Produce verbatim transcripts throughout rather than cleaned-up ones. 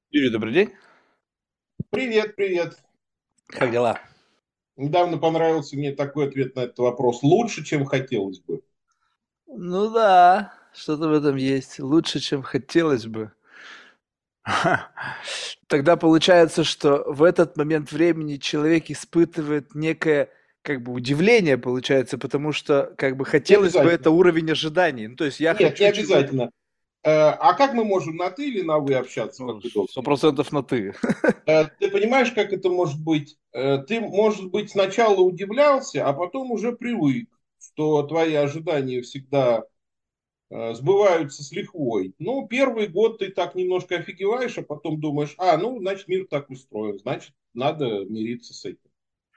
Юрий, добрый день. Привет, привет. Как дела? Недавно понравился мне такой ответ на этот вопрос. Лучше, чем хотелось бы. Ну да, что-то в этом есть. Лучше, чем хотелось бы. Тогда получается, что в этот момент времени человек испытывает некое как бы удивление, получается, потому что как бы Не хотелось бы это обязательно. уровень ожиданий. Ну, то есть я Нет, не хочу чего-то, обязательно. Э, А как мы можем на ты или на вы общаться, как ну, сто удобнее? процентов на ты. Э, Ты понимаешь, как это может быть? Э, Ты, может быть, сначала удивлялся, а потом уже привык, что твои ожидания всегда э, сбываются с лихвой. Ну, первый год ты так немножко офигеваешь, а потом думаешь, а, ну, значит, мир так устроен, значит, надо мириться с этим.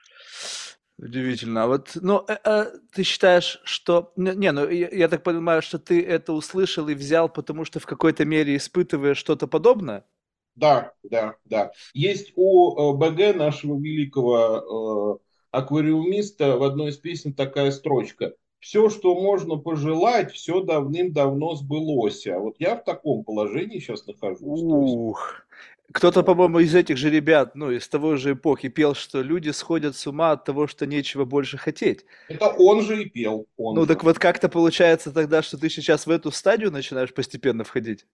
Удивительно. А вот, ну, э, э, ты считаешь, что... Не, не, ну, я, я так понимаю, что ты это услышал и взял, потому что в какой-то мере испытываешь что-то подобное? Да, да, да. Есть у э, Б Г, нашего великого э, аквариумиста, в одной из песен такая строчка. Все, что можно пожелать, все давным-давно сбылось. А вот я в таком положении сейчас нахожусь. То есть, Ух. Кто-то, ну, по-моему, из этих же ребят, ну, из того же эпохи пел, что люди сходят с ума от того, что нечего больше хотеть. это он же и пел, он Ну, так же. вот как-то получается тогда, что ты сейчас в эту стадию начинаешь постепенно входить?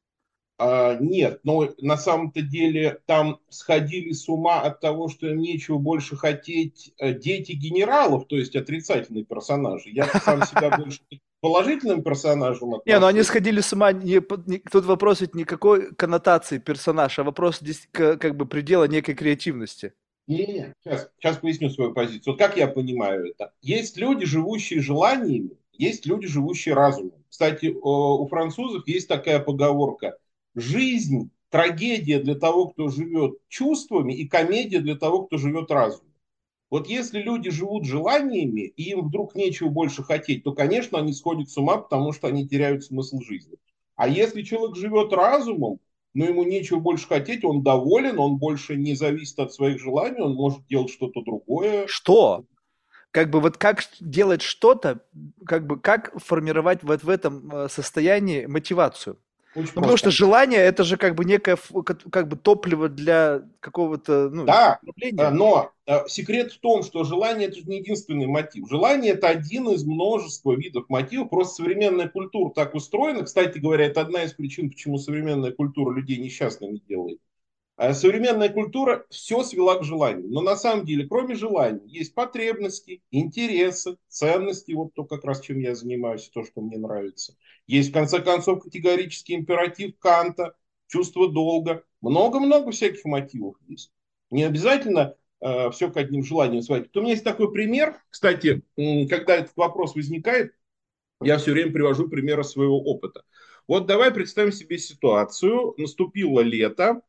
А, нет, но на самом-то деле там сходили с ума от того, что им нечего больше хотеть э, дети генералов, то есть отрицательные персонажи. Я сам себя больше к положительным персонажам Не, ну они отношу. сходили с ума, не, под- не- тут вопрос ведь никакой коннотации персонажа, а вопрос здесь к- как бы предела некой креативности. Не-не-не, сейчас, сейчас поясню свою позицию. Вот как я понимаю это. Есть люди, живущие желаниями, есть люди, живущие разумом. Кстати, э, у французов есть такая поговорка. Жизнь– трагедия для того, кто живет чувствами, и комедия для того, кто живет разумом. Вот если люди живут желаниями, и им вдруг нечего больше хотеть, то, конечно, они сходят с ума, потому что они теряют смысл жизни. А если человек живет разумом, но ему нечего больше хотеть, он доволен, он больше не зависит от своих желаний, он может делать что-то другое. Что? Как бы вот как ш- делать что-то, как бы как формировать вот в этом э, состоянии мотивацию? Очень Ну, потому что просто. желание это же как бы некое ф- как как бы топливо для какого-то, ну, Да, э, направления. но э, секрет в том, что желание это же не единственный мотив. Желание это один из множества видов мотивов. Просто современная культура так устроена. Кстати говоря, это одна из причин, почему современная культура людей несчастными делает. А современная культура все свела к желанию. Но на самом деле, кроме желаний, есть потребности, интересы, ценности. Вот то, как раз чем я занимаюсь, то, что мне нравится. Есть, в конце концов, категорический императив Канта, чувство долга. Много-много всяких мотивов есть. Не обязательно э, все к одним желаниям сводить. Вот у меня есть такой пример. Кстати, когда этот вопрос возникает, я все время привожу примеры своего опыта. Вот давай представим себе ситуацию. Наступило лето,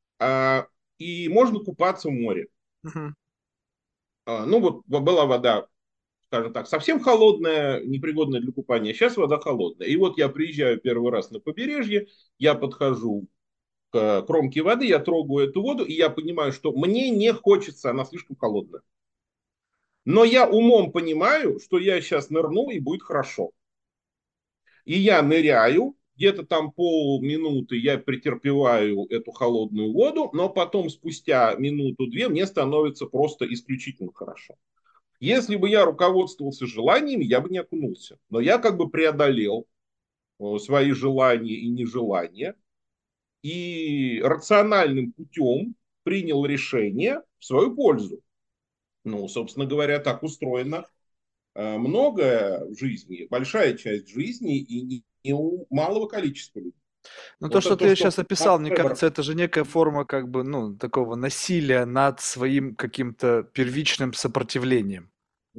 а, и можно купаться в море. Мгм. А, ну вот была вода, скажем так, совсем холодная, непригодная для купания, сейчас вода холодная. И вот я приезжаю первый раз на побережье, я подхожу к кромке воды, я трогаю эту воду, и я понимаю, что мне не хочется, она слишком холодная. Но я умом понимаю, что я сейчас нырну и будет хорошо. И я ныряю, где-то там полминуты я претерпеваю эту холодную воду, но потом спустя минуту-две мне становится просто исключительно хорошо. Если бы я руководствовался желаниями, я бы не окунулся. Но я как бы преодолел э, свои желания и нежелания и рациональным путем принял решение в свою пользу. Ну, собственно говоря, так устроено э, многое в жизни, большая часть жизни и не, не у малого количества людей. Ну, то, Вот это что то, ты что сейчас описал, Макс мне Вебер. кажется, это же некая форма как бы, ну, такого насилия над своим каким-то первичным сопротивлением.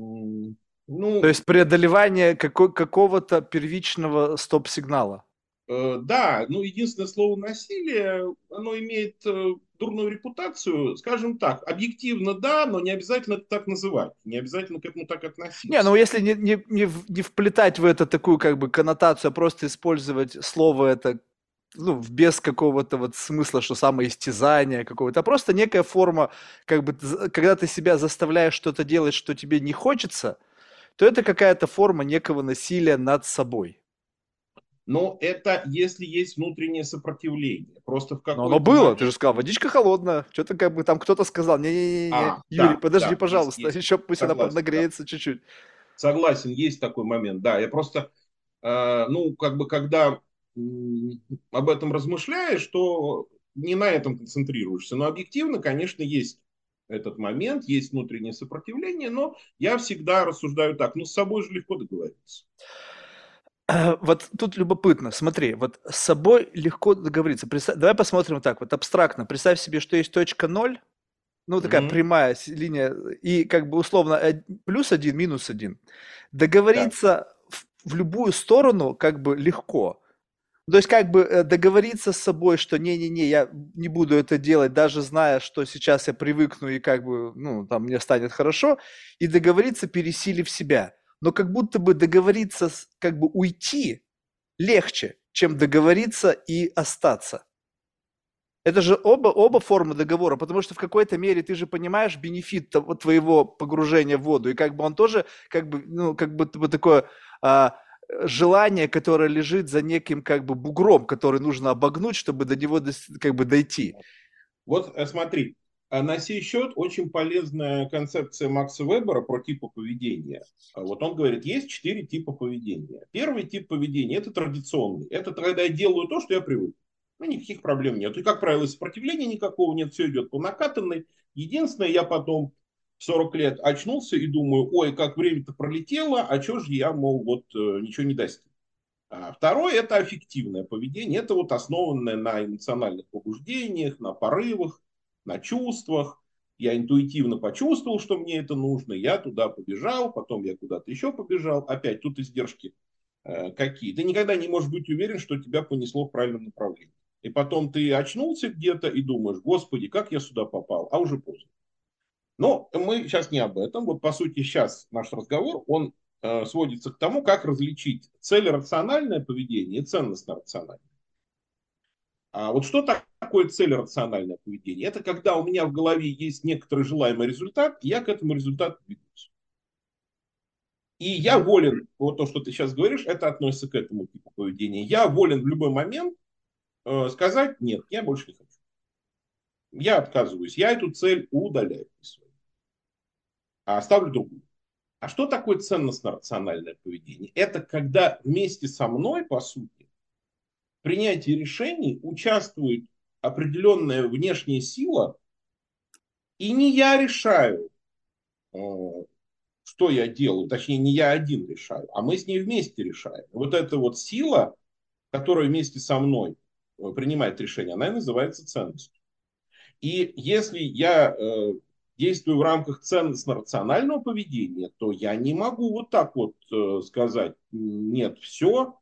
То Ну, есть преодолевание какой- какого-то первичного стоп-сигнала. э, да, ну, единственное слово насилие, оно имеет э, дурную репутацию, скажем так, объективно да, но не обязательно это так называть, не обязательно к этому так Не, ну относиться. если не, не, не, в- не вплетать в это такую как бы коннотацию, а просто использовать слово это ну, в- без какого-то вот смысла, что самоистязание какого-то, а просто некая форма, как бы, з- когда ты себя заставляешь что-то делать, что тебе не хочется, то это какая-то форма некого насилия над собой. Но это если есть внутреннее сопротивление. Просто в Но оно какой-то было, ты же момент... сказал, водичка холодная. Что-то как бы там кто-то сказал, не-не-не, А, Юрий, да, подожди, да, есть, пожалуйста, есть. еще пусть она Согласен, да. поднагреется чуть-чуть. Согласен, есть такой момент, да. Я просто, э, ну, как бы, когда м, об этом размышляешь, то не на этом концентрируешься. Но объективно, конечно, есть этот момент, есть внутреннее сопротивление, но я всегда рассуждаю так, ну, с собой же легко договориться. Вот тут любопытно, смотри, вот с собой легко договориться. Представь- давай посмотрим так, вот абстрактно. Представь себе, что есть точка ноль, ну, такая Мгм. прямая с- линия, и как бы условно од- плюс один, минус один. Да. Договориться в, в любую сторону как бы легко. То есть как бы э, договориться с собой, что не-не-не, я не буду это делать, даже зная, что сейчас я привыкну и как бы, ну, там мне станет хорошо, и договориться, пересилив себя. Но как будто бы договориться, с- как бы уйти легче, чем договориться и остаться. Это же оба, оба формы договора, потому что в какой-то мере ты же понимаешь бенефит того- твоего погружения в воду, и как бы он тоже, как бы, ну, как будто бы такое а, желание, которое лежит за неким как бы бугром, который нужно обогнуть, чтобы до него дос- как бы дойти. Вот э, смотри, а на сей счет очень полезная концепция Макса Вебера про типы поведения. А вот он говорит, есть четыре типа поведения. Первый тип поведения – это традиционный. Это когда я делаю то, что я привык. Ну, никаких проблем нет. И, как правило, сопротивления никакого нет, все идет по накатанной. Единственное, я потом в сорок лет очнулся и думаю, ой, как время-то пролетело, а что же я, мол, вот э, ничего не достиг. А второе – это аффективное поведение. Это вот основанное на эмоциональных побуждениях, на порывах, на чувствах. Я интуитивно почувствовал, что мне это нужно, я туда побежал, потом я куда-то еще побежал. Опять тут издержки э, какие. Ты никогда не можешь быть уверен, что тебя понесло в правильном направлении. И потом ты очнулся где-то и думаешь, господи, как я сюда попал, а уже поздно. Но мы сейчас не об этом. Вот по сути сейчас наш разговор, он э, сводится к тому, как различить целерациональное поведение и ценностно-рациональное. А вот что такое целерациональное поведение? Это когда у меня в голове есть некоторый желаемый результат, и я к этому результату двигаюсь. И я Мгм. волен, вот то, что ты сейчас говоришь, это относится к этому типу поведения. Я волен в любой момент э, сказать, нет, я больше не хочу. Я отказываюсь, я эту цель удаляю, а оставлю другую. А что такое ценностно-рациональное поведение? Это когда вместе со мной, по сути, в принятии решений участвует определенная внешняя сила, и не я решаю, э, что я делаю, точнее, не я один решаю, а мы с ней вместе решаем. Вот эта вот сила, которая вместе со мной э, принимает решение, она и называется ценностью. И если я э, действую в рамках ценностно-рационального поведения, то я не могу вот так вот э, сказать, нет, все,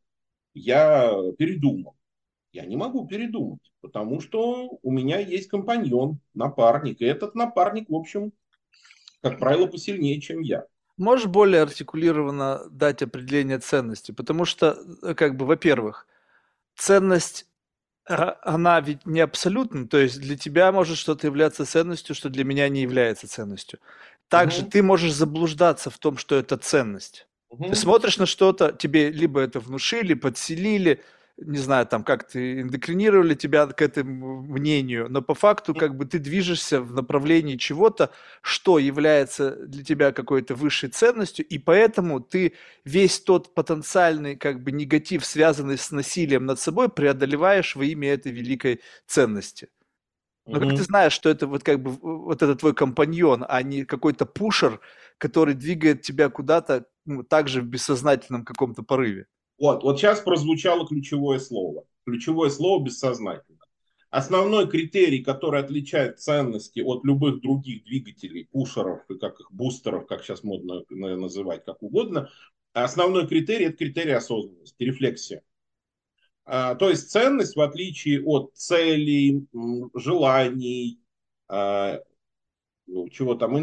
я передумал. Я не могу передумать, потому что у меня есть компаньон, напарник, и этот напарник, в общем, как правило, посильнее, чем я. Можешь более артикулированно дать определение ценности? Потому что, э, как бы, во-первых, ценность А, она ведь не абсолютна, то есть для тебя может что-то являться ценностью, что для меня не является ценностью. Также Угу, ты можешь заблуждаться в том, что это ценность. Ты угу, смотришь на что-то, тебе либо это внушили, подселили, не знаю, там как-то индокринировали тебя к этому мнению, но по факту как бы ты движешься в направлении чего-то, что является для тебя какой-то высшей ценностью, и поэтому ты весь тот потенциальный как бы негатив, связанный с насилием над собой, преодолеваешь во имя этой великой ценности. Но как ты угу. знаешь, что это вот как бы вот это твой компаньон, а не какой-то пушер, который двигает тебя куда-то, ну, также в бессознательном каком-то порыве? Вот, вот сейчас прозвучало ключевое слово. Ключевое слово бессознательно. Основной критерий, который отличает ценности от любых других двигателей, пушеров и как их бустеров, как сейчас модно называть, как угодно, основной критерий – это критерий осознанности, рефлексия. А, то есть ценность, в отличие от целей, желаний, а, ну, чего там,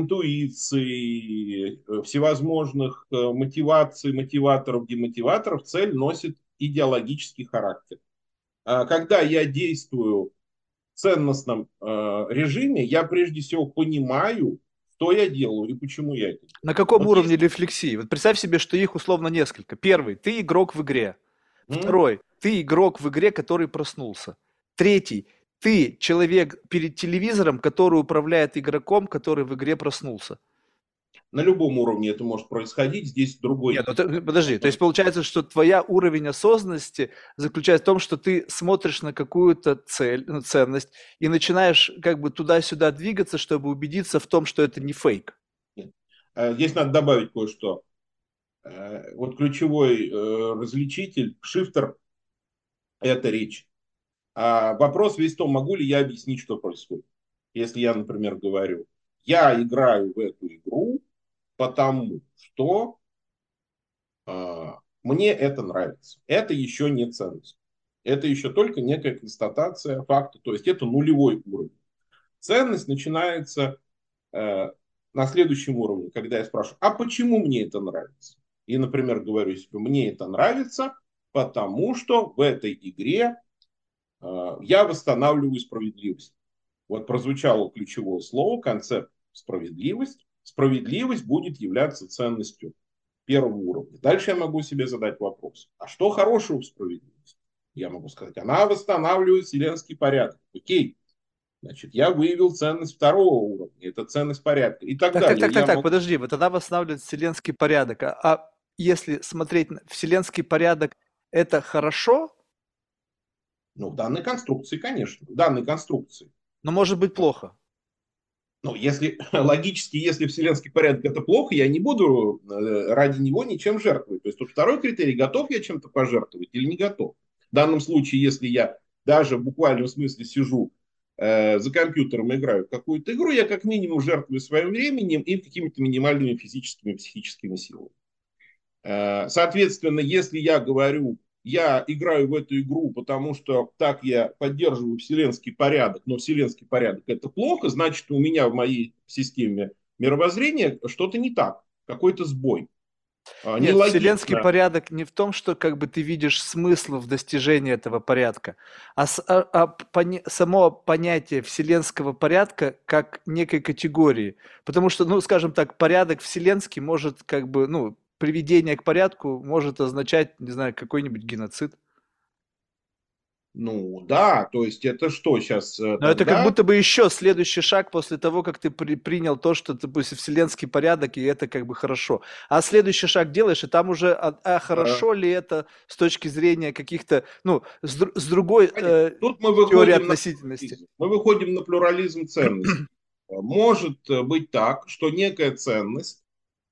интуиции, э, всевозможных э, мотиваций, мотиваторов, демотиваторов, цель носит идеологический характер. А когда я действую в ценностном э, режиме, я прежде всего понимаю, что я делаю и почему я это делаю. На каком Вот уровне есть... рефлексии? Вот представь себе, что их условно несколько. Первый, ты игрок в игре. М? Второй, ты игрок в игре, который проснулся. Третий, ты человек перед телевизором, который управляет игроком, который в игре проснулся. На любом уровне это может происходить. Здесь Нет, другой. ну ты- подожди, то есть получается, что твоя уровень осознанности заключается в том, что ты смотришь на какую-то цель, ну, ценность и начинаешь как бы туда-сюда двигаться, чтобы убедиться в том, что это не фейк. Э, Здесь надо добавить кое-что. Э, Вот ключевой э, различитель, шифтер– это речь. А вопрос весь в том, могу ли я объяснить, что происходит. Если я, например, говорю, я играю в эту игру, потому что а, мне это нравится. Это еще не ценность. Это еще только некая констатация факта. То есть это нулевой уровень. Ценность начинается э, на следующем уровне, когда я спрашиваю, а почему мне это нравится? И, например, говорю себе, мне это нравится, потому что в этой игре э, я восстанавливаю справедливость. Вот прозвучало ключевое слово, концепт справедливость. Справедливость будет являться ценностью первого уровня. Дальше я могу себе задать вопрос, а что хорошего в справедливости? Я могу сказать, она восстанавливает вселенский порядок. Окей, значит, я выявил ценность второго уровня, это ценность порядка и так Так, так, далее. так, так, Я так, могу, подожди, вот она восстанавливает вселенский порядок. А, а если смотреть на вселенский порядок, это хорошо, ну, в данной конструкции, конечно, в данной конструкции. но может быть плохо. Ну, если логически, если вселенский порядок это плохо, я не буду э, ради него ничем жертвовать. То есть тут второй критерий, готов я чем-то пожертвовать или не готов. В данном случае, если я даже в буквальном смысле сижу э, за компьютером и играю в какую-то игру, я как минимум жертвую своим временем и какими-то минимальными физическими и психическими силами. Э, соответственно, если я говорю, я играю в эту игру, потому что так я поддерживаю вселенский порядок, но вселенский порядок это плохо, значит, у меня в моей системе мировоззрения что-то не так, какой-то сбой. А, Нет, вселенский Нелогично. порядок не в том, что как бы ты видишь смысл в достижении этого порядка, а, с- а- а поня- само понятие вселенского порядка как некой категории. Потому что, ну, скажем так, порядок вселенский может как бы, ну, приведение к порядку может означать, не знаю, какой-нибудь геноцид. Ну да, то есть это что сейчас Но это как тогда? будто бы еще следующий шаг после того, как ты при- принял то, что, допустим, вселенский порядок, и это как бы хорошо. А следующий шаг делаешь, и там уже, а, а э, хорошо ли это с точки зрения каких-то, ну, с, дру- с другой Понятно. э, Тут мы теории выходим на относительности. плюрализм. Мы выходим на плюрализм ценностей. Может э, быть так, что некая ценность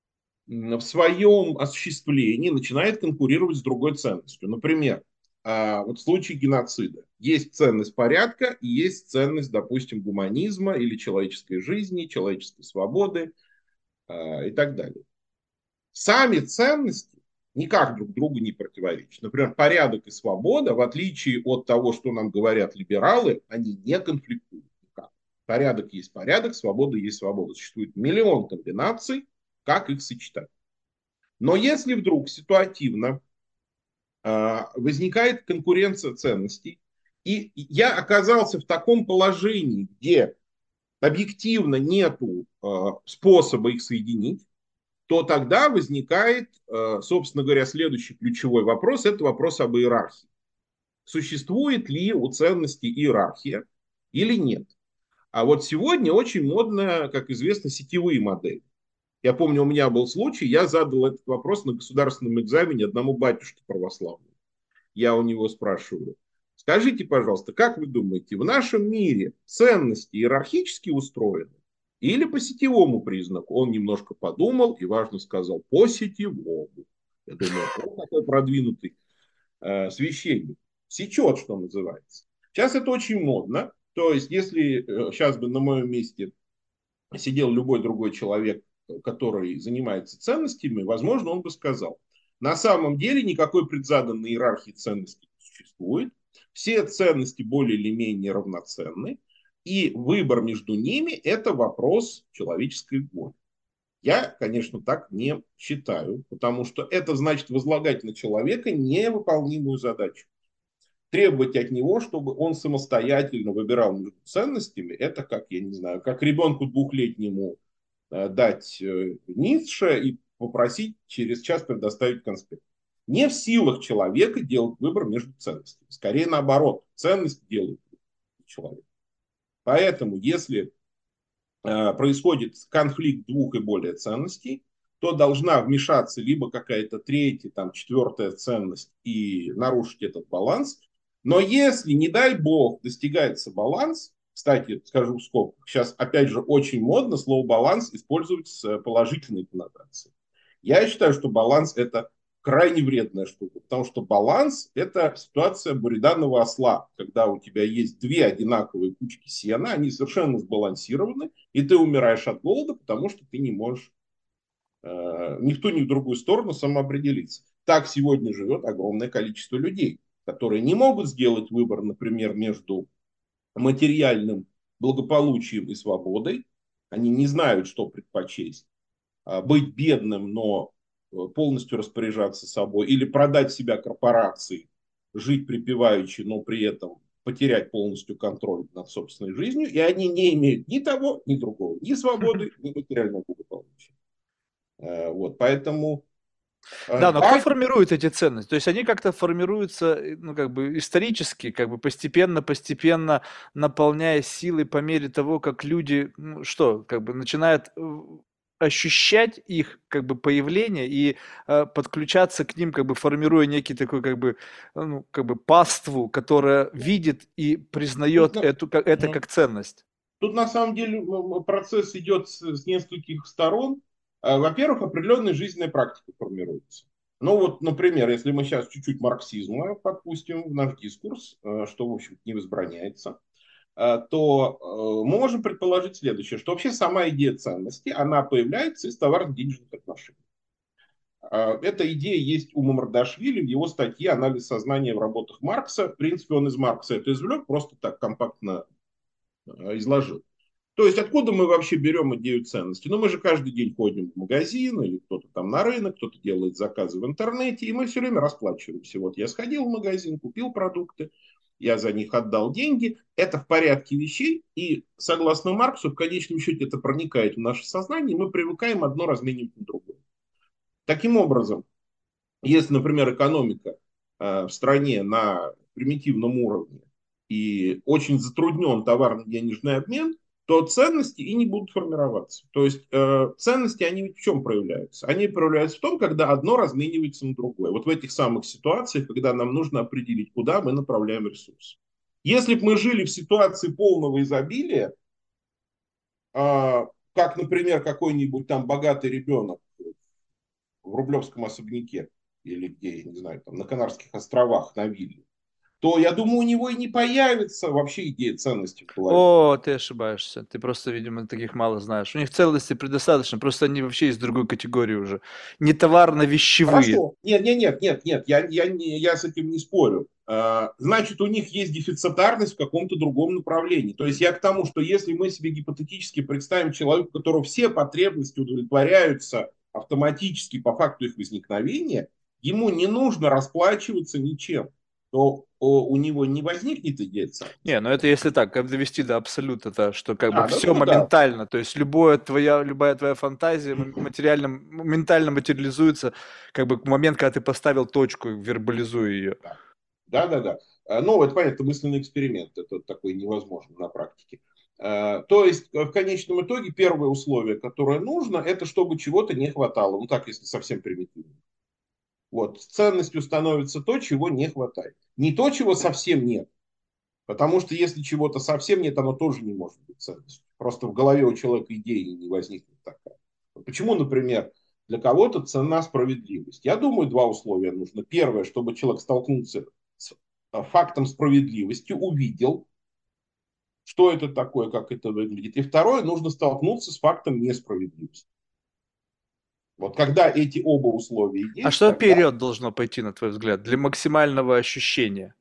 в своем осуществлении начинает конкурировать с другой ценностью. Например, а, вот в случае геноцида есть ценность порядка и есть ценность, допустим, гуманизма или человеческой жизни, человеческой свободы а, и так далее. Сами ценности никак друг другу не противоречат. Например, порядок и свобода, в отличие от того, что нам говорят либералы, они не конфликтуют никак. Порядок есть порядок, свобода есть свобода. Существует миллион комбинаций, как их сочетать. Но если вдруг ситуативно э, возникает конкуренция ценностей, и я оказался в таком положении, где объективно нету э, способа их соединить, то тогда возникает, э, собственно говоря, следующий ключевой вопрос. Это вопрос об иерархии. Существует ли у ценностей иерархия или нет? А вот сегодня очень модно, как известно, сетевые модели. Я помню, у меня был случай, я задал этот вопрос на государственном экзамене одному батюшке православному. Я у него спрашиваю, скажите, пожалуйста, как вы думаете, в нашем мире ценности иерархически устроены или по сетевому признаку? Он немножко подумал и важно сказал, по сетевому. Я думаю, он такой продвинутый э, священник. Сечет, что называется. Сейчас это очень модно. То есть, если э, сейчас бы на моем месте сидел любой другой человек, который занимается ценностями, возможно, он бы сказал, на самом деле никакой предзаданной иерархии ценностей не существует. Все ценности более или менее равноценны. И выбор между ними– это вопрос человеческой воли. Я, конечно, так не считаю, потому что это значит возлагать на человека невыполнимую задачу. Требовать от него, чтобы он самостоятельно выбирал между ценностями, это как, я не знаю, как ребенку двухлетнему э, дать э, Ницше и попросить через час предоставить конспект. Не в силах человека делать выбор между ценностями. Скорее наоборот, ценность делает человек. Поэтому, если э, происходит конфликт двух и более ценностей, то должна вмешаться либо какая-то третья, там, четвертая ценность и нарушить этот баланс. Но если, не дай бог, достигается баланс, кстати, скажу в скобках, сейчас опять же очень модно слово баланс использовать с положительной коннотацией. Я считаю, что баланс это крайне вредная штука, потому что баланс это ситуация буриданного осла, когда у тебя есть две одинаковые кучки сена, они совершенно сбалансированы, и ты умираешь от голода, потому что ты не можешь э, ни в ту, ни в другую сторону самоопределиться. Так сегодня живет огромное количество людей, которые не могут сделать выбор, например, между материальным благополучием и свободой. Они не знают, что предпочесть. Быть бедным, но полностью распоряжаться собой, или продать себя корпорации, жить припеваючи, но при этом потерять полностью контроль над собственной жизнью, и они не имеют ни того, ни другого, ни свободы, ни материального благополучия. Вот, поэтому Да, но кто да, формирует эти ценности? То есть они как-то формируются, э, ну, как бы исторически, как бы постепенно, постепенно наполняя силой по мере того, как люди, ну, что, как бы начинают э, ощущать их как бы появление и э, подключаться к ним, как бы формируя некий такой как бы, э, ну, как бы паству, которая видит и тут, признает на- эту, как- это как ценность. тут на самом деле процесс идет с, с нескольких сторон. А, Во-первых, определенная жизненная практика формируется. Ну вот, например, если мы сейчас чуть-чуть марксизма подпустим в наш дискурс, э, что, в общем не возбраняется, э, то э, мы можем предположить следующее, что вообще сама идея ценности, она появляется из товарно-денежных отношений. А, Эта идея есть у Мамардашвили в его статье «Анализ сознания в работах Маркса». В принципе, он из Маркса это извлек, просто так компактно э, изложил. То есть откуда мы вообще берем идею ценности? Ну, мы же каждый день ходим в магазин, или кто-то там на рынок, кто-то делает заказы в интернете, и мы все время расплачиваемся. Вот я сходил в магазин, купил продукты, я за них отдал деньги. Это в порядке вещей, и согласно Марксу, в конечном счете это проникает в наше сознание, и мы привыкаем одно разменивать на другое. Таким образом, если, например, экономика э, в стране на примитивном уровне и очень затруднен товарно-денежный обмен, то ценности и не будут формироваться. То есть э, ценности, они ведь в чем проявляются? Они проявляются в том, когда одно разменивается на другое. Вот в этих самых ситуациях, когда нам нужно определить, куда мы направляем ресурсы. Если бы мы жили в ситуации полного изобилия, э, как, например, какой-нибудь там богатый ребенок в Рублевском особняке или где, я не знаю, там на Канарских островах, на вилле, то, я думаю, у него и не появится вообще идея ценности в голове. О, ты ошибаешься. Ты просто, видимо, таких мало знаешь. У них ценности предостаточно, просто они вообще из другой категории уже. Не товарно-вещевые. Хорошо. Нет, нет, нет, нет, нет, я, я, не, я с этим не спорю. А, Значит, у них есть дефицитарность в каком-то другом направлении. То есть я к тому, что если мы себе гипотетически представим человека, у которого все потребности удовлетворяются автоматически по факту их возникновения, ему не нужно расплачиваться ничем, то о, у него не возникнет идея ценности. Не, ну это если так, как довести до абсолюта, то, что как бы А, ну, все ну да, моментально, то есть любое твоя, любая твоя фантазия м- материально, моментально материализуется, как бы в момент, когда ты поставил точку, вербализуя ее. да, да, да, да. А, Ну, это понятно, мысленный эксперимент, это такой невозможно на практике. А, То есть, э, в конечном итоге, первое условие, которое нужно, это чтобы чего-то не хватало. Ну, так, если совсем примитивно. Вот, ценностью становится то, чего не хватает. Не то, чего совсем нет. Потому что если чего-то совсем нет, оно тоже не может быть ценностью. Просто в голове у человека идеи не возникнет такая. Почему, например, для кого-то цена справедливость? Я думаю, два условия нужно. Первое, чтобы человек столкнулся с э, фактом справедливости, увидел, что это такое, как это выглядит. И второе, нужно столкнуться с фактом несправедливости. Вот когда эти оба условия А есть, что тогда вперед должно пойти, на твой взгляд, для максимального ощущения?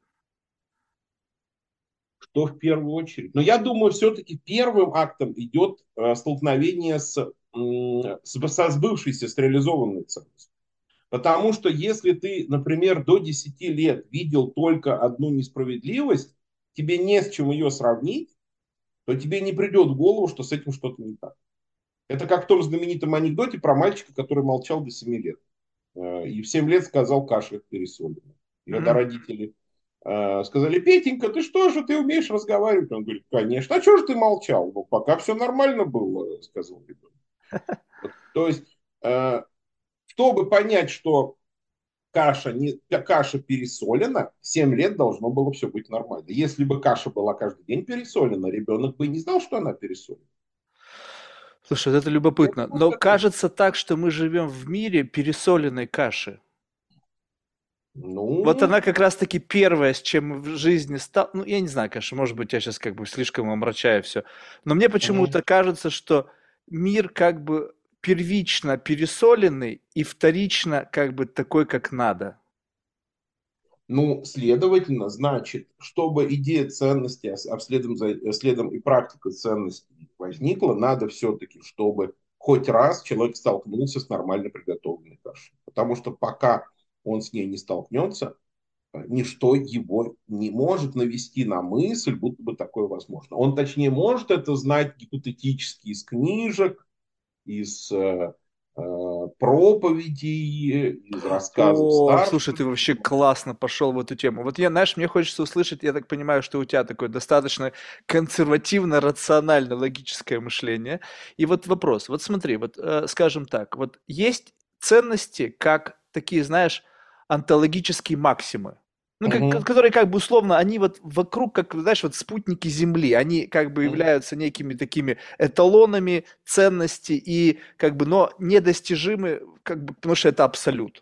что в первую очередь? Но я думаю, все-таки первым актом идет э, столкновение с, м, с, со сбывшейся, с реализованной ценностью. Потому что если ты, например, до десяти лет видел только одну несправедливость, тебе не с чем ее сравнить, то тебе не придет в голову, что с этим что-то не так. Это как в том знаменитом анекдоте про мальчика, который молчал до семи лет. э, и в семь лет сказал, каша пересолена. И когда Мгм. родители э, сказали, Петенька, ты что же, ты умеешь разговаривать? Он говорит, конечно. А что же ты молчал? Ну, пока все нормально было, сказал ребенок. Вот. То есть, э, чтобы понять, что каша, не, каша пересолена, семь лет должно было все быть нормально. Если бы каша была каждый день пересолена, ребенок бы не знал, что она пересолена. Слушай, вот это Это любопытно. вот Но такой. кажется так, что мы живем в мире пересоленной каши. Вот Ну, она как раз-таки первая, с чем мы в жизни стал. Ну, я не знаю, конечно, может быть, я сейчас как бы слишком омрачаю все. Но мне мгм. почему-то кажется, что мир как бы первично пересоленный и вторично как бы такой, как надо. Ну, следовательно, значит, чтобы идея ценности, а с- а следом, за, э, следом и практика ценностей возникла, надо все-таки, чтобы хоть раз человек столкнулся с нормально приготовленной кашей. Потому что пока он с ней не столкнется, э, ничто его не может навести на мысль, будто бы такое возможно. Он, точнее, может это знать гипотетически из книжек, из э, э, проповедей, из рассказов О, старших слушай, ты вообще людей. классно пошел в эту тему. Вот я, знаешь, мне хочется услышать, я так понимаю, что у тебя такое достаточно консервативно, рационально, логическое мышление. И вот вопрос, вот смотри, вот э, скажем так, вот есть ценности, как такие, знаешь, онтологические максимы. Ну, как- ко- Мгм. которые как бы условно, они вот вокруг, как, знаешь, вот спутники Земли, они как бы Мгм. являются некими такими эталонами ценности и как бы, но недостижимы, как бы, потому что это абсолют.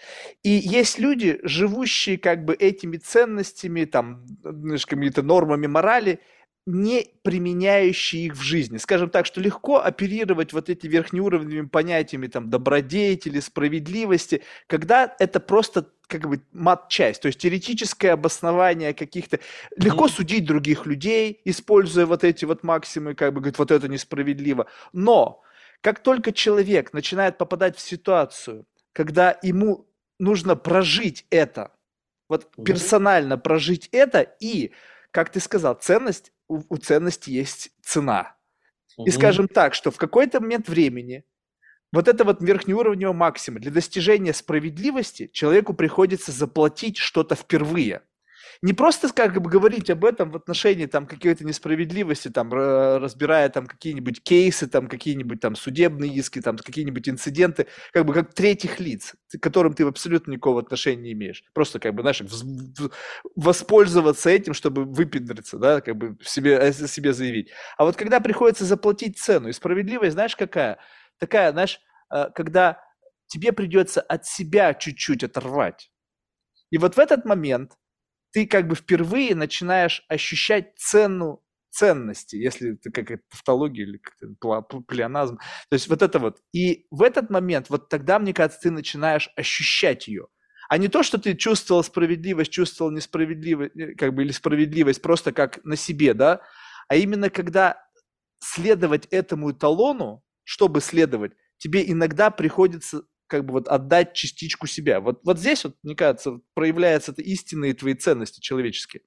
И есть люди, живущие как бы этими ценностями, там, знаешь, какими-то нормами морали, не применяющие их в жизни. Скажем так, что легко оперировать вот эти верхнеуровневыми понятиями там добродетели, справедливости, когда это просто как бы мат-часть, то есть теоретическое обоснование каких-то. Легко Мгм. судить других людей, используя вот эти вот максимы, как бы говорит, вот это несправедливо. Но как только человек начинает попадать в ситуацию, когда ему нужно прожить это, вот Мгм. персонально прожить это, и, как ты сказал, ценность, у, у ценности есть цена. И Мгм. скажем так, что в какой-то момент времени вот это вот верхнеуровневая максима для достижения справедливости человеку приходится заплатить что-то впервые. Не просто как бы говорить об этом в отношении там какой-то несправедливости, там ра- разбирая там какие-нибудь кейсы, там какие-нибудь там судебные иски, там какие-нибудь инциденты, как бы как третьих лиц, к которым ты абсолютно никакого отношения не имеешь. Просто как бы, знаешь, вз- в- воспользоваться этим, чтобы выпендриться, да, как бы себе, о себе заявить. А вот когда приходится заплатить цену, и справедливость, знаешь, какая? Такая, знаешь, э, когда тебе придется от себя чуть-чуть оторвать. И вот в этот момент ты как бы впервые начинаешь ощущать цену ценности, если это какая-то тавтология или как-то пла- п- плеоназм. То есть вот это вот. И в этот момент, вот тогда, мне кажется, ты начинаешь ощущать ее. А не то, что ты чувствовал справедливость, чувствовал несправедливость, э, как бы, или справедливость просто как на себе, да, а именно когда следовать этому эталону, чтобы следовать, тебе иногда приходится как бы вот отдать частичку себя. Вот, вот здесь вот, мне кажется, вот проявляются это истинные твои ценности человеческие.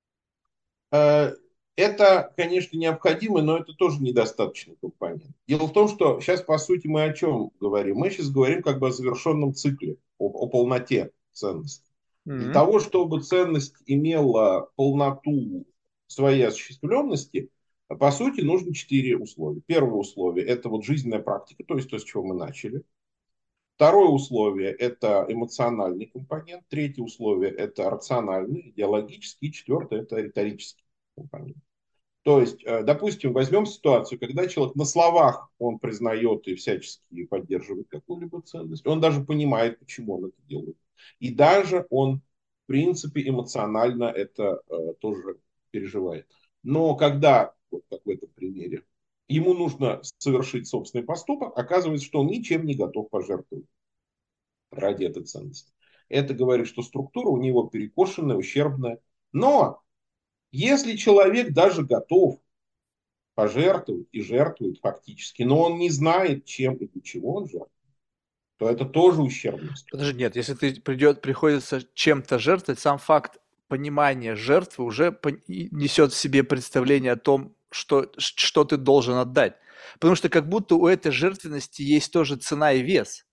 Э, Это, конечно, необходимо, но это тоже недостаточный компонент. Дело в том, что сейчас, по сути, мы о чем говорим? Мы сейчас говорим как бы о завершенном цикле, о, о полноте ценностей. Для Мгм. того, чтобы ценность имела полноту своей осуществленности, по сути, нужно четыре условия. Первое условие – это вот жизненная практика, то есть то, с чего мы начали. Второе условие – это эмоциональный компонент. Третье условие – это рациональный, идеологический. И четвертое – это риторический компонент. То есть, э, допустим, возьмем ситуацию, когда человек на словах он признает и всячески поддерживает какую-либо ценность, он даже понимает, почему он это делает. И даже он, в принципе, эмоционально это э, тоже переживает. Но когда, вот как в этом примере, ему нужно совершить собственный поступок, оказывается, что он ничем не готов пожертвовать ради этой ценности. Это говорит, что структура у него перекошенная, ущербная. Но если человек даже готов пожертвовать и жертвует фактически, но он не знает, чем и для чего он жертвует, то это тоже ущербная Подожди, структура. нет, если ты придет, приходится чем-то жертвовать, сам факт понимания жертвы уже пон- и несет в себе представление о том, что, ш- что ты должен отдать. Потому что как будто у этой жертвенности есть тоже цена и вес.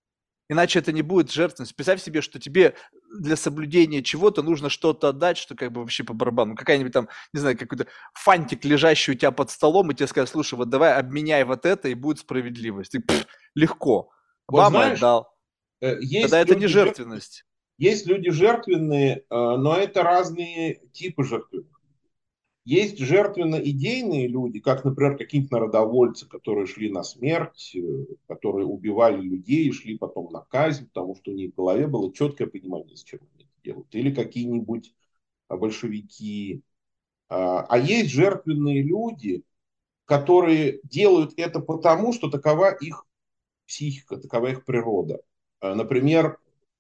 Иначе это не будет жертвенность. Представь себе, что тебе для соблюдения чего-то нужно что-то отдать, что как бы вообще по барабану. Какая-нибудь там, не знаю, какой-то фантик, лежащий у тебя под столом, и тебе скажут: слушай, вот давай обменяй вот это, и будет справедливость. И, пф, легко. Вот Бам, и знаешь, отдал. э, Тогда есть это не люди жертв- жертвенность. есть люди жертвенные, э, но это разные типы жертвенных. Есть жертвенно-идейные люди, как, например, какие-то народовольцы, которые шли на смерть, э, которые убивали людей и шли потом на казнь, потому что у них в голове было четкое понимание, зачем они это делают. Или какие-нибудь а, большевики. А а есть жертвенные люди, которые делают это потому, что такова их психика, такова их природа. А, Например,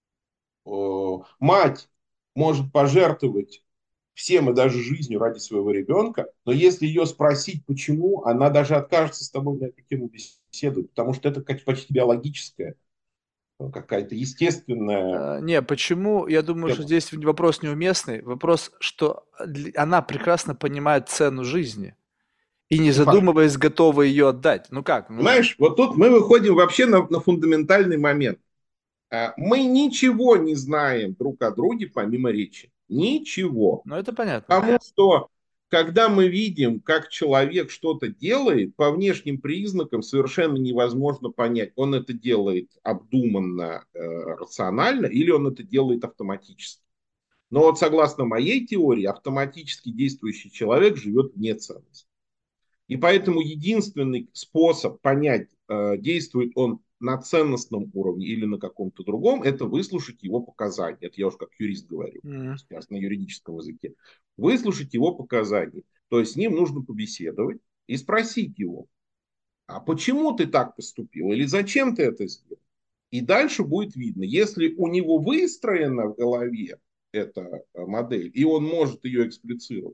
э, мать может пожертвовать всем и даже жизнью ради своего ребенка, но если ее спросить, почему, она даже откажется с тобой на эту тему беседовать, потому что это как почти биологическая, э, какая-то естественная А, не, почему? Я думаю, что тема. здесь вопрос неуместный. Вопрос, что дл- она прекрасно понимает цену жизни и, не Не факт. задумываясь, готова ее отдать. Ну как? Ну, Понимаешь, вот тут мы выходим вообще на, на фундаментальный момент. А, Мы ничего не знаем друг о друге помимо речи. Ничего. ну это понятно. Потому что, когда мы видим, как человек что-то делает, по внешним признакам совершенно невозможно понять, он это делает обдуманно, э, рационально, или он это делает автоматически. Но вот согласно моей теории, автоматически действующий человек живет вне ценности. И поэтому единственный способ понять, э, действует он на ценностном уровне или на каком-то другом, это выслушать его показания. Это я уж как юрист говорю, Мгм. сейчас на юридическом языке. Выслушать его показания. То есть с ним нужно побеседовать и спросить его, а почему ты так поступил или зачем ты это сделал? И дальше будет видно, если у него выстроена в голове эта э, модель, и он может ее эксплицировать,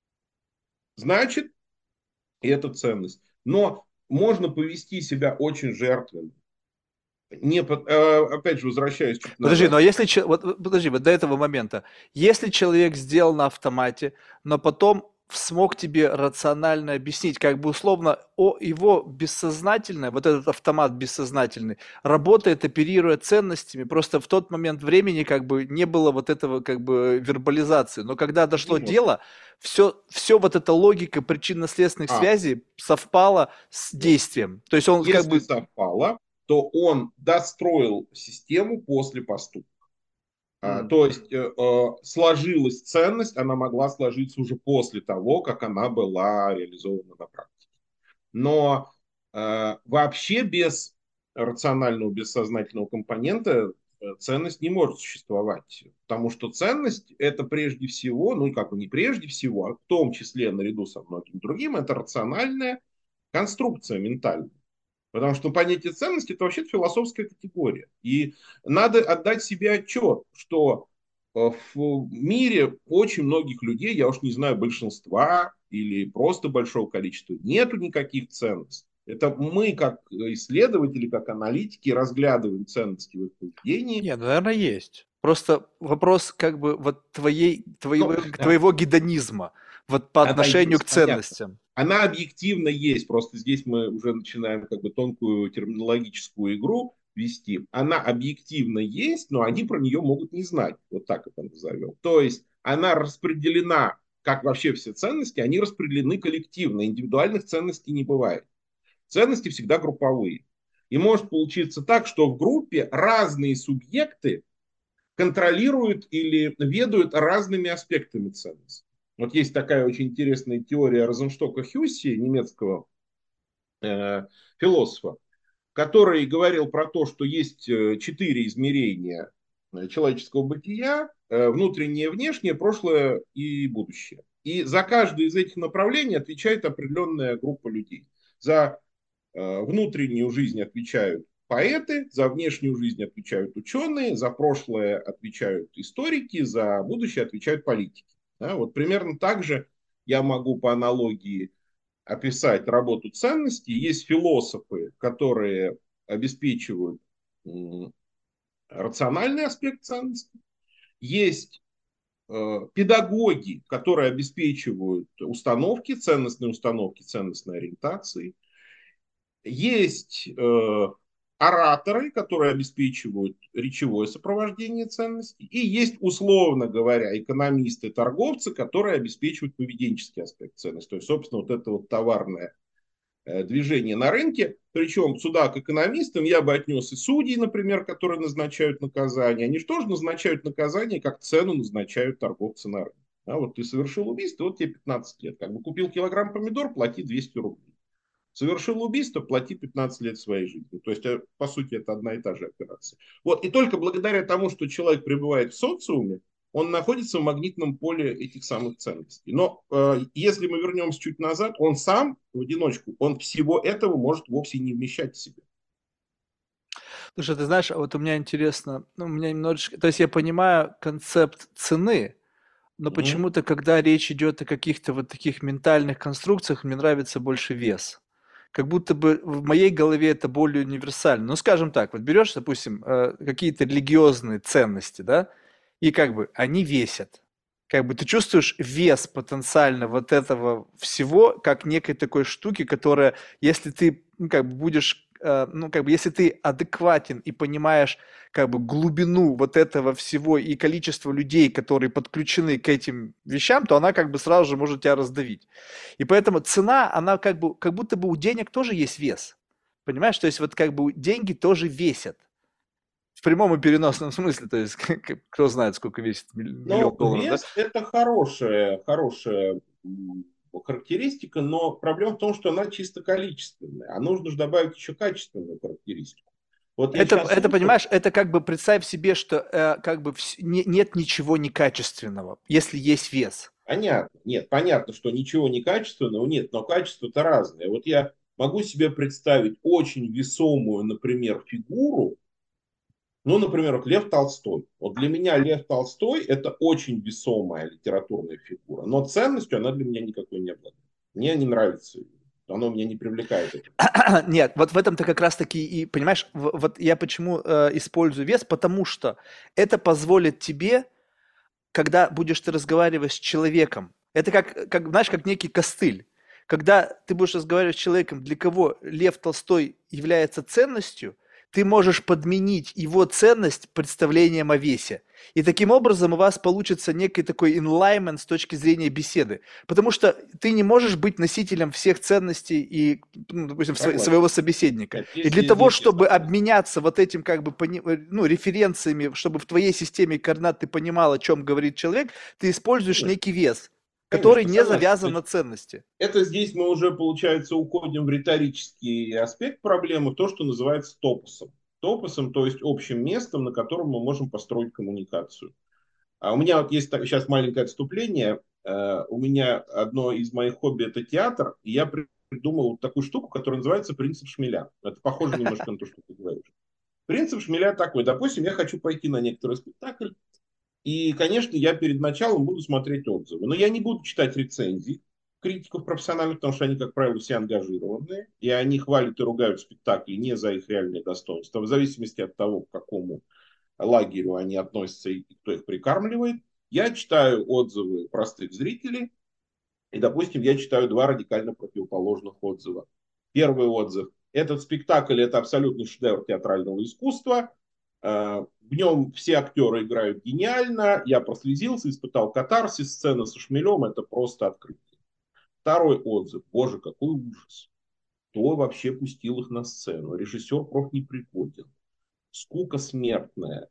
значит, это ценность. Но можно повести себя очень жертвенно. Не, под- э, опять же, возвращаясь чуть Подожди, назад. ну а если че- вот вот подожди, вот до этого момента, если человек сделал на автомате, но потом смог тебе рационально объяснить, как бы условно, о, его бессознательное, вот этот автомат бессознательный, работает, оперируя ценностями, просто в тот момент времени как бы не было вот этого как бы вербализации, но когда дошло Немножко. дело, все, все вот эта логика причинно-следственных А, связей совпала с вот. действием. То есть он как Если бы. совпало, то он достроил систему после поступка. А, М. то есть э, э, сложилась ценность, она могла сложиться уже после того, как она была реализована на практике. Но э, вообще без рационального, бессознательного компонента э, ценность не может существовать. Потому что ценность это прежде всего, ну как бы не прежде всего, а в том числе наряду со многим другим, это рациональная конструкция ментальная. Потому что понятие ценности это вообще философская категория. И надо отдать себе отчет, что э, в мире очень многих людей, я уж не знаю, большинства или просто большого количества, нету никаких ценностей. Это мы, как исследователи, как аналитики, разглядываем ценности в их поведении. Не, ну, наверное, есть. Просто вопрос как бы вот твоей, твоего, Ну, твоего гедонизма вот по она отношению к есть, понятно. ценностям. Она объективно есть, просто здесь мы уже начинаем как бы тонкую терминологическую игру вести. Она объективно есть, но они про нее могут не знать. Вот так это назовем. То есть она распределена, как вообще все ценности, они распределены коллективно. Индивидуальных ценностей не бывает. Ценности всегда групповые. И может получиться так, что в группе разные субъекты контролируют или ведают разными аспектами ценностей. Вот есть такая очень интересная теория Розенштока Хюсси, немецкого э, философа, который говорил про то, что есть э, четыре измерения э, человеческого бытия: э, внутреннее, внешнее, прошлое и будущее. И за каждое из этих направлений отвечает определенная группа людей. За э, внутреннюю жизнь отвечают поэты, за внешнюю жизнь отвечают ученые, за прошлое отвечают историки, за будущее отвечают политики. Да, вот примерно так же я могу по аналогии описать работу ценностей. Есть философы, которые обеспечивают рациональный аспект ценностей. Есть э, педагоги, которые обеспечивают установки, ценностные установки, ценностной ориентации. Есть э, ораторы, которые обеспечивают речевое сопровождение ценностей, и есть, условно говоря, экономисты, торговцы, которые обеспечивают поведенческий аспект ценностей. То есть, собственно, вот это вот товарное э, движение на рынке. Причем сюда к экономистам я бы отнес и судей, например, которые назначают наказание. Они же тоже назначают наказание, как цену назначают торговцы на рынке. А вот ты совершил убийство, вот тебе пятнадцать лет. Как бы купил килограмм помидор, плати двести рублей. Совершил убийство, плати пятнадцать лет своей жизни. То есть, э, по сути, это одна и та же операция. Вот. И только благодаря тому, что человек пребывает в социуме, он находится в магнитном поле этих самых ценностей. Но э, если мы вернемся чуть назад, он сам в одиночку, он всего этого может вовсе не вмещать в себя. Слушай, ты знаешь, а вот у меня интересно, ну, у меня немножечко, то есть я понимаю концепт цены, но Мгм. почему-то, когда речь идет о каких-то вот таких ментальных конструкциях, мне нравится больше вес. Как будто бы в моей голове это более универсально. Ну, скажем так, вот берешь, допустим, э, какие-то религиозные ценности, да, и как бы они весят. Как бы ты чувствуешь вес потенциально вот этого всего, как некой такой штуки, которая, если ты, ну, как бы будешь, э, ну, как бы, если ты адекватен и понимаешь, как бы, глубину вот этого всего и количество людей, которые подключены к этим вещам, то она как бы сразу же может тебя раздавить. И поэтому цена, она как бы, как будто бы у денег тоже есть вес. Понимаешь? То есть вот как бы деньги тоже весят. В прямом и переносном смысле. То есть кто знает, сколько весит миллион Но долларов, да? вес это хорошая, хорошая м, характеристика, но проблема в том, что она чисто количественная, а нужно же добавить еще качественную характеристику. Вот я Это, сейчас это, слушал. понимаешь, это как бы представь себе, что э, как бы вс- не- нет ничего некачественного, если есть вес. Понятно. Нет, понятно, что ничего не качественного нет, но качество-то разное. Вот я могу себе представить очень весомую, например, фигуру. Ну, например, вот Лев Толстой. Вот для меня Лев Толстой – это очень весомая литературная фигура, но ценностью она для меня никакой не обладает. Мне не нравится, оно меня не привлекает. Это. Нет, вот в этом-то как раз-таки и, понимаешь, в- вот я почему э, использую вес, потому что это позволит тебе, когда будешь ты разговаривать с человеком, это как, как, знаешь, как некий костыль. Когда ты будешь разговаривать с человеком, для кого Лев Толстой является ценностью, ты можешь подменить его ценность представлением о весе. И таким образом у вас получится некий такой enlightenment с точки зрения беседы. Потому что ты не можешь быть носителем всех ценностей и, ну, допустим, сво- Согласен. своего собеседника. Нет, И для здесь, того, здесь я чтобы согласен. обменяться вот этим как бы пони- ну, референциями, чтобы в твоей системе координат ты понимал, о чем говорит человек, ты используешь Конечно, некий вес, который конечно, не согласен. завязан на Значит, ценности. это здесь мы уже, получается, уходим в риторический аспект проблемы, то, что называется топосом. Топосом, то есть общим местом, на котором мы можем построить коммуникацию. А у меня вот есть так, сейчас маленькое отступление. Э, У меня одно из моих хобби – это театр, и я придумал вот такую штуку, которая называется принцип шмеля. Это похоже немножко на то, что ты говоришь. Принцип шмеля такой. Допустим, я хочу пойти на некоторый спектакль, и, конечно, я перед началом буду смотреть отзывы. Но я не буду читать рецензии критиков профессиональных, потому что они, как правило, все ангажированные, и они хвалят и ругают спектакли не за их реальные достоинства, в зависимости от того, к какому лагерю они относятся и кто их прикармливает. Я читаю отзывы простых зрителей, и, допустим, я читаю два радикально противоположных отзыва. Первый отзыв. Этот спектакль – это абсолютный шедевр театрального искусства. Э, В нем все актеры играют гениально. Я прослезился, испытал катарсис. Сцена со шмелем – это просто открытие. Второй отзыв. Боже, какой ужас. Кто вообще пустил их на сцену? Режиссер проф. Не пригоден. Скука смертная.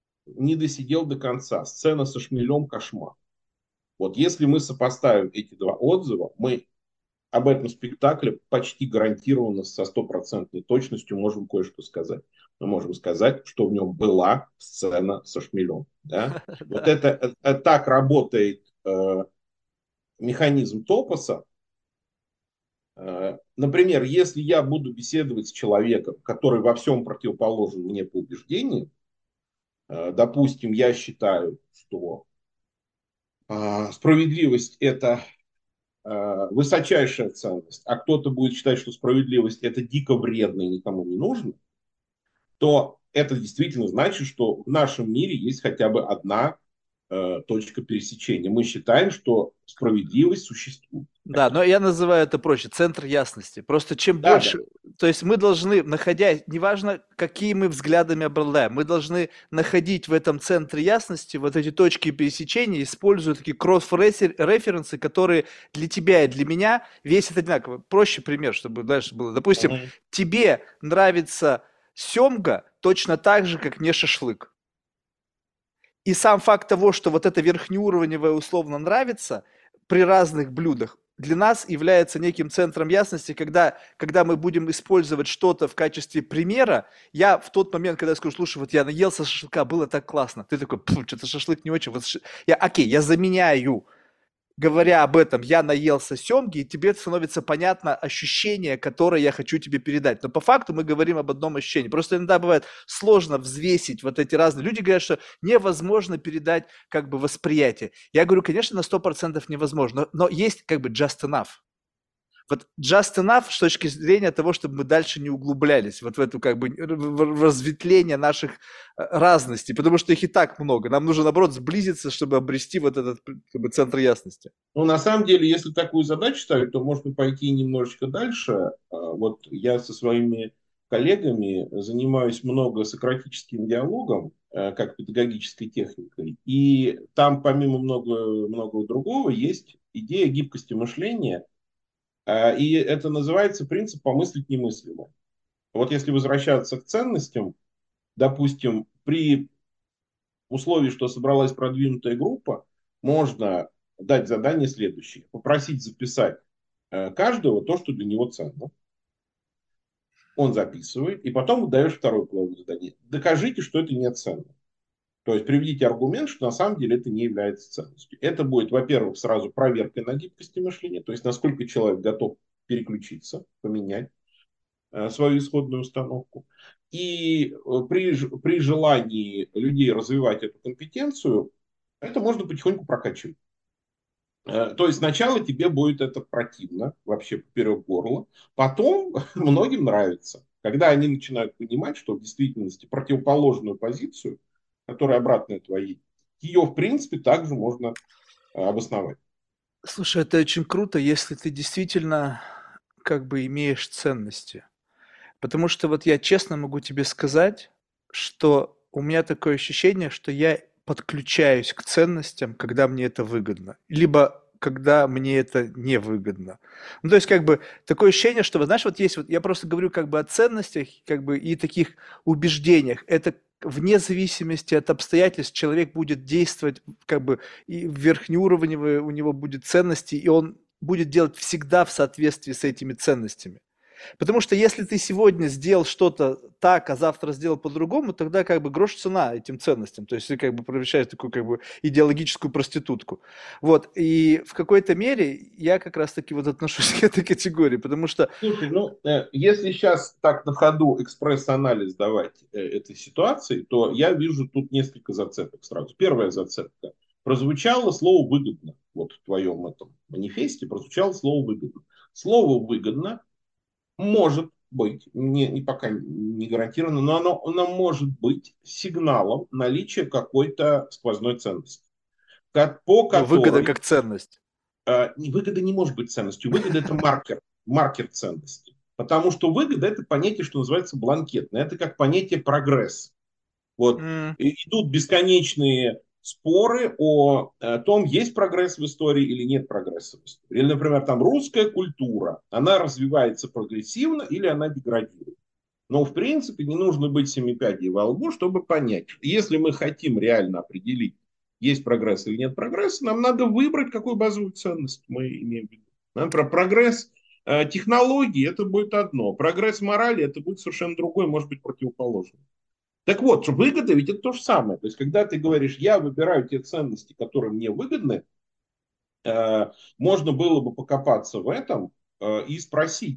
Не досидел до конца. Сцена со шмелем – кошмар. Вот если мы сопоставим эти два отзыва, мы об этом спектакле почти гарантированно со стопроцентной точностью можем кое-что сказать. Мы можем сказать, что в нем была сцена со шмелем. Да? Вот Да. это, это так работает э, механизм топоса. Э, например, если я буду беседовать с человеком, который во всем противоположен мне по убеждению, э, допустим, я считаю, что э, справедливость это э, высочайшая ценность, а кто-то будет считать, что справедливость это дико вредно и никому не нужно, то это действительно значит, что в нашем мире есть хотя бы одна э, точка пересечения. Мы считаем, что справедливость существует. Да, но я называю это проще, центр ясности. Просто чем Да, да. больше, То есть мы должны, находя, неважно, какие мы взглядами обладаем, мы должны находить в этом центре ясности вот эти точки пересечения, используя такие кросс-референсы, которые для тебя и для меня весят одинаково. Проще пример, чтобы дальше было. Допустим, Мгм. тебе нравится семга точно так же, как мне шашлык. И сам факт того, что вот это верхнеуровневое условно нравится при разных блюдах, для нас является неким центром ясности, когда, когда мы будем использовать что-то в качестве примера, я в тот момент, когда я скажу, слушай, вот я наелся шашлыка, было так классно, ты такой, что-то шашлык не очень, вот ш... я, окей, я заменяю, говоря об этом, я наелся семги, и тебе становится понятно ощущение, которое я хочу тебе передать. Но по факту мы говорим об одном ощущении. Просто иногда бывает сложно взвесить вот эти разные... Люди говорят, что невозможно передать как бы восприятие. Я говорю, конечно, на сто процентов невозможно, но, но есть как бы just enough. Вот just enough с точки зрения того, чтобы мы дальше не углублялись вот в эту как бы в разветвление наших э, разностей, потому что их и так много. Нам нужно, наоборот, сблизиться, чтобы обрести вот этот как бы, центр ясности. Ну, на самом деле, если такую задачу ставить, то можно пойти немножечко дальше. А, Вот я со своими коллегами занимаюсь много сократическим диалогом, э, как педагогической техникой. И там, помимо много, многого другого, есть идея гибкости мышления. А, И это называется принцип «помыслить немыслимое». Вот если возвращаться к ценностям, допустим, при условии, что собралась продвинутая группа, можно дать задание следующее. Попросить записать э, каждого то, что для него ценно. Он записывает, и потом даешь второй половину задания. Докажите, что это не ценно. То есть приведите аргумент, что на самом деле это не является ценностью. Это будет, во-первых, сразу проверкой на гибкости мышления, то есть насколько человек готов переключиться, поменять э, свою исходную установку. И э, при, при желании людей развивать эту компетенцию, это можно потихоньку прокачивать. Э, То есть сначала тебе будет это противно, вообще поперек горла, потом многим нравится. Когда они начинают понимать, что в действительности противоположную позицию, которая обратная твоей, ее в принципе также можно э, обосновать. Слушай, это очень круто, если ты действительно как бы имеешь ценности. Потому что вот я честно могу тебе сказать, что у меня такое ощущение, что я подключаюсь к ценностям, когда мне это выгодно, либо когда мне это невыгодно. Ну, то есть, как бы, такое ощущение, что, вот, знаешь, вот есть, вот я просто говорю как бы о ценностях, как бы, и таких убеждениях. Это вне зависимости от обстоятельств человек будет действовать, как бы, и верхнеуровневые у него будет ценности, и он будет делать всегда в соответствии с этими ценностями. Потому что если ты сегодня сделал что-то так, а завтра сделал по-другому, тогда как бы грош цена этим ценностям. То есть ты как бы превращаешь в такую как бы идеологическую проститутку. Вот. И в какой-то мере я как раз-таки вот отношусь к этой категории, потому что Слушай, ну, э, если сейчас так на ходу экспресс-анализ давать э, этой ситуации, то я вижу тут несколько зацепок сразу. Первая зацепка. Прозвучало слово «выгодно». Вот в твоем этом манифесте прозвучало слово «выгодно». Слово «выгодно» может быть, не, не пока не гарантированно, но оно, оно может быть сигналом наличия какой-то сквозной ценности, как- по ну, выгода которой как ценность. э, выгода не может быть ценностью. Выгода – это маркер, маркер ценности. Потому что выгода – это понятие, что называется бланкетное. Это как понятие прогресс. Вот М, и идут бесконечные споры о, о том, есть прогресс в истории или нет прогресса в истории. Или, например, там русская культура, она развивается прогрессивно или она деградирует. Но, в принципе, не нужно быть семипядей во лбу, чтобы понять, что если мы хотим реально определить, есть прогресс или нет прогресса, нам надо выбрать, какую базовую ценность мы имеем в виду. Например, прогресс э, технологий – это будет одно, прогресс морали – это будет совершенно другое, может быть, противоположное. Так вот, выгода ведь это то же самое. То есть, когда ты говоришь, я выбираю те ценности, которые мне выгодны, э, можно было бы покопаться в этом э, и спросить,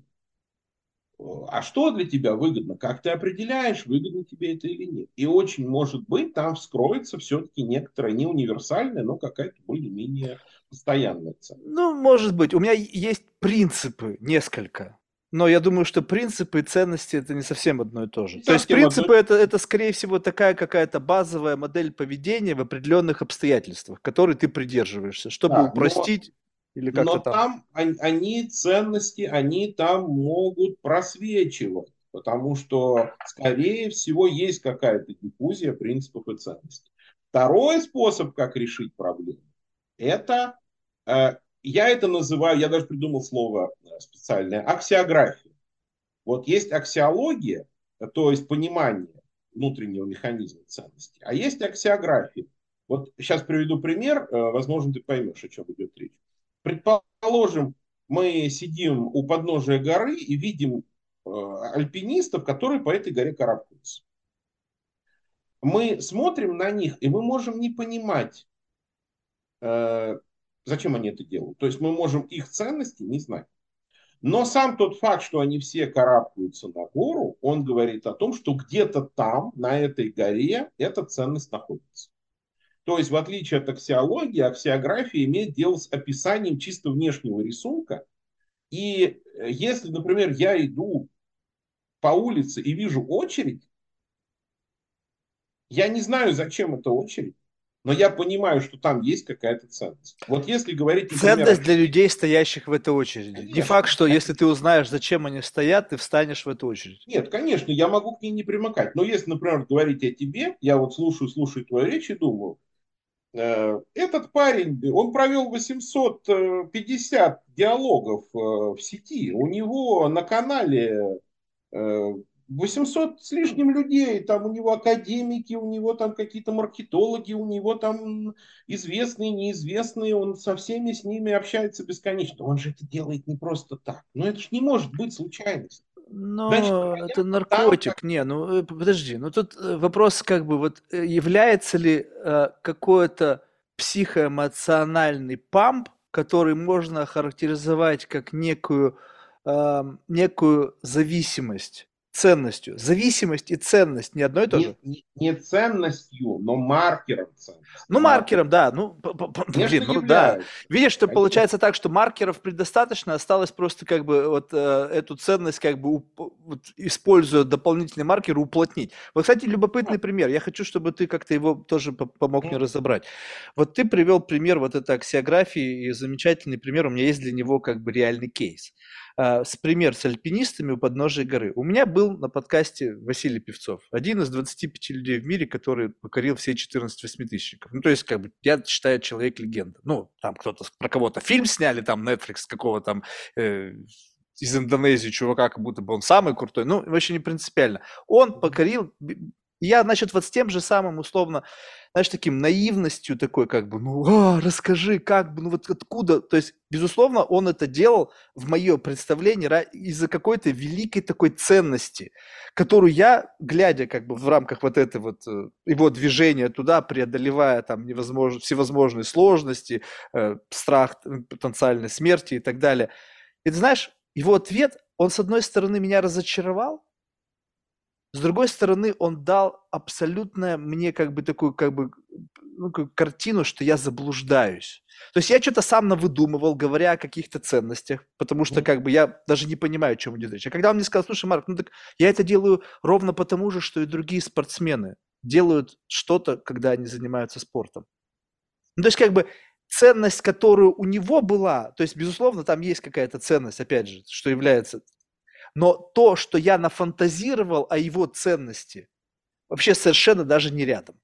а что для тебя выгодно? Как ты определяешь, выгодно тебе это или нет? И очень может быть, там вскроется все-таки некоторая не универсальная, но какая-то более-менее постоянная ценность. Ну, может быть. У меня есть принципы несколько. Но я думаю, что принципы и ценности это не совсем одно и то же. Не То есть совсем одно. принципы это, это скорее всего такая какая-то базовая модель поведения в определенных обстоятельствах, которой ты придерживаешься, чтобы Да, но упростить. Или как-то Но там? там он- они, ценности, они там могут просвечивать, потому что, скорее всего, есть какая-то диффузия принципов и ценностей. Второй способ, как решить проблему, это, э, я это называю, я даже придумал слово э, специальное, аксиография. Вот есть аксиология, то есть понимание внутреннего механизма ценностей, а есть аксиография. Вот сейчас приведу пример, э, возможно, ты поймешь, о чем идет речь. Предположим, мы сидим у подножия горы и видим э, альпинистов, которые по этой горе карабкаются. Мы смотрим на них, и мы можем не понимать, э, зачем они это делают. То есть мы можем их ценности не знать. Но сам тот факт, что они все карабкаются на гору, он говорит о том, что где-то там, на этой горе, эта ценность находится. То есть, в отличие от аксиологии, аксиография имеет дело с описанием чисто внешнего рисунка. И э, если, например, я иду по улице и вижу очередь, я не знаю, зачем эта очередь, но я понимаю, что там есть какая-то ценность. Вот если говорить, например, о Ценность для человеке, людей, стоящих в этой очереди. Не факт, конечно, что если ты узнаешь, зачем они стоят, ты встанешь в эту очередь. нет, конечно, я могу к ней не примыкать. Но если, например, говорить о тебе, я вот слушаю, слушаю твою речь и думаю, э, этот парень, он провел восемьсот пятьдесят диалогов э, в сети, у него на канале э, восемьсот с лишним людей, там у него академики, у него там какие-то маркетологи, у него там известные, неизвестные, он со всеми с ними общается бесконечно. Он же это делает не просто так. Но это же не может быть случайность. Значит, Но это вероятно, там наркотик. Не, ну э, п- подожди. Ну тут э, вопрос как бы вот э, является ли э, какой-то психоэмоциональный памп, который можно охарактеризовать как некую, ам, некую зависимость ценностью. Зависимость и ценность не одно и то не, же? не, не ценностью, но маркером ценности. Ну, Маркером, маркером, да. Ну, п- п- п- конечно, блин, ну да. является. Видишь, что Конечно. получается так, что маркеров предостаточно, осталось просто как бы вот э, эту ценность как бы уп- вот, используя дополнительный маркер уплотнить. Вот, кстати, любопытный пример. Я хочу, чтобы ты как-то его тоже по- помог мне разобрать. Вот ты привел пример вот этой аксиографии, и замечательный пример. У меня есть для него как бы реальный кейс. А, с пример с альпинистами у подножия горы. У меня был на подкасте Василий Певцов, один из двадцати пяти людей в мире, который покорил все четырнадцать восьмитысячников. Ну, то есть, как бы, я считаю, человек-легенда. Ну, там кто-то, про кого-то фильм сняли, там, Netflix, какого там, э, из Индонезии чувака, как будто бы он самый крутой. Ну, вообще не принципиально. Он покорил... Я, значит, вот с тем же самым, условно, знаешь, таким наивностью такой, как бы, ну, а, расскажи, как бы, ну, вот откуда, то есть, безусловно, он это делал, в мое представление, из-за какой-то великой такой ценности, которую я, глядя как бы в рамках вот этой вот э, его движения туда, преодолевая там невозможно, всевозможные сложности, э, страх э, потенциальной смерти и так далее. И ты знаешь, его ответ, он с одной стороны меня разочаровал, с другой стороны, он дал абсолютно мне как бы такую как бы ну, как картину, что я заблуждаюсь. То есть я что-то сам навыдумывал, говоря о каких-то ценностях, потому что как бы я даже не понимаю, о чем идет речь. А когда он мне сказал, слушай, Марк, ну так я это делаю ровно потому же, что и другие спортсмены делают что-то, когда они занимаются спортом. Ну, то есть как бы ценность, которую у него была, то есть, безусловно, там есть какая-то ценность, опять же, что является, но то, что я нафантазировал о его ценности, вообще совершенно даже не рядом.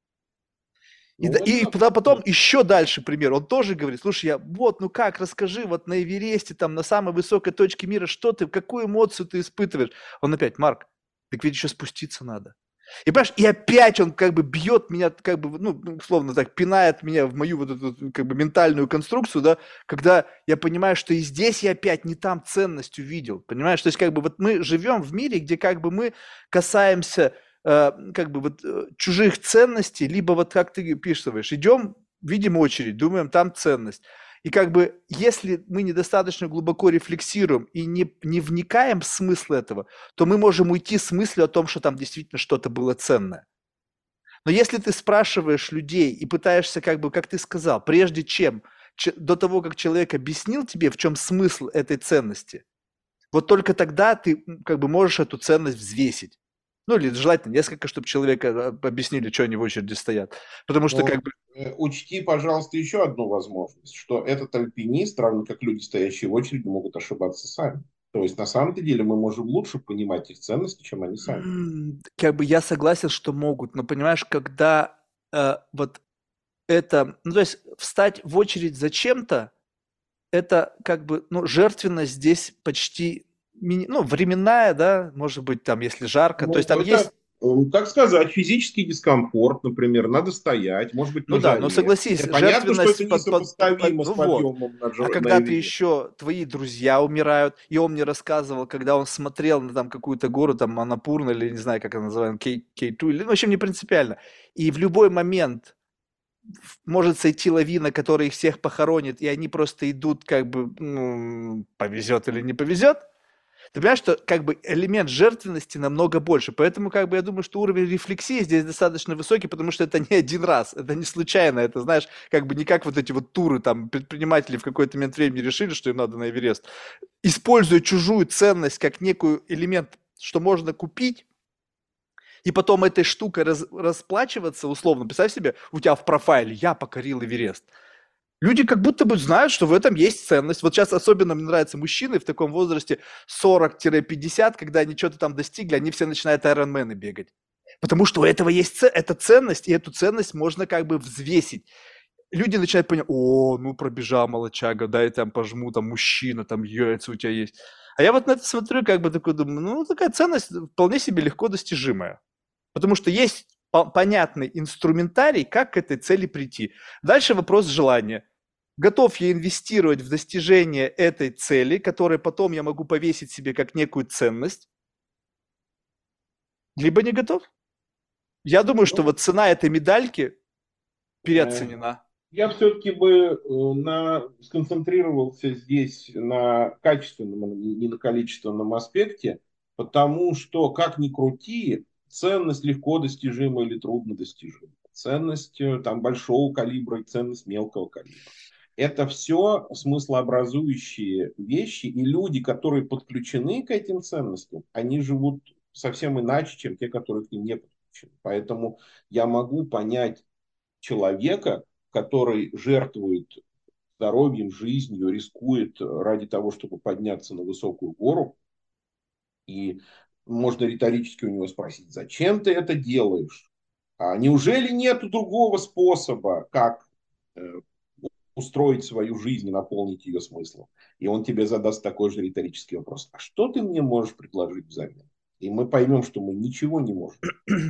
И, Ну, и это потом еще дальше пример. Он тоже говорит, слушай, я вот, ну как, расскажи, вот на Эвересте, там, на самой высокой точке мира, что ты, какую эмоцию ты испытываешь? Он опять, Марк, так ведь еще спуститься надо. И понимаешь, и опять он как бы бьет меня, как бы, ну, условно так, пинает меня в мою вот эту как бы ментальную конструкцию, да, когда я понимаю, что и здесь я опять не там ценность увидел, понимаешь? То есть как бы вот мы живем в мире, где как бы мы касаемся э, как бы вот э, чужих ценностей, либо вот как ты пишешь, идем, видим очередь, думаем, там ценность. И как бы, если мы недостаточно глубоко рефлексируем и не, не вникаем в смысл этого, то мы можем уйти с мыслью о том, что там действительно что-то было ценное. Но если ты спрашиваешь людей и пытаешься, как бы, как ты сказал, прежде чем, че, до того, как человек объяснил тебе, в чем смысл этой ценности, вот только тогда ты как бы можешь эту ценность взвесить. Ну, или желательно несколько, чтобы человека э, объяснили, что они в очереди стоят. Потому что Но как бы э, учти, пожалуйста, еще одну возможность, что этот альпинист, равно как люди, стоящие в очереди, могут ошибаться сами. То есть на самом-то деле мы можем лучше понимать их ценности, чем они сами. м, как бы я согласен, что могут, но понимаешь, когда э, вот это, ну, то есть встать в очередь за чем-то, это как бы, ну, жертвенность здесь почти, мини- ну, временная, да, может быть, там, если жарко, то Ну, есть там это, есть, э, как сказать, физический дискомфорт, например, надо стоять, может быть, ну на да, но жаре. согласись, Хотя понятно, что это жертвенность, под, под- под- под- несопоставимо с ну вот. подъемом на, А Джо- на когда ты Эверест. еще, твои друзья умирают, и он мне рассказывал, когда он смотрел на там какую-то гору, там Анапурна, или не знаю, как она называется, Кей, Кей ту, или, ну, в общем, не принципиально. И в любой момент может сойти лавина, которая их всех похоронит, и они просто идут, как бы, ну, повезет или не повезет. Ты понимаешь, что как бы элемент жертвенности намного больше. Поэтому как бы я думаю, что уровень рефлексии здесь достаточно высокий, потому что это не один раз, это не случайно, это, знаешь, как бы не как вот эти вот туры, там, предприниматели в какой-то момент времени решили, что им надо на Эверест. Используя чужую ценность как некую элемент, что можно купить, и потом этой штукой раз- расплачиваться, условно, представь себе, у тебя в профайле «Я покорил Эверест». Люди как будто бы знают, что в этом есть ценность. Вот сейчас особенно мне нравятся мужчины в таком возрасте сорок-пятьдесят, когда они что-то там достигли, они все начинают айронмены бегать. Потому что у этого есть ц- эта ценность, и эту ценность можно как бы взвесить. Люди начинают понимать, о, ну пробежал молочага, дай там пожму, там мужчина, там яйца у тебя есть. А я вот на это смотрю, как бы такой думаю, ну такая ценность вполне себе легко достижимая. Потому что есть по- понятный инструментарий, как к этой цели прийти. Дальше вопрос желания. Готов я инвестировать в достижение этой цели, которую потом я могу повесить себе как некую ценность, либо не готов. Я думаю, что Ну, вот цена этой медальки э, переоценена. я все-таки бы э, на, сконцентрировался здесь на качественном, а не на количественном аспекте, потому что, как ни крути, ценность легко достижима или трудно достижима. Ценность э, там, большого калибра и ценность мелкого калибра. Это все смыслообразующие вещи, и люди, которые подключены к этим ценностям, они живут совсем иначе, чем те, которые к ним не подключены. Поэтому я могу понять человека, который жертвует здоровьем, жизнью, рискует ради того, чтобы подняться на высокую гору. И можно риторически у него спросить, зачем ты это делаешь? А неужели нет другого способа, как э, устроить свою жизнь и наполнить ее смыслом? И он тебе задаст такой же риторический вопрос. А что ты мне можешь предложить взамен? И мы поймем, что мы ничего не можем.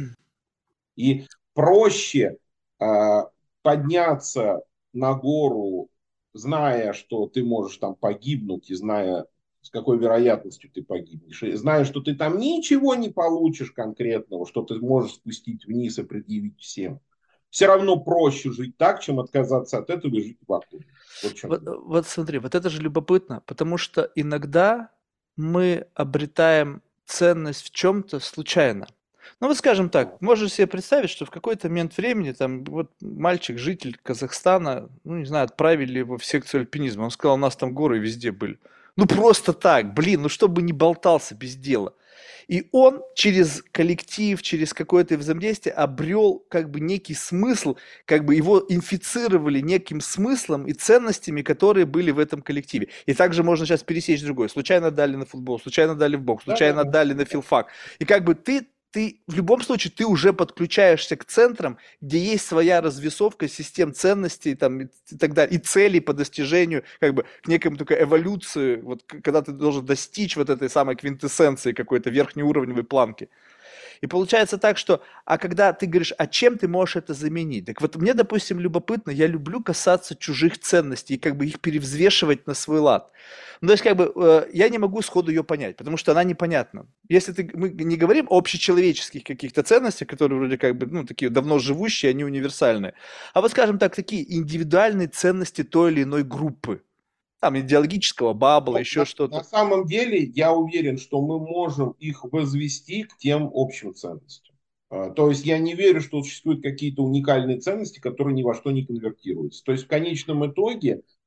И проще э, подняться на гору, зная, что ты можешь там погибнуть, и зная, с какой вероятностью ты погибнешь, и зная, что ты там ничего не получишь конкретного, что ты можешь спустить вниз и предъявить всем. Все равно проще жить так, чем отказаться от этого и жить в вакууме. Вот в чем Вот, дело. вот смотри, вот это же любопытно, потому что иногда мы обретаем ценность в чем-то случайно. Ну вот скажем так, можешь себе представить, что в какой-то момент времени там вот мальчик, житель Казахстана, ну не знаю, отправили его в секцию альпинизма. Он сказал, у нас там горы везде были. Ну просто так, блин, ну чтобы не болтался без дела. И он через коллектив, через какое-то взаимодействие обрел как бы некий смысл, как бы его инфицировали неким смыслом и ценностями, которые были в этом коллективе. И также можно сейчас пересечь другое. Случайно отдали на футбол, случайно отдали в бокс, Да, да, случайно да. отдали на филфак. И как бы ты ты в любом случае ты уже подключаешься к центрам, где есть своя развесовка систем ценностей там, и, и так далее, и целей по достижению, как бы к некому такой эволюции, вот когда ты должен достичь вот этой самой квинтэссенции какой-то верхнеуровневой планки. И получается так, что, а когда ты говоришь, а чем ты можешь это заменить? Так вот мне, допустим, любопытно, я люблю касаться чужих ценностей и как бы их перевзвешивать на свой лад. Ну, то есть, как бы, э, я не могу сходу ее понять, потому что она непонятна. Если ты, мы не говорим о общечеловеческих каких-то ценностях, которые вроде как бы, ну, такие давно живущие, они универсальные, а вот, скажем так, такие индивидуальные ценности той или иной группы, там, идеологического бабла, Ну, еще на, на что-то. самом деле, я уверен, что мы можем их возвести к тем общим ценностям. А, То есть я не верю, что существуют какие-то уникальные ценности, которые ни во что не конвертируются. То есть в конечном итоге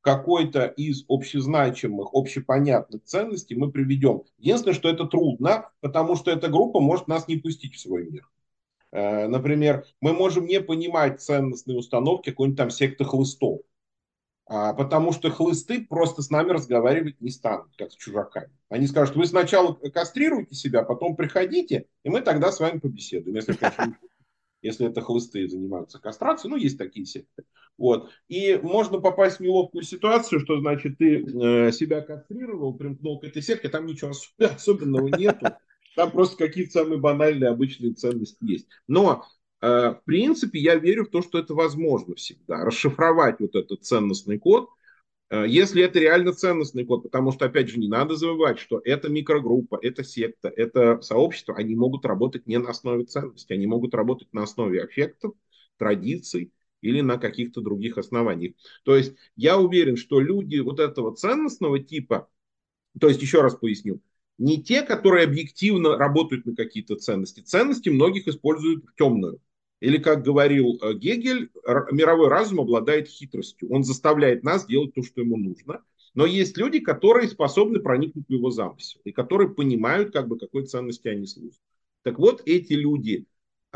какой-то из общезначимых, общепонятных ценностей мы приведем. Единственное, что это трудно, потому что эта группа может нас не пустить в свой мир. Э, Например, мы можем не понимать ценностные установки какой-нибудь там секты хлыстов, а, потому что хлысты просто с нами разговаривать не станут, как с чужаками. Они скажут, вы сначала кастрируйте себя, потом приходите, и мы тогда с вами побеседуем. Если, конечно, если это хлысты занимаются кастрацией, ну, есть такие секты. Вот. И можно попасть в неловкую ситуацию, что, значит, ты э, себя кастрировал, примкнул к этой секте, там ничего особенного нету, там просто какие-то самые банальные обычные ценности есть. Но, э, в принципе, я верю в то, что это возможно всегда, расшифровать вот этот ценностный код, если это реально ценностный код, потому что, опять же, не надо забывать, что это микрогруппа, это секта, это сообщество, они могут работать не на основе ценностей, они могут работать на основе аффектов, традиций или на каких-то других основаниях. То есть я уверен, что люди вот этого ценностного типа, то есть еще раз поясню, не те, которые объективно работают на какие-то ценности. Ценности многих используют в темную. Или, как говорил Гегель, мировой разум обладает хитростью. Он заставляет нас делать то, что ему нужно. Но есть люди, которые способны проникнуть в его замысел. И которые понимают, как бы, какой ценности они служат. Так вот, эти люди,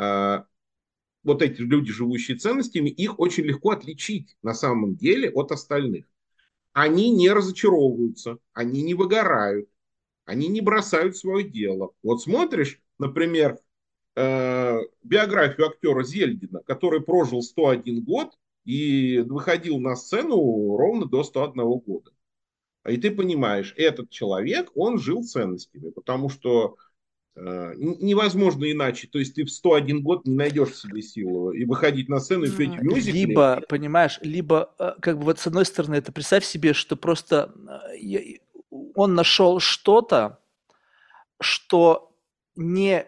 вот эти люди, живущие ценностями, их очень легко отличить на самом деле от остальных. Они не разочаровываются, они не выгорают, они не бросают свое дело. Вот смотришь, например, э, биографию актера Зельдина, который прожил сто один год и выходил на сцену ровно до ста одного года. И ты понимаешь, этот человек, он жил ценностями, потому что э, невозможно иначе. То есть ты в сто один год не найдешь в себе силу и выходить на сцену и петь в мюзикле. Либо, понимаешь, либо, э, как бы вот с одной стороны, это представь себе, что просто э, я- он нашел что-то, что не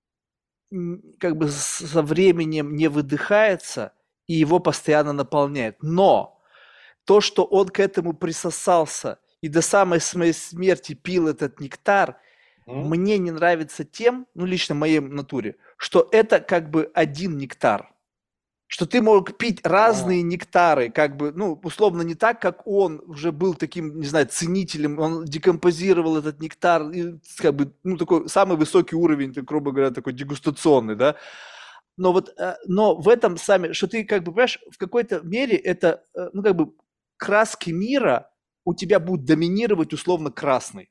м, как бы с- со временем не выдыхается и его постоянно наполняет. Но то, что он к этому присосался и до самой своей смерти пил этот нектар, М? мне не нравится тем, ну лично моей натуре, что это как бы один нектар. Что ты мог пить А, разные нектары, как бы, ну, условно, не так, как он уже был таким, не знаю, ценителем, он декомпозировал этот нектар, и, как бы, ну, такой самый высокий уровень, так, грубо говоря, такой дегустационный, да. Но вот, э, но в этом сами, что ты, как бы, понимаешь, в какой-то мере это, э, ну, как бы, краски мира у тебя будут доминировать условно красный.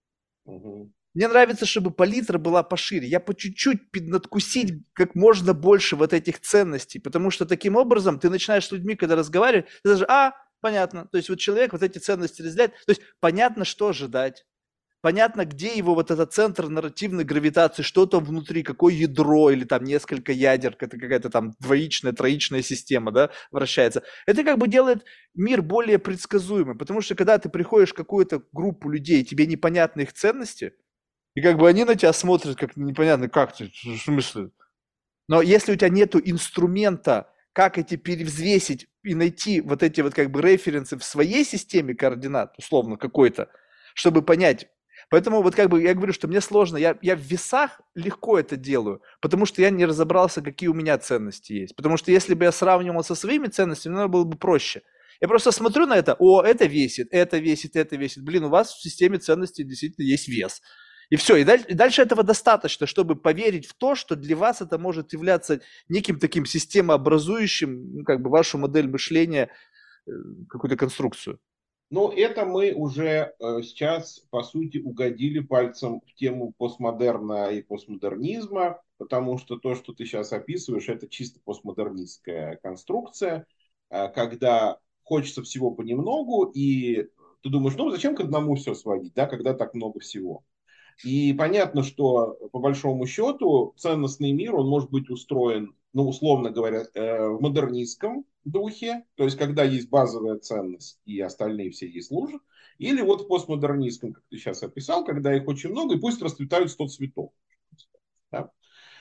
мгм. Мне нравится, чтобы палитра была пошире. Я по чуть-чуть надкусить как можно больше вот этих ценностей, потому что таким образом ты начинаешь с людьми, когда разговариваешь, ты даже, а, понятно, то есть вот человек вот эти ценности разделяет, то есть понятно, что ожидать, понятно, где его вот этот центр нарративной гравитации, что там внутри, какое ядро или там несколько ядер, это какая-то там двоичная, троичная система, да, вращается. Это как бы делает мир более предсказуемым, потому что когда ты приходишь в какую-то группу людей, тебе непонятны их ценности, и как бы они на тебя смотрят как непонятно, как ты, в смысле? Но если у тебя нету инструмента, как эти перевзвесить и найти вот эти вот как бы референсы в своей системе координат, условно какой-то, чтобы понять. Поэтому вот как бы я говорю, что мне сложно, я, я в весах легко это делаю, потому что я не разобрался, какие у меня ценности есть. Потому что если бы я сравнивал со своими ценностями, наверное, было бы проще. Я просто смотрю на это, о, это весит, это весит, это весит. Блин, у вас в системе ценностей действительно есть вес. И все, и дальше, и дальше этого достаточно, чтобы поверить в то, что для вас это может являться неким таким системообразующим, ну, как бы вашу модель мышления, э, какую-то конструкцию. Ну, это мы уже э, сейчас, по сути, угодили пальцем в тему постмодерна и постмодернизма, потому что то, что ты сейчас описываешь, это чисто постмодернистская конструкция, э, когда хочется всего понемногу, и ты думаешь, ну, зачем к одному все сводить, да, когда так много всего. И понятно, что по большому счету ценностный мир, он может быть устроен, ну, условно говоря, э, в модернистском духе, то есть когда есть базовая ценность и остальные все ей служат, или вот в постмодернистском, как ты сейчас описал, когда их очень много, и пусть расцветают сто цветов. Да?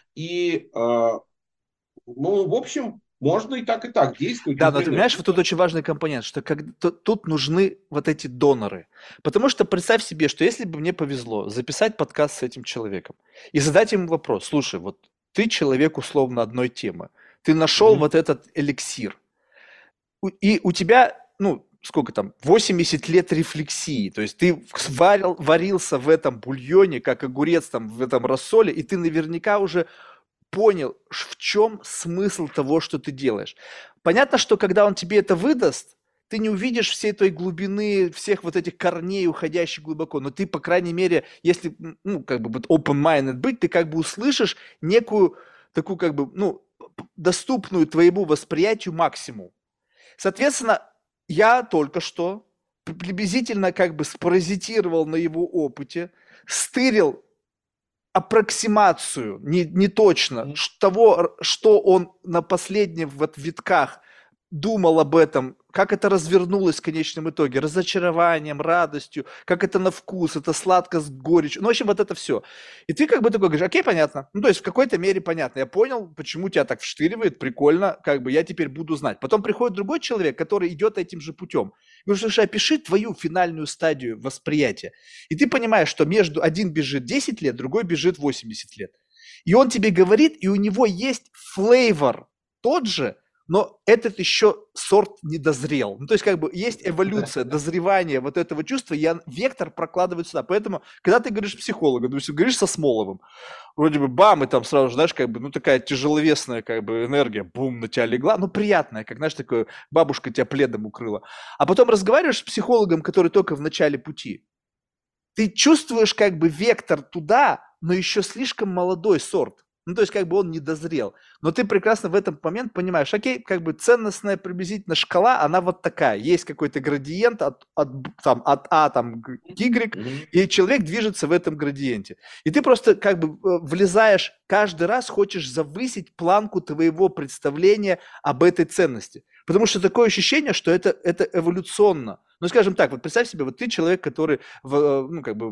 И, э, ну, в общем, можно и так, и так действовать, Да, но ты например. понимаешь, вот тут очень важный компонент, что как, тут, тут нужны вот эти доноры. Потому что представь себе, что если бы мне повезло записать подкаст с этим человеком и задать ему вопрос, слушай, вот ты человек условно одной темы, ты нашел Мгм. вот этот эликсир, У- и у тебя, ну, сколько там, восемьдесят лет рефлексии. То есть ты варил, варился в этом бульоне, как огурец там в этом рассоле, и ты наверняка уже понял, в чем смысл того, что ты делаешь. Понятно, что когда он тебе это выдаст, ты не увидишь всей той глубины, всех вот этих корней, уходящих глубоко, но ты, по крайней мере, если, ну, как бы open-minded быть, ты как бы услышишь некую такую, как бы, ну, доступную твоему восприятию максимум. Соответственно, я только что приблизительно как бы спаразитировал на его опыте, стырил аппроксимацию, не, не точно, того, что он на последних вот витках думал об этом, как это развернулось в конечном итоге, разочарованием, радостью, как это на вкус, это сладко с горечью, ну, в общем, вот это все. И ты как бы такой говоришь, окей, понятно, ну, то есть в какой-то мере понятно, я понял, почему тебя так вштыривает, прикольно, как бы я теперь буду знать. Потом приходит другой человек, который идет этим же путем. Говорю, слушай, опиши твою финальную стадию восприятия. И ты понимаешь, что между один бежит десять лет, другой бежит восемьдесят лет. И он тебе говорит, и у него есть флейвор тот же, но этот еще сорт не дозрел. Ну, то есть, как бы, есть эволюция, дозревание вот этого чувства, и вектор прокладывает сюда. Поэтому, когда ты говоришь психолога, допустим, говоришь со Смоловым, вроде бы бам, и там сразу, знаешь, как бы, ну, такая тяжеловесная, как бы, энергия, бум, на тебя легла, ну, приятная, как, знаешь, такое, бабушка тебя пледом укрыла. А потом разговариваешь с психологом, который только в начале пути. Ты чувствуешь, как бы, вектор туда, но еще слишком молодой сорт. Ну, то есть, как бы он не дозрел. Но ты прекрасно в этом момент понимаешь, окей, как бы ценностная приблизительно шкала, она вот такая. Есть какой-то градиент от, от, там, от А там, к Y, и человек движется в этом градиенте. И ты просто как бы влезаешь, каждый раз хочешь завысить планку твоего представления об этой ценности. Потому что такое ощущение, что это, это эволюционно. Ну, скажем так, вот представь себе, вот ты человек, который, в, ну, как бы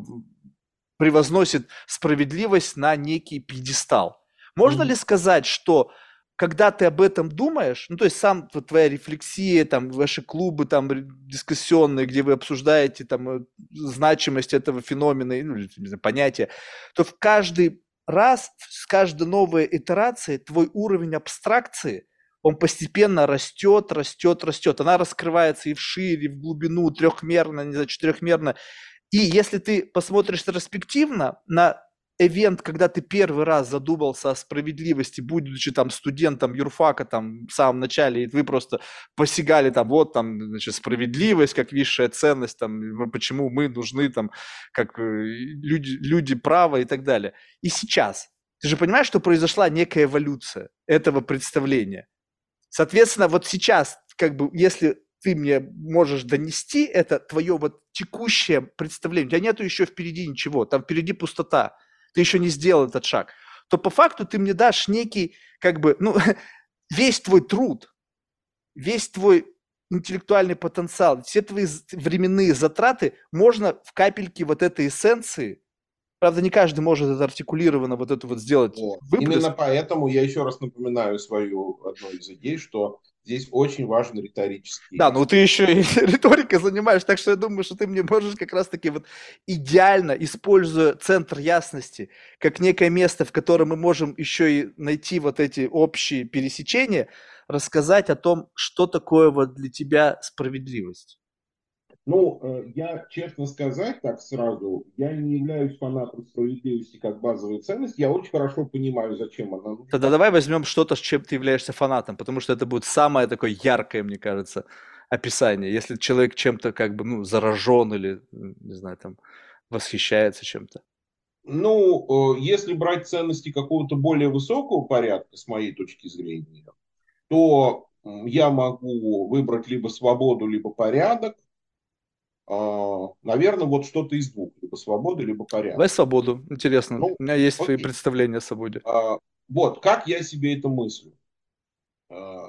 превозносит справедливость на некий пьедестал. Можно mm-hmm. ли сказать, что когда ты об этом думаешь, ну, то есть сам вот, твоя рефлексия, там, ваши клубы там дискуссионные, где вы обсуждаете там значимость этого феномена, ну, не знаю, понятия, то в каждый раз, с каждой новой итерацией твой уровень абстракции, он постепенно растет, растет, растет. Она раскрывается и вширь, и в глубину, трехмерно, не знаю, четырехмерно. И если ты посмотришь ретроспективно на ивент, когда ты первый раз задумался о справедливости, будучи там студентом юрфака там в самом начале, и вы просто посягали там, вот там, значит, справедливость как высшая ценность, там, почему мы нужны там, как люди, люди права и так далее. И сейчас, ты же понимаешь, что произошла некая эволюция этого представления. Соответственно, вот сейчас, как бы, если ты мне можешь донести это твое вот текущее представление, у тебя нету еще впереди ничего, там впереди пустота, ты еще не сделал этот шаг, то по факту ты мне дашь некий, как бы, ну, весь твой труд, весь твой интеллектуальный потенциал, все твои временные затраты можно в капельке вот этой эссенции. Правда, не каждый может это артикулированно вот это вот сделать. Вот. Именно поэтому я еще раз напоминаю свою одну из идей, что здесь очень важен риторический. Да, ну ты еще и риторикой занимаешь, так что я думаю, что ты мне можешь как раз-таки вот идеально, используя центр ясности, как некое место, в котором мы можем еще и найти вот эти общие пересечения, рассказать о том, что такое вот для тебя справедливость. Ну, я, честно сказать, так сразу, я не являюсь фанатом справедливости как базовой ценности. Я очень хорошо понимаю, зачем она нужна. Тогда давай возьмем что-то, с чем ты являешься фанатом, потому что это будет самое такое яркое, мне кажется, описание. Если человек чем-то как бы, ну, заражен или, не знаю, там, восхищается чем-то. Ну, если брать ценности какого-то более высокого порядка, с моей точки зрения, то я могу выбрать либо свободу, либо порядок. Наверное, вот что-то из двух. Либо свобода, либо порядок. Давай свободу. Интересно. Ну, у меня есть окей. свои представления о свободе. А, вот, как я себе это мыслю. А,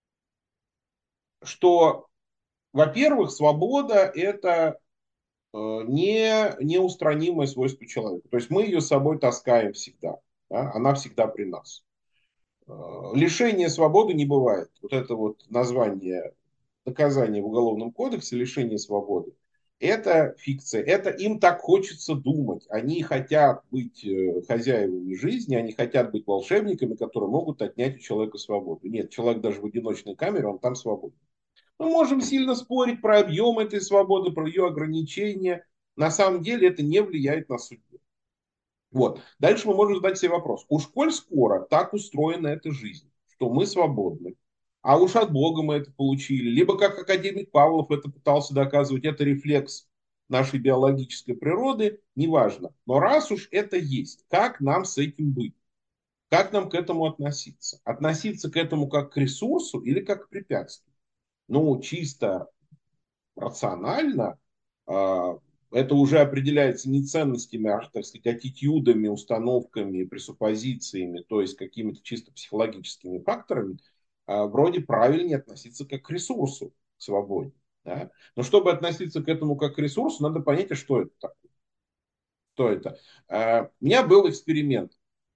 что, во-первых, свобода – это не, неустранимое свойство человека. То есть мы ее с собой таскаем всегда. Да? Она всегда при нас. Лишение свободы не бывает. Вот это вот название наказания в Уголовном кодексе, лишение свободы, это фикция. Это им так хочется думать. Они хотят быть хозяевами жизни, они хотят быть волшебниками, которые могут отнять у человека свободу. Нет, человек даже в одиночной камере, он там свободен. Мы можем сильно спорить про объем этой свободы, про ее ограничения. На самом деле это не влияет на судьбу. Вот. Дальше мы можем задать себе вопрос. Уж коль скоро так устроена эта жизнь, что мы свободны, а уж от Бога мы это получили, либо как академик Павлов это пытался доказывать, это рефлекс нашей биологической природы, неважно. Но раз уж это есть, как нам с этим быть? Как нам к этому относиться? Относиться к этому как к ресурсу или как к препятствию? Ну, чисто рационально, а, это уже определяется не ценностями, а, так сказать, аттитюдами, установками, пресуппозициями, то есть какими-то чисто психологическими факторами, а, вроде правильнее относиться как к ресурсу, к свободе. Да? Но чтобы относиться к этому как к ресурсу, надо понять, а что это такое. Что это? А, у меня был эксперимент.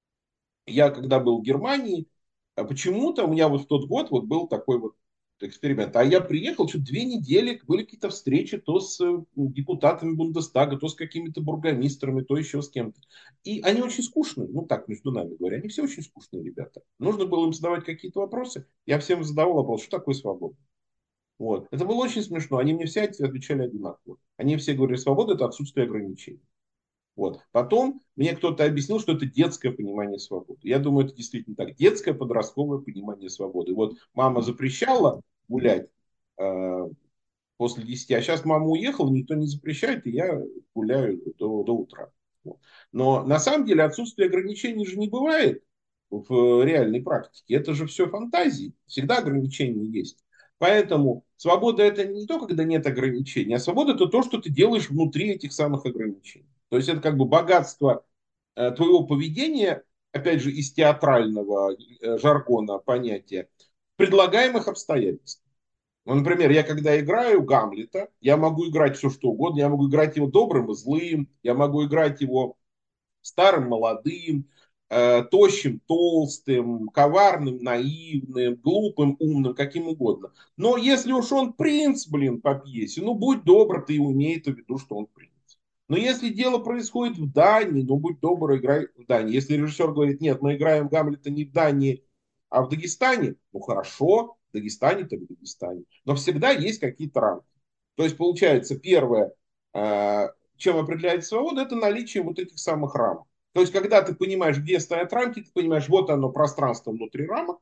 Я когда был в Германии, а почему-то у меня вот в тот год вот был такой вот эксперимент. А я приехал, что две недели были какие-то встречи то с э, депутатами Бундестага, то с какими-то бургомистрами, то еще с кем-то. И они очень скучные, ну так, между нами говоря, они все очень скучные ребята. Нужно было им задавать какие-то вопросы. Я всем задавал вопрос, что такое свобода? Вот. Это было очень смешно. Они мне все отвечали одинаково. Они все говорили, свобода – это отсутствие ограничений. Вот. Потом мне кто-то объяснил, что это детское понимание свободы. Я думаю, это действительно так. Детское подростковое понимание свободы. Вот мама запрещала гулять э, после десяти, а сейчас мама уехала, никто не запрещает, и я гуляю до, до утра. Вот. Но на самом деле отсутствие ограничений же не бывает в реальной практике. Это же все фантазии. Всегда ограничения есть. Поэтому свобода это не то, когда нет ограничений, а свобода это то, что ты делаешь внутри этих самых ограничений. То есть это как бы богатство э, твоего поведения, опять же, из театрального э, жаргона понятия, предлагаемых обстоятельств. Ну, например, я когда играю Гамлета, я могу играть все, что угодно. Я могу играть его добрым и злым, я могу играть его старым, молодым, э, тощим, толстым, коварным, наивным, глупым, умным, каким угодно. Но если уж он принц, блин, по пьесе, ну, будь добр, ты имей в виду, что он принц. Но если дело происходит в Дании, ну, будь добр, играй в Дании. Если режиссер говорит, нет, мы играем Гамлета не в Дании, а в Дагестане, ну, хорошо, в Дагестане, так в Дагестане. Но всегда есть какие-то рамки. То есть, получается, первое, э, чем определяется свобода, это наличие вот этих самых рамок. То есть, когда ты понимаешь, где стоят рамки, ты понимаешь, вот оно пространство внутри рамок,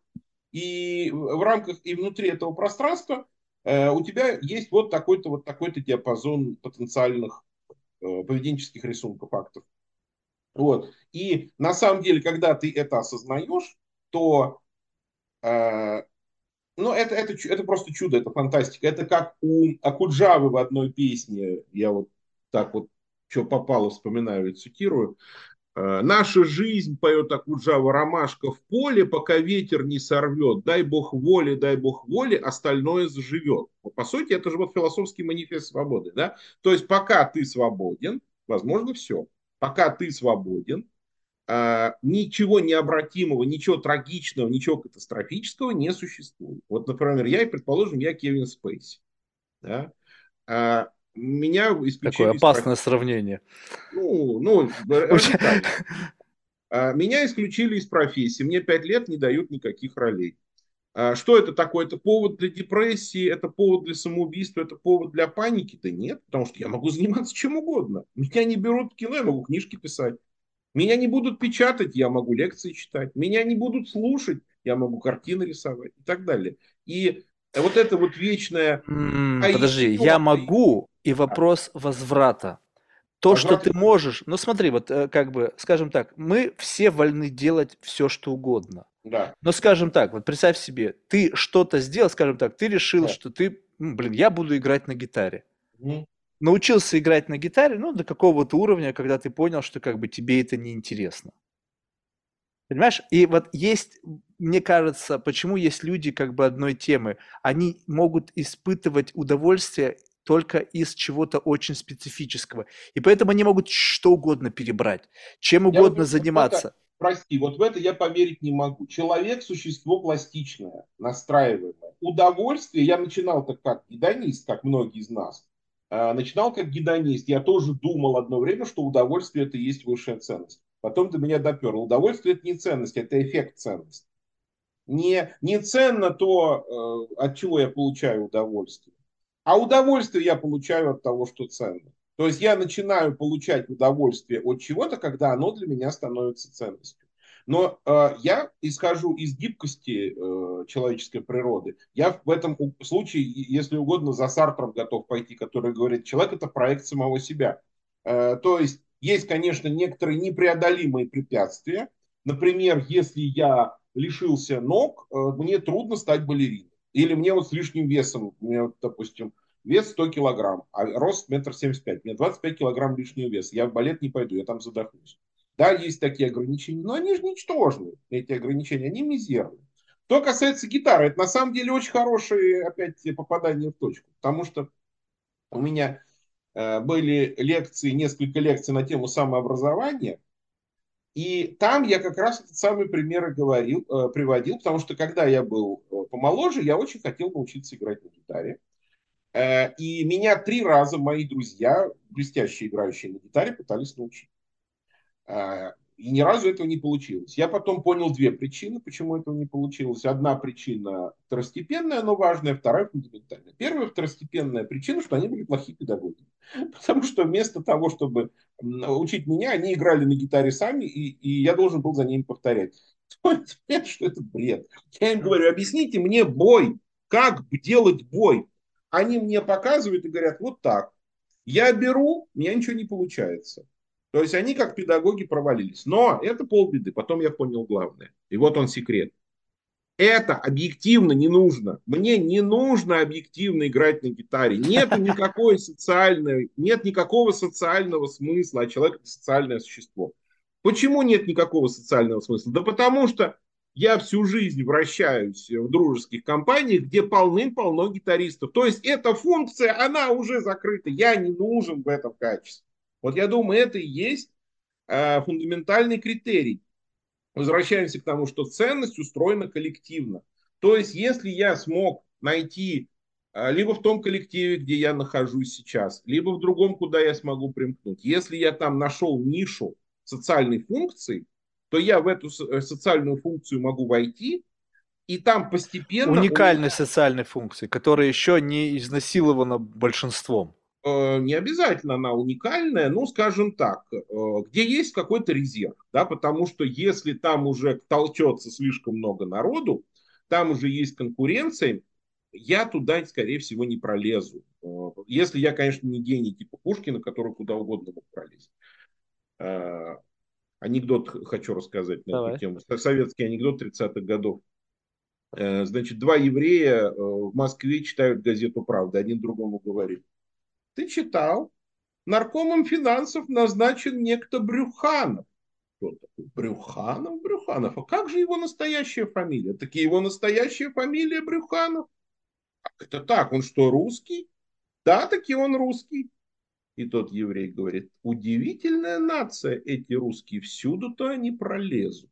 и в рамках и внутри этого пространства э, у тебя есть вот такой-то вот такой-то диапазон потенциальных э, поведенческих рисунков актов. Вот. И на самом деле, когда ты это осознаешь, то э, ну, это, это, это просто чудо, это фантастика. Это как у Акуджавы в одной песне, я вот так вот, что попало, вспоминаю и цитирую. Э, Наша жизнь, поет Акуджава, ромашка в поле, пока ветер не сорвет. Дай бог воли, дай бог воли, остальное заживет. Вот, по сути, это же вот философский манифест свободы. Да? То есть, пока ты свободен, возможно, все. Пока ты свободен, э, ничего необратимого, ничего трагичного, ничего катастрофического не существует. Вот, например, я, и предположим, я Кевин Спейси. Да? А меня Такое исключили из опасное профессии. сравнение. Ну, ну, радикально. А, Меня исключили из профессии, мне пять лет не дают никаких ролей. А, Что это такое? Это повод для депрессии, это повод для самоубийства, это повод для паники? Да нет, потому что я могу заниматься чем угодно. Меня не берут в кино, я могу книжки писать. Меня не будут печатать, я могу лекции читать. Меня не будут слушать, я могу картины рисовать и так далее. И вот это вот вечное, М, а Подожди, еще, я а еще, могу, и а, вопрос возврата. То, что возврат ты к чему? можешь, ну смотри, вот э, как бы, скажем так, мы все вольны делать все, что угодно. Да, Но скажем так, вот представь себе, ты что-то сделал, скажем так, ты решил, да. что ты, м, блин, я буду играть на гитаре. Мгм. Научился играть на гитаре, ну, до какого-то уровня, когда ты понял, что как бы тебе это неинтересно. Понимаешь? И вот есть, мне кажется, почему есть люди как бы одной темы. Они могут испытывать удовольствие только из чего-то очень специфического. И поэтому они могут что угодно перебрать, чем Я вот, угодно вот в это, заниматься. прости, вот в это я поверить не могу. Человек – существо пластичное, настраиваемое. Удовольствие, я начинал так как гедонист, как многие из нас. Э, Начинал как гедонист. Я тоже думал одно время, что удовольствие – это и есть высшая ценность. Потом до меня доперло. Удовольствие – это не ценность, это эффект ценности. Не, не ценно то, э, от чего я получаю удовольствие, а удовольствие я получаю от того, что ценно. То есть я начинаю получать удовольствие от чего-то, когда оно для меня становится ценностью. Но э, я исхожу из гибкости э, человеческой природы. Я в этом случае, если угодно, за Сартром готов пойти, который говорит, человек это проект самого себя. Э, то есть есть, конечно, некоторые непреодолимые препятствия. Например, если я лишился ног, э, мне трудно стать балериной. Или мне вот с лишним весом, у меня, вот, допустим, вес сто килограмм, а рост метр семьдесят пять. У меня двадцать пять килограмм лишнего веса. Я в балет не пойду, я там задохнусь. Да, есть такие ограничения, но они же ничтожны, эти ограничения, они мизерны. Что касается гитары, это на самом деле очень хорошее опять попадание в точку, потому что у меня э, были лекции, несколько лекций на тему самообразования, и там я как раз этот самый пример и говорил, э, приводил, потому что когда я был э, помоложе, я очень хотел научиться играть на гитаре. Э, и меня три раза мои друзья, блестящие играющие на гитаре, пытались научить. Э, И ни разу этого не получилось. Я потом понял две причины, почему этого не получилось. Одна причина второстепенная, но важная, вторая фундаментальная. Первая второстепенная причина, что они были плохие педагоги. Потому что вместо того, чтобы учить меня, они играли на гитаре сами, и, и я должен был за ними повторять. Что это бред. Я им говорю, объясните мне бой, как делать бой. Они мне показывают и говорят, вот так. Я беру, у меня ничего не получается. То есть они как педагоги провалились. Но это полбеды. Потом я понял главное. И вот он секрет. Это объективно не нужно. Мне не нужно объективно играть на гитаре. Нету никакой социальной, нет никакого социального смысла, а человек это социальное существо. Почему нет никакого социального смысла? Да потому что я всю жизнь вращаюсь в дружеских компаниях, где полным-полно гитаристов. То есть эта функция, она уже закрыта. Я не нужен в этом качестве. Вот я думаю, это и есть э, фундаментальный критерий. Возвращаемся к тому, что ценность устроена коллективно. То есть, если я смог найти э, либо в том коллективе, где я нахожусь сейчас, либо в другом, куда я смогу примкнуть, если я там нашел нишу социальной функции, то я в эту со- социальную функцию могу войти, и там постепенно у Уникальной меня социальной функции, которая еще не изнасилована большинством. э, не обязательно она уникальная, ну, скажем так, э, где есть какой-то резерв, да, потому что если там уже толчется слишком много народу, там уже есть конкуренция, я туда, скорее всего, не пролезу. Э, Если я, конечно, не гений типа Пушкина, который куда угодно мог пролезть. Э, Анекдот хочу рассказать на эту Давай. тему. Советский анекдот тридцатых годов. Э, Значит, два еврея э, в Москве читают газету «Правда». Один другому говорит: ты читал? Наркомом финансов назначен некто Брюханов. Кто такой? Брюханов? Брюханов. А как же его настоящая фамилия? Таки его настоящая фамилия Брюханов. Как это так? Он что, русский? Да, таки он русский. И тот еврей говорит: удивительная нация эти русские, всюду-то они пролезут.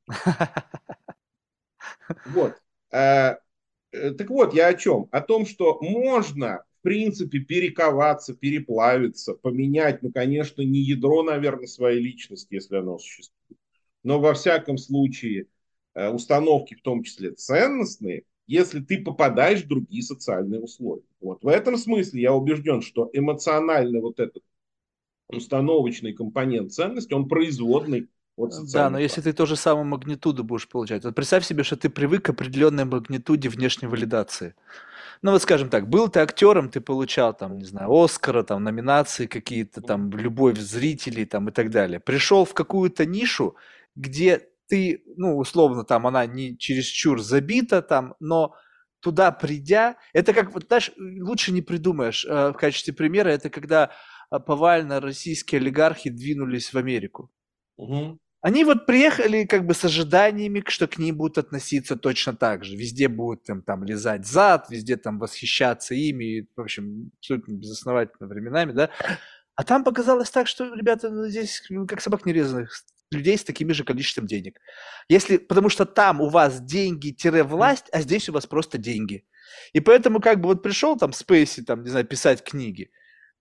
Вот. Э, э, Так вот, я о чем? О том, что можно, в принципе, перековаться, переплавиться, поменять, ну, конечно, не ядро, наверное, своей личности, если оно существует, но во всяком случае э, установки, в том числе ценностные, если ты попадаешь в другие социальные условия. Вот. В этом смысле я убежден, что эмоциональный вот этот установочный компонент ценности, он производный от Да, но социальных если факторов. ты ту же самую магнитуду будешь получать. Вот представь себе, что ты привык к определенной магнитуде внешней валидации. Ну вот скажем так, был ты актером, ты получал там, не знаю, Оскара, там номинации какие-то, там любовь зрителей там и так далее. Пришел в какую-то нишу, где ты, ну условно там она не чересчур забита там, но туда придя, это как, вот знаешь, лучше не придумаешь. Э, В качестве примера это когда э, повально российские олигархи двинулись в Америку. Угу. Они вот приехали как бы с ожиданиями, что к ним будут относиться точно так же. Везде будут им там лизать зад, везде там восхищаться ими, в общем, абсолютно безосновательно временами, да. А там показалось так, что, ребята, ну, здесь ну, как собак нерезанных, людей с такими же количеством денег. Если, потому что там у вас деньги-власть, а здесь у вас просто деньги. И поэтому как бы вот пришел там Спейси, там, не знаю, писать книги,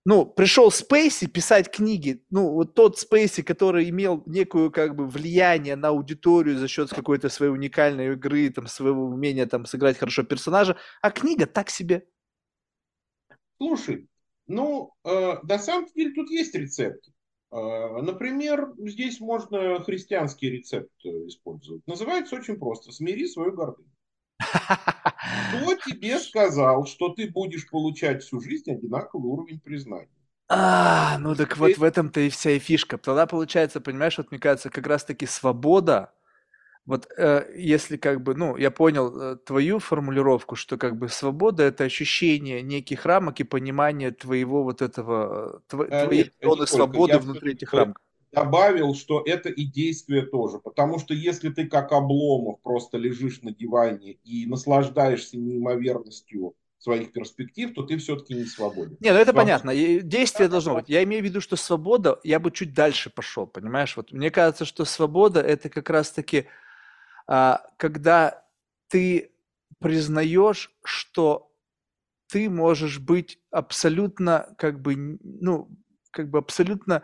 Ну, пришел Спейси писать книги, ну, вот тот Спейси, который имел некую, как бы, влияние на аудиторию за счет какой-то своей уникальной игры, там, своего умения, там, сыграть хорошо персонажа, а книга так себе. Слушай, ну, э, на самом деле тут есть рецепты. Э, например, здесь можно христианский рецепт э, использовать. Называется очень просто: смири свою гордыню. Кто тебе сказал, что ты будешь получать всю жизнь одинаковый уровень признания? А, ну Если так вот ты... в этом-то и вся и фишка. Тогда получается, понимаешь, вот мне кажется, как раз-таки свобода. Вот э, если как бы, ну, я понял э, твою формулировку, что как бы свобода — это ощущение неких рамок и понимание твоего вот этого, э, тво- э, твоей Нет, не зоны только. свободы Я внутри все-таки этих бы рамок. добавил, что это и действие тоже. Потому что если ты как Обломов просто лежишь на диване и наслаждаешься неимоверностью своих перспектив, то ты все-таки не свободен. Не, ну это Свобода понятно. И действие так, должно она... быть. Я имею в виду, что свобода, я бы чуть дальше пошел, понимаешь? Вот мне кажется, что свобода — это как раз-таки, а, когда ты признаешь, что ты можешь быть абсолютно, как бы, н- ну, как бы абсолютно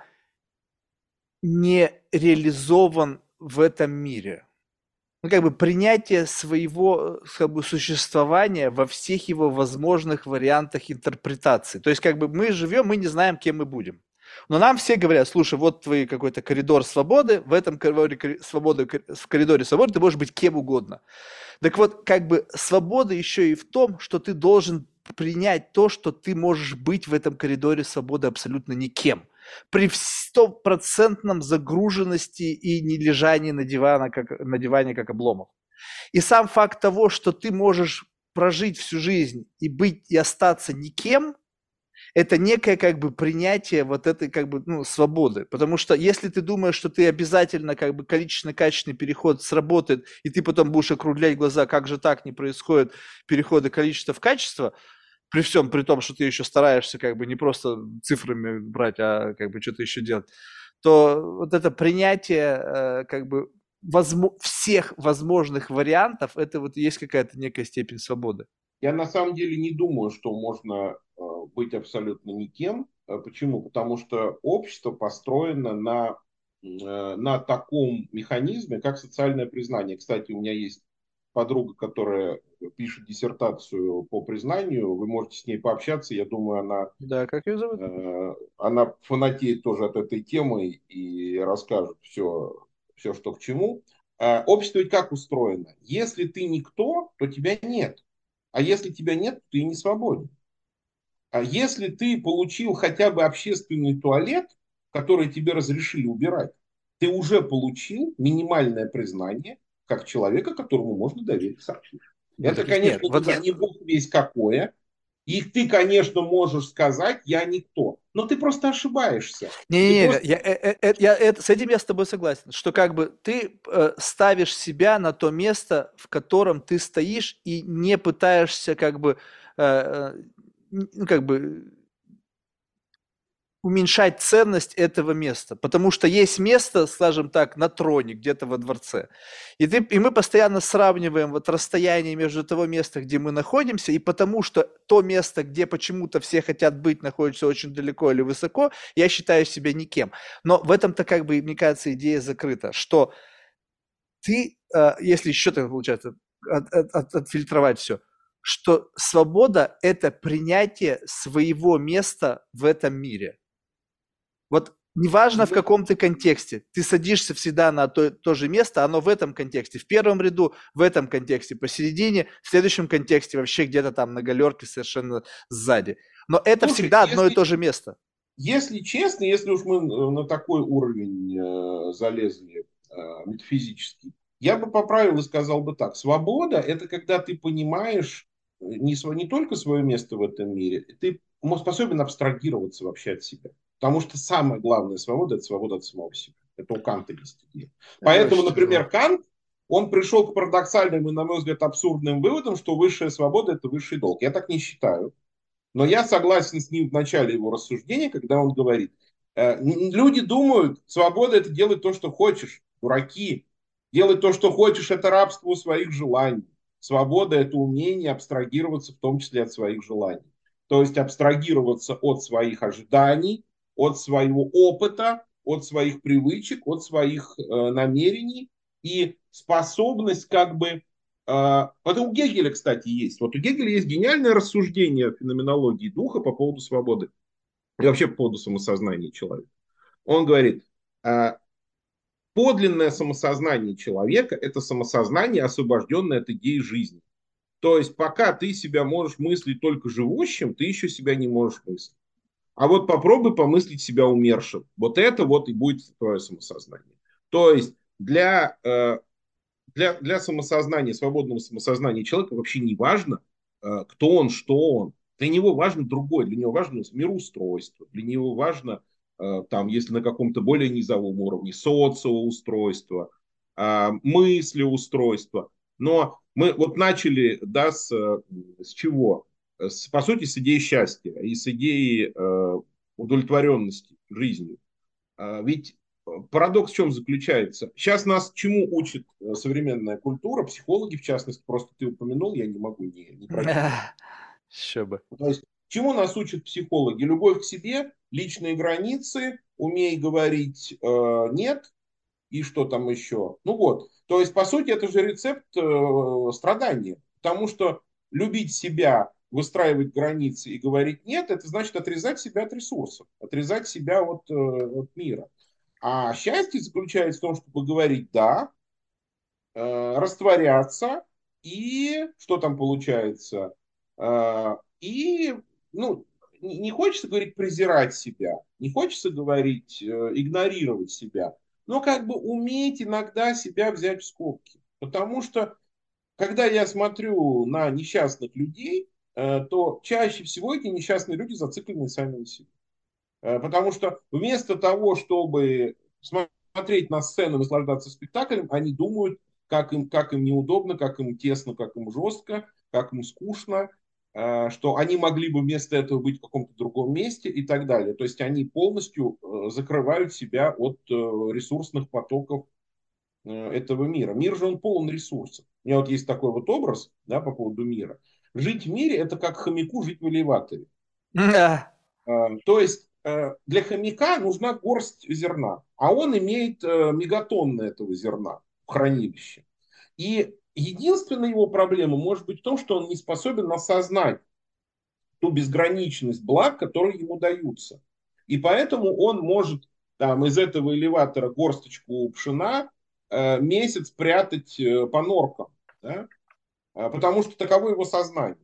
не реализован в этом мире. Ну, как бы принятие своего э, как бы, существования во всех его возможных вариантах интерпретации. То есть, как бы мы живем, мы не знаем, кем мы будем. Но нам все говорят: слушай, вот твой какой-то коридор свободы, в этом коридоре свободы, в коридоре свободы ты можешь быть кем угодно. Так вот, как бы свобода еще и в том, что ты должен принять то, что ты можешь быть в этом коридоре свободы абсолютно никем. При стопроцентном загруженности и не лежании на, дивана, как, на диване, как Обломов. И сам факт того, что ты можешь прожить всю жизнь и быть и остаться никем, это некое как бы принятие вот этой как бы ну, свободы. Потому что если ты думаешь, что ты обязательно как бы количественно-качественный переход сработает, и ты потом будешь округлять глаза, как же так не происходит перехода количества в качество, при всем при том, что ты еще стараешься как бы не просто цифрами брать, а как бы что-то еще делать, то вот это принятие э, как бы возможно, всех возможных вариантов, это вот есть какая-то некая степень свободы. Я на самом деле не думаю, что можно э, быть абсолютно никем. Э, Почему? Потому что общество построено на, э, на таком механизме, как социальное признание. Кстати, у меня есть подруга, которая пишет диссертацию по признанию. Вы можете с ней пообщаться. Я думаю, она, Да, как ее зовут? э, она фанатеет тоже от этой темы и расскажет все, все, что к чему. Э, Общество ведь как устроено? Если ты никто, то тебя нет. А если тебя нет, ты не свободен. А если ты получил хотя бы общественный туалет, который тебе разрешили убирать, ты уже получил минимальное признание как человека, которому можно доверить сообщить. Ну Это, так и нет. конечно, Вот, не, не бог весь какое. И ты, конечно, можешь сказать: я никто. Но ты просто ошибаешься. Ты не-не-не, просто... я, э, э, э, я, это- с этим я с тобой согласен, что как бы ты э, ставишь себя на то место, в котором ты стоишь, и не пытаешься как бы, э, э, ну, как бы уменьшать ценность этого места, потому что есть место, скажем так, на троне, где-то во дворце. И, ты, и мы постоянно сравниваем вот расстояние между того места, где мы находимся, и потому что то место, где почему-то все хотят быть, находится очень далеко или высоко, я считаю себя никем. Но в этом-то как бы, мне кажется, идея закрыта, что ты, э, если еще так получается, от, от, от, отфильтровать все, что свобода — это принятие своего места в этом мире. Вот неважно, в Ну, каком ты контексте, ты садишься всегда на то, то же место, оно в этом контексте, в первом ряду, в этом контексте, посередине, в следующем контексте, вообще где-то там на галерке совершенно сзади. Но это слушай, всегда одно и если, то же место. если честно, если уж мы э, на такой уровень э, залезли э, метафизический, я бы поправил и сказал бы так: свобода — это когда ты понимаешь э, не, сво- не только свое место в этом мире, ты мо- способен абстрагироваться вообще от себя. Потому что самая главная свобода — это свобода от самого себя. Это у Канта есть идея. Это Поэтому, очень например, тяжело. Кант, он пришел к парадоксальным и, на мой взгляд, абсурдным выводам, что высшая свобода — это высший долг. Я так не считаю. Но я согласен с ним в начале его рассуждения, когда он говорит: э, люди думают, свобода — это делать то, что хочешь. Дураки. Делать то, что хочешь — это рабство у своих желаний. Свобода — это умение абстрагироваться, в том числе от своих желаний. То есть абстрагироваться от своих ожиданий, от своего опыта, от своих привычек, от своих э, намерений и способность как бы... Э, вот у Гегеля, кстати, есть. Вот у Гегеля есть гениальное рассуждение о феноменологии духа по поводу свободы и вообще по поводу самосознания человека. Он говорит, э, подлинное самосознание человека – это самосознание, освобожденное от идеи жизни. То есть пока ты себя можешь мыслить только живущим, ты еще себя не можешь мыслить. А вот попробуй помыслить себя умершим. Вот это вот и будет твое самосознание. То есть для, э, для, для самосознания, свободного самосознания человека вообще не важно, э, кто он, что он. Для него важно другое. Для него важно мироустройство. Для него важно, э, там, если на каком-то более низовом уровне, социоустройство, э, мыслеустройство. Но мы вот начали, да, с, с чего? С, по сути, с идеи счастья и с идеи э, удовлетворенности жизнью. А, ведь парадокс в чем заключается? Сейчас нас чему учит э, современная культура, психологи в частности, просто ты упомянул, я не могу не, не прочесть. Еще бы. То есть, чему нас учат психологи? Любовь к себе, личные границы, умей говорить э, нет, и что там еще. Ну вот, то есть, по сути, это же рецепт э, страдания, потому что любить себя, выстраивать границы и говорить нет, это значит отрезать себя от ресурсов, отрезать себя от, э, от мира. А счастье заключается в том, чтобы говорить да, э, растворяться и что там получается? Э, и, ну, не хочется говорить презирать себя, не хочется говорить э, игнорировать себя, но как бы уметь иногда себя взять в скобки. Потому что, когда я смотрю на несчастных людей, э, то чаще всего эти несчастные люди зациклены сами на себе. Э, Потому что вместо того, чтобы смотреть на сцену, наслаждаться спектаклем, они думают, как им, как им неудобно, как им тесно, как им жестко, как им скучно, э, что они могли бы вместо этого быть в каком-то другом месте и так далее. То есть они полностью э, закрывают себя от э, ресурсных потоков э, этого мира. Мир же он полон ресурсов. У меня вот есть такой вот образ, да, по поводу мира. Жить в мире – это как хомяку жить в элеваторе. Да. Э, То есть э, для хомяка нужна горсть зерна, а он имеет э, мегатонны этого зерна в хранилище. И единственная его проблема может быть в том, что он не способен осознать ту безграничность благ, которые ему даются. И поэтому он может там, из этого элеватора горсточку пшена э, месяц прятать э, по норкам, да? А, потому что таково его сознание.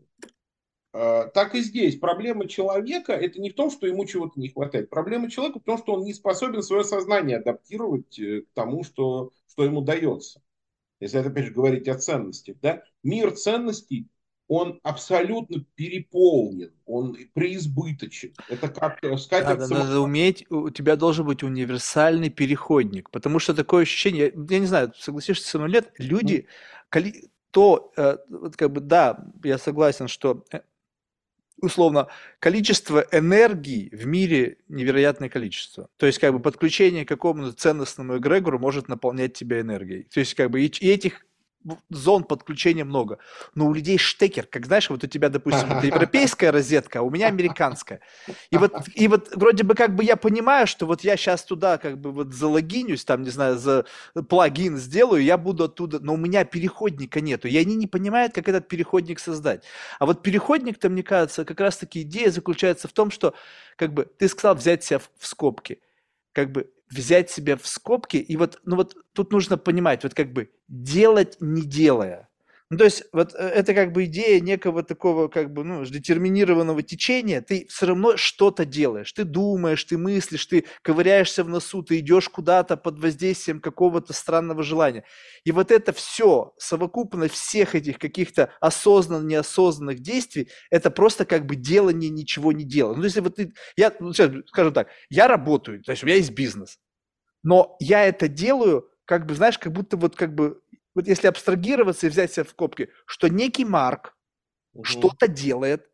Э, Так и здесь. Проблема человека – это не в том, что ему чего-то не хватает. Проблема человека в том, что он не способен свое сознание адаптировать э, к тому, что, что ему дается. Если это, опять же, говорить о ценностях. Да? Мир ценностей, он абсолютно переполнен, он преизбыточен. Это как э, Да, скатерть да, надо самобранка. уметь, у у тебя должен быть универсальный переходник, потому что такое ощущение, я, я не знаю, согласишься со мной, нет, люди, коли- то, э, вот как бы, да, я согласен, что э, условно, количество энергии в мире невероятное количество. То есть, как бы, подключение к какому-то ценностному эгрегору может наполнять тебя энергией. То есть, как бы, и, и этих зон подключения много. Но у людей штекер, как знаешь, вот у тебя, допустим, это европейская розетка, а у меня американская. И вот, и вот вроде бы как бы я понимаю, что вот я сейчас туда как бы вот залогинюсь, там, не знаю, за плагин сделаю, я буду оттуда, но у меня переходника нету, и они не понимают, как этот переходник создать. А вот переходник-то, мне кажется, как раз-таки идея заключается в том, что, как бы, ты сказал взять себя в, в скобки, как бы взять себя в скобки, и вот, ну вот тут нужно понимать, вот как бы делать не делая. Ну, то есть вот э, это как бы идея некого такого как бы, ну, детерминированного течения, ты все равно что-то делаешь, ты думаешь, ты мыслишь, ты ковыряешься в носу, ты идешь куда-то под воздействием какого-то странного желания. И вот это все, совокупность всех этих каких-то осознанно неосознанных действий, это просто как бы делание ничего не делая. Ну, если вот ты, я, ну, сейчас скажу так, я работаю, то есть у меня есть бизнес, но я это делаю, как бы, знаешь, как будто вот как бы, вот если абстрагироваться и взять себя в копки, что некий Марк Мгм. что-то делает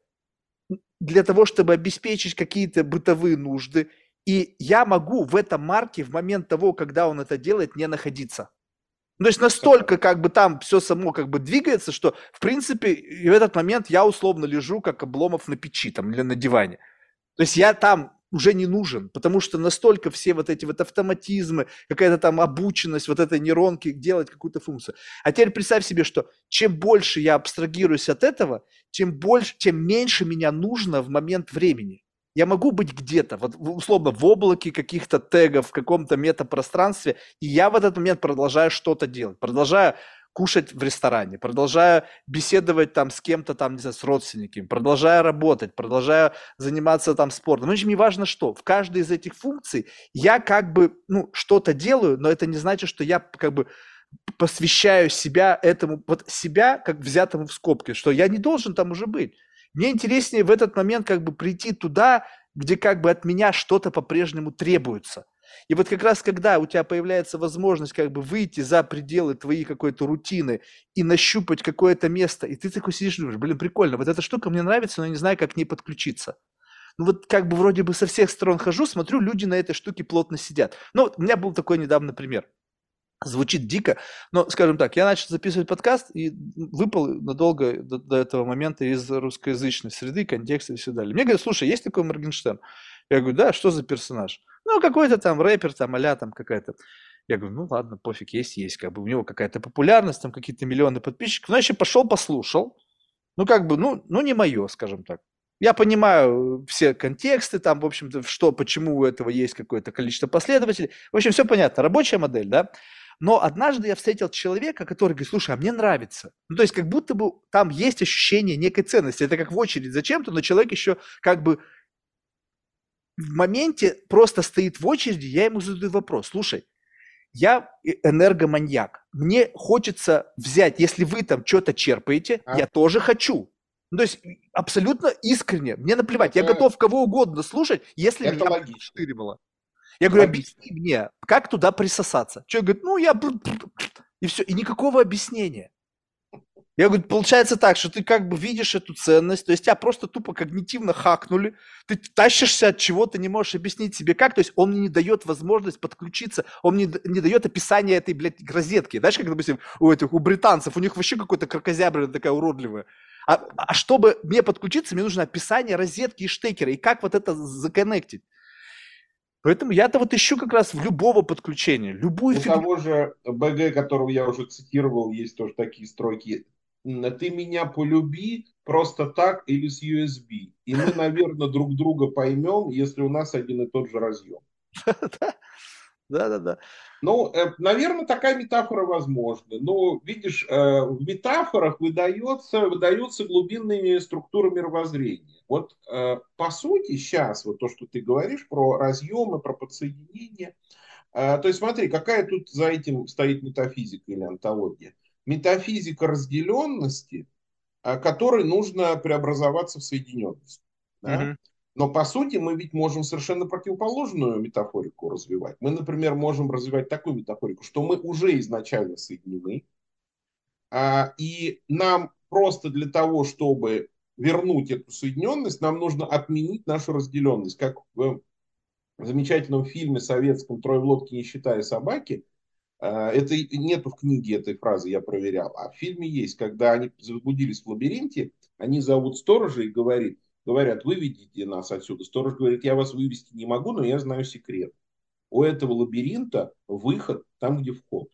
для того, чтобы обеспечить какие-то бытовые нужды, и я могу в этом Марке в момент того, когда он это делает, не находиться. Ну, то есть настолько как бы там все само как бы двигается, что в принципе и в этот момент я условно лежу как Обломов на печи там или на диване. То есть я там уже не нужен, потому что настолько все вот эти вот автоматизмы, какая-то там обученность вот этой нейронки делать какую-то функцию. А теперь представь себе, что чем больше я абстрагируюсь от этого, тем больше, тем меньше меня нужно в момент времени. Я могу быть где-то, вот условно в облаке каких-то тегов, в каком-то метапространстве, и я в этот момент продолжаю что-то делать, продолжаю кушать в ресторане, продолжаю беседовать там с кем-то там, не знаю, с родственниками, продолжаю работать, продолжаю заниматься там спортом. Ну, не важно что. В каждой из этих функций я как бы, ну, что-то делаю, но это не значит, что я как бы посвящаю себя этому, вот себя как взятому в скобки, что я не должен там уже быть. Мне интереснее в этот момент как бы прийти туда, где как бы от меня что-то по-прежнему требуется. И вот как раз когда у тебя появляется возможность как бы выйти за пределы твоей какой-то рутины и нащупать какое-то место, и ты такой сидишь и думаешь, блин, прикольно, вот эта штука мне нравится, но я не знаю, как к ней подключиться. Ну вот как бы вроде бы со всех сторон хожу, смотрю, люди на этой штуке плотно сидят. Ну, вот у меня был такой недавно пример. Звучит дико, но, скажем так, я начал записывать подкаст и выпал надолго до, до этого момента из русскоязычной среды, контекста и все далее. Мне говорят, слушай, есть такой Моргенштерн? Я говорю, да, что за персонаж? Ну, какой-то там рэпер, там, а там какая-то. Я говорю, ну ладно, пофиг, есть, есть, как бы у него какая-то популярность, там какие-то миллионы подписчиков. Ну, я еще пошел, послушал. Ну, как бы, ну, ну не мое, скажем так. Я понимаю все контексты, там, в общем-то, что, почему у этого есть какое-то количество последователей. В общем, все понятно, рабочая модель, да? Но однажды я встретил человека, который говорит, слушай, а мне нравится. Ну, то есть как будто бы там есть ощущение некой ценности. Это как в очередь зачем-то, но человек еще как бы в моменте просто стоит в очереди, я ему задаю вопрос. Слушай, я энергоманьяк. Мне хочется взять, если вы там что-то черпаете, А? я тоже хочу. Ну, то есть абсолютно искренне. Мне наплевать. Я Это, готов кого угодно слушать, если это меня логично. вштыривало. Я говорю, Логично. объясни мне, как туда присосаться. Человек говорит, ну я... И все. И никакого объяснения. Я говорю, получается так, что ты как бы видишь эту ценность, то есть тебя просто тупо когнитивно хакнули, ты тащишься от чего, ты не можешь объяснить себе как, то есть он мне не дает возможность подключиться, он мне не дает описания этой, блядь, розетки. Знаешь, как, допустим, у этих, у британцев, у них вообще какой-то кракозябра такая уродливая. А, а чтобы мне подключиться, мне нужно описание розетки и штекера, и как вот это законнектить. Поэтому я-то вот ищу как раз в любого подключения, любую У фигню. того же БГ, которого я уже цитировал, есть тоже такие строки. Ты меня полюби просто так или с ю эс би. И мы, наверное, друг друга поймем, если у нас один и тот же разъем. Да-да-да. Ну, э, наверное, такая метафора возможна. Но, видишь, э, в метафорах выдается, выдаются глубинные структуры мировоззрения. Вот, э, по сути, сейчас, вот то, что ты говоришь про разъемы, про подсоединение, э, то есть смотри, какая тут за этим стоит метафизика или онтология. Метафизика разделенности, э, которой нужно преобразоваться в соединенность. Да? Мгм. Но по сути мы ведь можем совершенно противоположную метафорику развивать. Мы, например, можем развивать такую метафорику, что мы уже изначально соединены, а, и нам просто для того, чтобы вернуть эту соединенность, нам нужно отменить нашу разделенность. Как в замечательном фильме советском «Трое в лодке, не считая собаки», а, это нету в книге этой фразы, я проверял, а в фильме есть, когда они заблудились в лабиринте, они зовут сторожа и говорит, говорят, выведите нас отсюда. Сторож говорит, я вас вывести не могу, но я знаю секрет. У этого лабиринта выход там, где вход.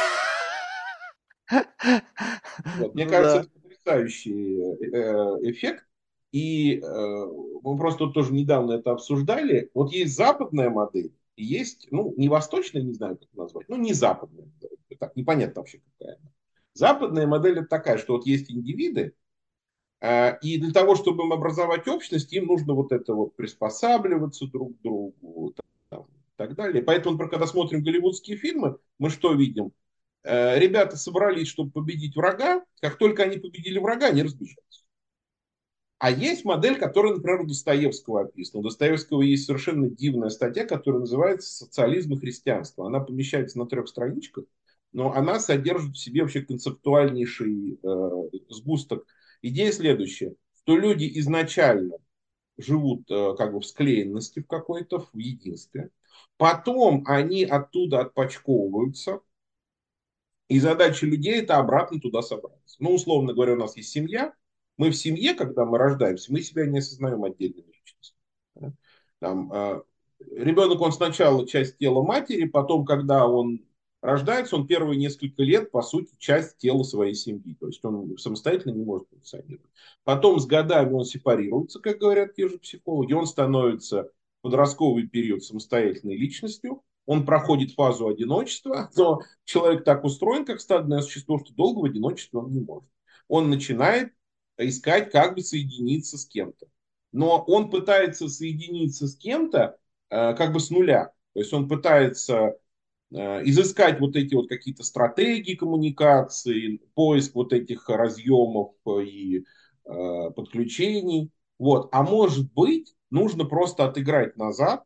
Вот. Мне Ну кажется, да. это потрясающий э, эффект. И э, мы просто тут тоже недавно это обсуждали. Вот есть западная модель, и есть, ну, не восточная, не знаю, как назвать, ну, не западная. Так, непонятно вообще какая. Западная модель это такая, что вот есть индивиды, э, и для того, чтобы им образовать общность, им нужно вот это вот приспосабливаться друг к другу, там, и так далее. Поэтому, например, когда смотрим голливудские фильмы, мы что видим? Э, ребята собрались, чтобы победить врага. Как только они победили врага, они разбежались. А есть модель, которая, например, у Достоевского описана. У Достоевского есть совершенно дивная статья, которая называется «Социализм и христианство». Она помещается на трех страничках, но она содержит в себе вообще концептуальнейший э, сгусток. Идея следующая, что люди изначально живут э, как бы в склеенности в какой-то, в единстве. Потом они оттуда отпочковываются, И задача людей это обратно туда собраться. Ну, условно говоря, у нас есть семья. Мы в семье, когда мы рождаемся, мы себя не осознаем отдельными личностями. Да? Там, э, ребенок, он сначала часть тела матери, потом, когда он рождается, он первые несколько лет, по сути, часть тела своей семьи. То есть он самостоятельно не может функционировать. Потом с годами он сепарируется, как говорят те же психологи, он становится в подростковый период самостоятельной личностью, он проходит фазу одиночества, но человек так устроен, как стадное существо, что долго в одиночестве он не может. Он начинает искать, как бы соединиться с кем-то. Но он пытается соединиться с кем-то э, как бы с нуля. То есть он пытается э, изыскать вот эти вот какие-то стратегии коммуникации, поиск вот этих разъемов и э, подключений. Вот. А может быть, нужно просто отыграть назад,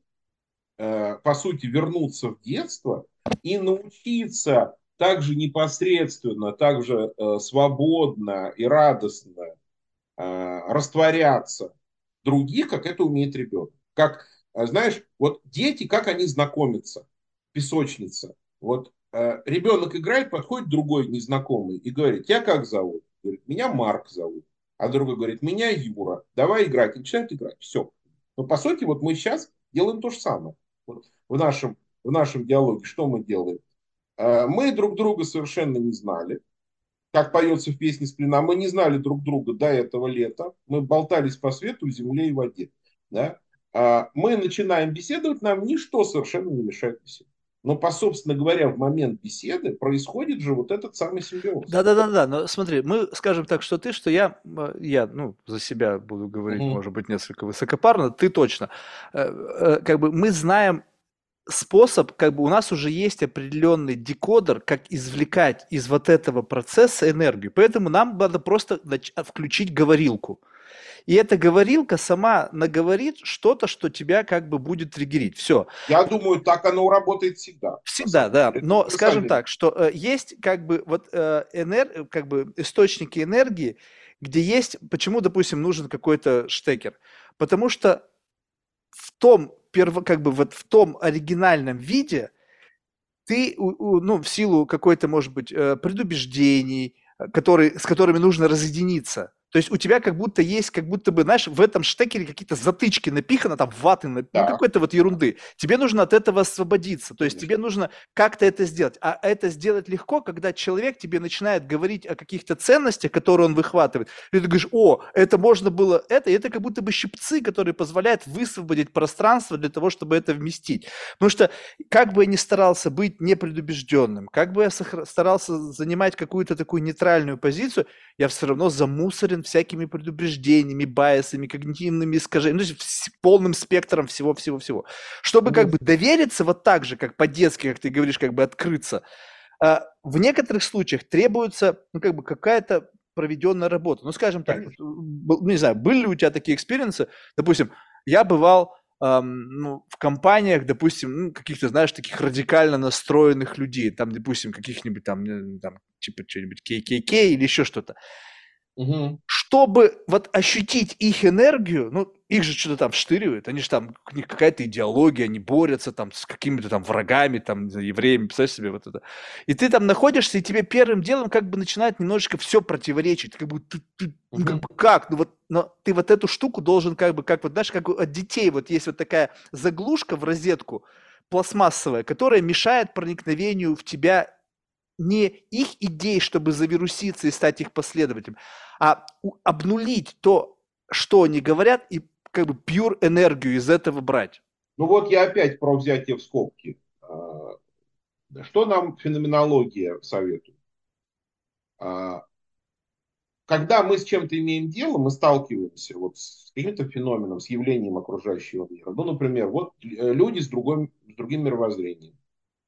э, по сути, вернуться в детство и научиться также непосредственно, также э, свободно и радостно э, растворяться в других, как это умеет ребенок. Как, э, знаешь, вот дети, как они знакомятся, песочница. Вот э, ребенок играет, подходит другой незнакомый и говорит, тебя как зовут? Говорит, меня Марк зовут. А другой говорит, меня Юра. Давай играть. И начинают играть. Все. Но по сути, вот мы сейчас делаем то же самое. Вот в нашем, в нашем диалоге что мы делаем? Э, Мы друг друга совершенно не знали, как поется в песне «Сплина». Мы не знали друг друга до этого лета. Мы болтались по свету, земле и воде. Да? А мы начинаем беседовать, нам ничто совершенно не мешает беседовать. Но, по, собственно говоря, в момент беседы происходит же вот этот самый симбиоз. Да-да-да-да, но смотри, мы скажем так, что ты, что я, э, я, ну, за себя буду говорить, Угу. может быть, несколько высокопарно, ты точно. Э, э, Как бы мы знаем способ, как бы у нас уже есть определенный декодер, как извлекать из вот этого процесса энергию. Поэтому нам надо просто нач- включить говорилку. И эта говорилка сама наговорит что-то, что тебя как бы будет триггерить. Все. Я думаю, так оно работает всегда, на Всегда, самом да. деле. Это Но скажем универсальный. так, что э, есть как бы вот э, энер... как бы источники энергии, где есть, почему, допустим, нужен какой-то штекер. Потому что в том, перво... как бы вот в том оригинальном виде ты, у- у- ну, в силу какой-то, может быть, э, предубеждений, э, которые, с которыми нужно разъединиться. То есть у тебя как будто есть, как будто бы, знаешь, в этом штекере какие-то затычки напиханы, там ваты, на- ну Да, какой-то вот да, ерунды. Тебе нужно от этого освободиться. То есть тебе конечно. нужно как-то это сделать. А это сделать легко, когда человек тебе начинает говорить о каких-то ценностях, которые он выхватывает. И ты говоришь, о, это можно было это, и это как будто бы щипцы, которые позволяют высвободить пространство для того, чтобы это вместить. Потому что как бы я ни старался быть непредубежденным, как бы я сохра- старался занимать какую-то такую нейтральную позицию, я все равно замусорен всякими предубеждениями, байесами, когнитивными искажениями, ну, то есть вс- полным спектром всего-всего-всего. Чтобы как Мгм. бы довериться вот так же, как по-детски, как ты говоришь, как бы открыться, а, в некоторых случаях требуется, ну, как бы какая-то проведенная работа. Ну, скажем так, вот, Конечно. был- ну, не знаю, были ли у тебя такие экспириенсы, допустим, я бывал ам, ну, в компаниях, допустим, ну, каких-то, знаешь, таких радикально настроенных людей, там, допустим, каких-нибудь там, не- там типа что-нибудь кей кей кей или еще что-то. Мгм. Чтобы вот ощутить их энергию, ну, их же что-то там штыривают, они же там, у них какая-то идеология, они борются там с какими-то там врагами, там, за евреями, представляешь себе вот это. И ты там находишься, и тебе первым делом как бы начинает немножечко все противоречить. Ты как бы, ты, ты, ну, как Мгм. бы как? Ну, вот, но ты вот эту штуку должен как бы, как вот, знаешь, как от детей вот есть вот такая заглушка в розетку пластмассовая, которая мешает проникновению в тебя не их идей, чтобы завируситься и стать их последователем, а у- обнулить то, что они говорят, и как бы pure энергию из этого брать. Ну вот я опять про взятие в скобки. А, Что нам феноменология советует? А, Когда мы с чем-то имеем дело, мы сталкиваемся вот с каким-то феноменом, с явлением окружающего мира. Ну, например, вот э, люди с, другой, с другим мировоззрением,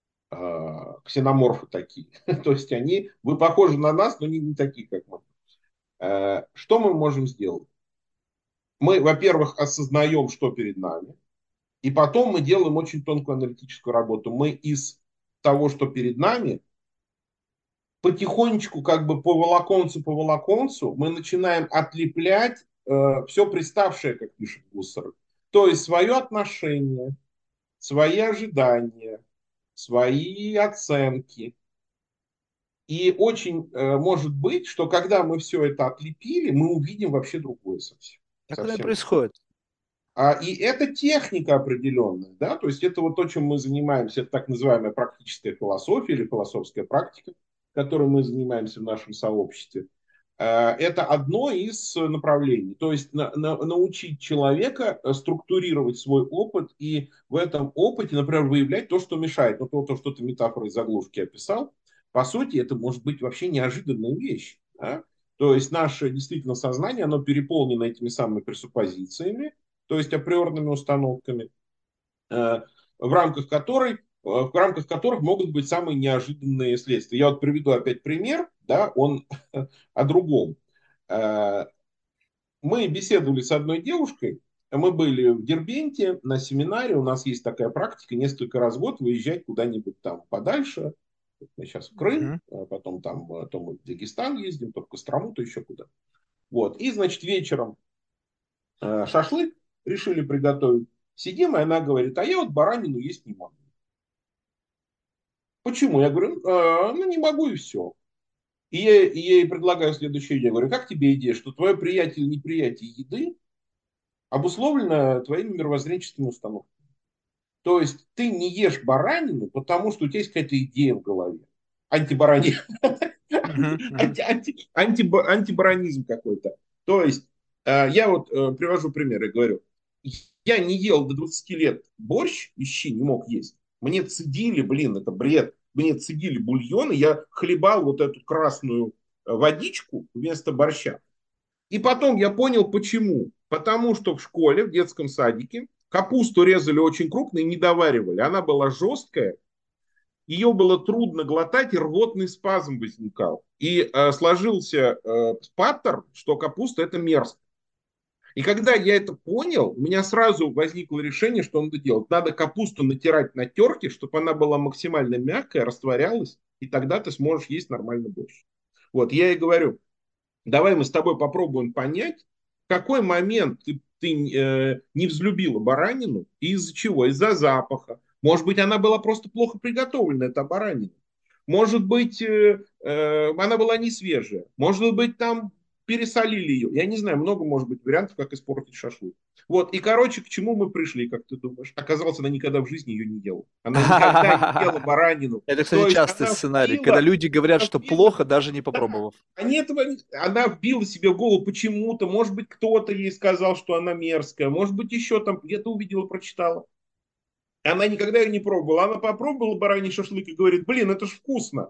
а, ксеноморфы такие. То есть они, вы похожи на нас, но не, не такие, как мы. Э, Что мы можем сделать? Мы, во-первых, осознаем, что перед нами, и потом мы делаем очень тонкую аналитическую работу. Мы из того, что перед нами, потихонечку, как бы по волоконцу, по волоконцу, мы начинаем отлеплять э, все приставшее, как пишет Гуссер. То есть свое отношение, свои ожидания, свои оценки. И очень э, может быть, что когда мы все это отлепили, мы увидим вообще другое совсем. Так оно и Совсем другое. происходит. А, и это техника определенная, да, то есть это вот то, чем мы занимаемся, это так называемая практическая философия или философская практика, которой мы занимаемся в нашем сообществе. Э, Это одно из направлений, то есть на- на- научить человека э, структурировать свой опыт и в этом опыте, например, выявлять то, что мешает. Ну, то, то что ты метафорой заглушки описал, по сути, это может быть вообще неожиданная вещь. Да? То есть наше действительно сознание, оно переполнено этими самыми пресуппозициями, то есть априорными установками, э, в рамках которой э, в рамках которых могут быть самые неожиданные следствия. Я вот приведу опять пример, да, он о другом. Э, Мы беседовали с одной девушкой, мы были в Дербенте на семинаре, у нас есть такая практика несколько раз в год выезжать куда-нибудь там подальше. Мы сейчас в Крым, Мгм. а потом там а то мы в Дагестан ездим, то в Кострому, то еще куда. Вот. И, значит, вечером э, шашлык решили приготовить. Сидим, и она говорит, а я вот баранину есть не могу. Почему? Я говорю, «А, ну не могу и все. И я, и я ей предлагаю следующую идею. Я говорю, как тебе идея, что твое приятие или неприятие еды обусловлено твоими мировоззренческими установками? То есть ты не ешь баранину, потому что у тебя есть какая-то идея в голове. Антибаранизм. Мгм. Мгм. Анти, анти, анти, антибаранизм какой-то. То есть э, я вот э, привожу пример и говорю, я не ел до двадцати лет борщ, и щи не мог есть. Мне цедили, блин, это бред, мне цедили бульоны, я хлебал вот эту красную э, водичку вместо борща. И потом я понял, почему. Потому что в школе, в детском садике, капусту резали очень крупно и не доваривали. Она была жесткая, ее было трудно глотать, и рвотный спазм возникал. И э, сложился э, паттерн, что капуста это мерзко. И когда я это понял, у меня сразу возникло решение, что надо делать. Надо капусту натирать на терке, чтобы она была максимально мягкая, растворялась, и тогда ты сможешь есть нормальный борщ. Вот, я и говорю, давай мы с тобой попробуем понять, в какой момент ты, ты э, не взлюбила баранину и из-за чего? Из-за запаха. Может быть, она была просто плохо приготовлена, эта баранина. Может быть, э, э, она была не свежая. Может быть, там пересолили ее. Я не знаю, много может быть вариантов, как испортить шашлык. Вот, и, короче, к чему мы пришли, как ты думаешь? Оказалось, она никогда в жизни ее не ела. Она никогда не ела баранину. Это, кстати, То есть частый она сценарий, когда вбила, люди говорят, она что вбила, плохо, даже не да, попробовав. они этого, она вбила себе в голову почему-то, может быть, кто-то ей сказал, что она мерзкая, может быть, еще там где-то увидела, прочитала. Она никогда ее не пробовала. Она попробовала бараний шашлык и говорит, блин, это ж вкусно.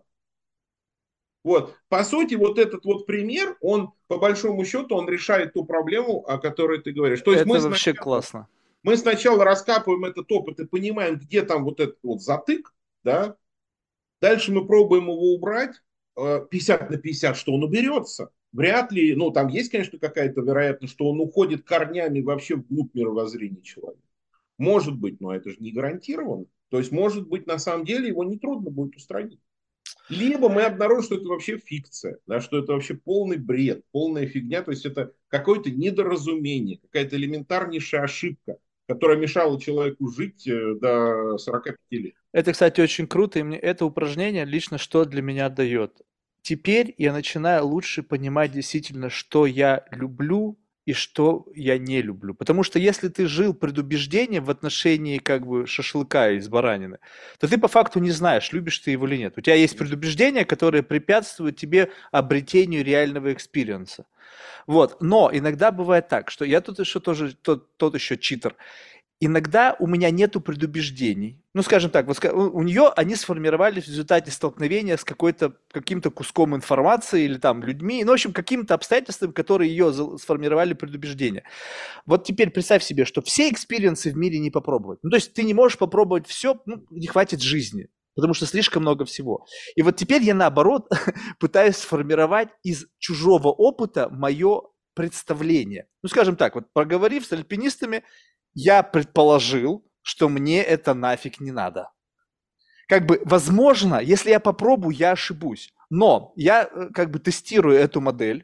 Вот. По сути, вот этот вот пример, он, по большому счету, он решает ту проблему, о которой ты говоришь. То есть Это мы вообще сначала, классно. мы сначала раскапываем этот опыт и понимаем, где там вот этот вот затык, да, дальше мы пробуем его убрать, э, пятьдесят на пятьдесят, что он уберется. Вряд ли, ну, там есть, конечно, какая-то вероятность, что он уходит корнями вообще вглубь мировоззрения человека. Может быть, но это же не гарантированно. То есть, может быть, на самом деле его нетрудно будет устранить. Либо мы обнаружим, что это вообще фикция, да, что это вообще полный бред, полная фигня, то есть это какое-то недоразумение, какая-то элементарнейшая ошибка, которая мешала человеку жить э, до сорока пяти лет. Это, кстати, очень круто, и мне это упражнение лично что для меня дает. Теперь я начинаю лучше понимать действительно, что я люблю и что я не люблю. Потому что если ты жил предубеждением в отношении как бы шашлыка из баранины, то ты по факту не знаешь, любишь ты его или нет. У тебя есть предубеждения, которые препятствуют тебе обретению реального экспириенса. Вот. Но иногда бывает так, что я тут еще тоже тот, тот еще читер. Иногда у меня нету предубеждений. Ну, скажем так, вот у, у нее они сформировались в результате столкновения с какой-то, каким-то куском информации или там людьми, ну, в общем, каким-то обстоятельствами, которые ее за- сформировали предубеждения. Вот теперь представь себе, что все экспириенсы в мире не попробовать. Ну, то есть ты не можешь попробовать все, ну, не хватит жизни, потому что слишком много всего. И вот теперь я, наоборот, пытаюсь сформировать из чужого опыта мое представление. Ну, скажем так, вот проговорив с альпинистами, я предположил, что мне это нафиг не надо. Как бы, возможно, если я попробую, я ошибусь. Но я э, как бы тестирую эту модель. То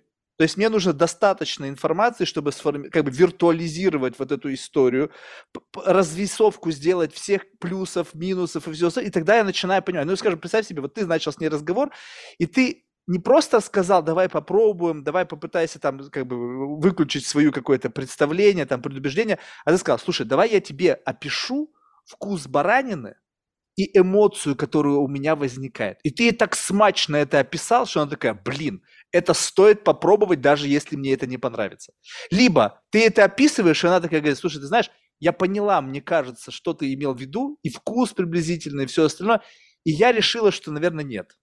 То есть мне нужно достаточно информации, чтобы сформи- как бы виртуализировать вот эту историю, п- п- развесовку сделать всех плюсов, минусов и все остальное, и тогда я начинаю понимать. Ну, скажем, представь себе, вот ты начал с ней разговор, и ты не просто сказал, давай попробуем, давай попытайся там как бы выключить свое какое-то представление, там предубеждение, а ты сказал, слушай, давай я тебе опишу вкус баранины, и эмоцию, которая у меня возникает. И ты ей так смачно это описал, что она такая, блин, это стоит попробовать, даже если мне это не понравится. Либо ты это описываешь, и она такая говорит, слушай, ты знаешь, я поняла, мне кажется, что ты имел в виду, и вкус приблизительный, и все остальное, и я решила, что, наверное, нет.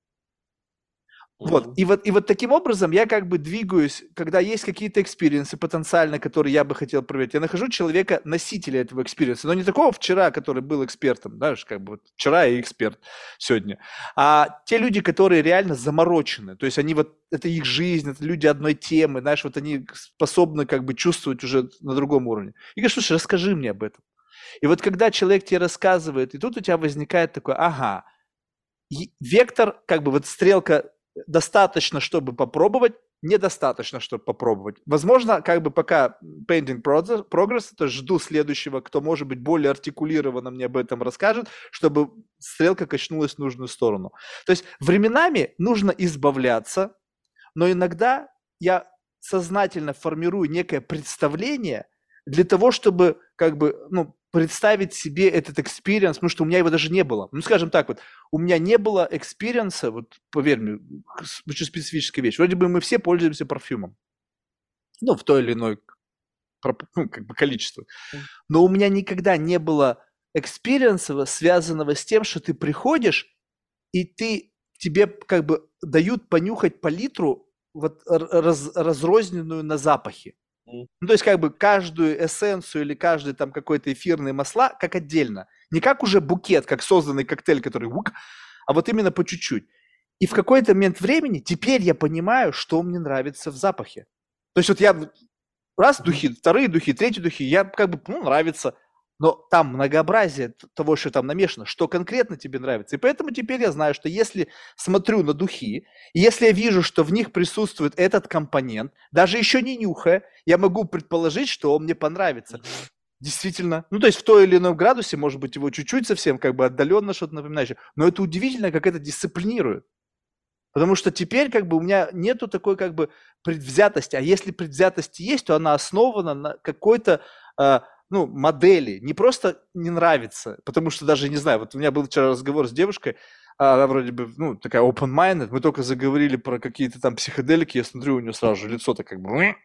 Вот. Мгм. И вот, и вот таким образом я как бы двигаюсь, когда есть какие-то экспириенсы потенциально, которые я бы хотел проверить, я нахожу человека, носителя этого экспириенса, но не такого вчера, который был экспертом, знаешь, как бы вот вчера и эксперт сегодня, а те люди, которые реально заморочены, то есть они вот, это их жизнь, это люди одной темы, знаешь, вот они способны как бы чувствовать уже на другом уровне. И говорю, слушай, расскажи мне об этом. И вот когда человек тебе рассказывает, и тут у тебя возникает такой, ага, и вектор, как бы вот стрелка достаточно, чтобы попробовать, недостаточно, чтобы попробовать. Возможно, как бы пока pending progress, то есть жду следующего, кто, может быть, более артикулированно мне об этом расскажет, чтобы стрелка качнулась в нужную сторону. То есть временами нужно избавляться, но иногда я сознательно формирую некое представление для того, чтобы как бы, ну, представить себе этот экспириенс, потому что у меня его даже не было. Ну, скажем так, вот, у меня не было экспириенса, вот, поверь мне, очень специфическая вещь. Вроде бы мы все пользуемся парфюмом, ну, в той или иной, ну, как бы количестве. Но у меня никогда не было экспириенса, связанного с тем, что ты приходишь, и ты, тебе как бы дают понюхать палитру вот раз, разрозненную на запахи. Мгм. Ну, то есть как бы каждую эссенцию или каждый там какой-то эфирные масла как отдельно. Не как уже букет, как созданный коктейль, который ук, а вот именно по чуть-чуть. И в какой-то момент времени теперь я понимаю, что мне нравится в запахе. То есть вот я раз духи, вторые духи, третьи духи, я как бы, ну, нравится. Но там многообразие того, что там намешано, что конкретно тебе нравится. И поэтому теперь я знаю, что если смотрю на духи, и если я вижу, что в них присутствует этот компонент, даже еще не нюхая, я могу предположить, что он мне понравится. Мгм. Действительно. Ну, то есть в той или ином градусе, может быть, его чуть-чуть совсем как бы отдаленно что-то напоминающее. Но это удивительно, как это дисциплинирует. Потому что теперь как бы у меня нету такой как бы предвзятости. А если предвзятость есть, то она основана на какой-то э, ну, модели. Не просто не нравится, потому что даже, не знаю, вот у меня был вчера разговор с девушкой, а она вроде бы, ну, такая open-minded, мы только заговорили про какие-то там психоделики, я смотрю, у нее сразу же лицо-то как бы,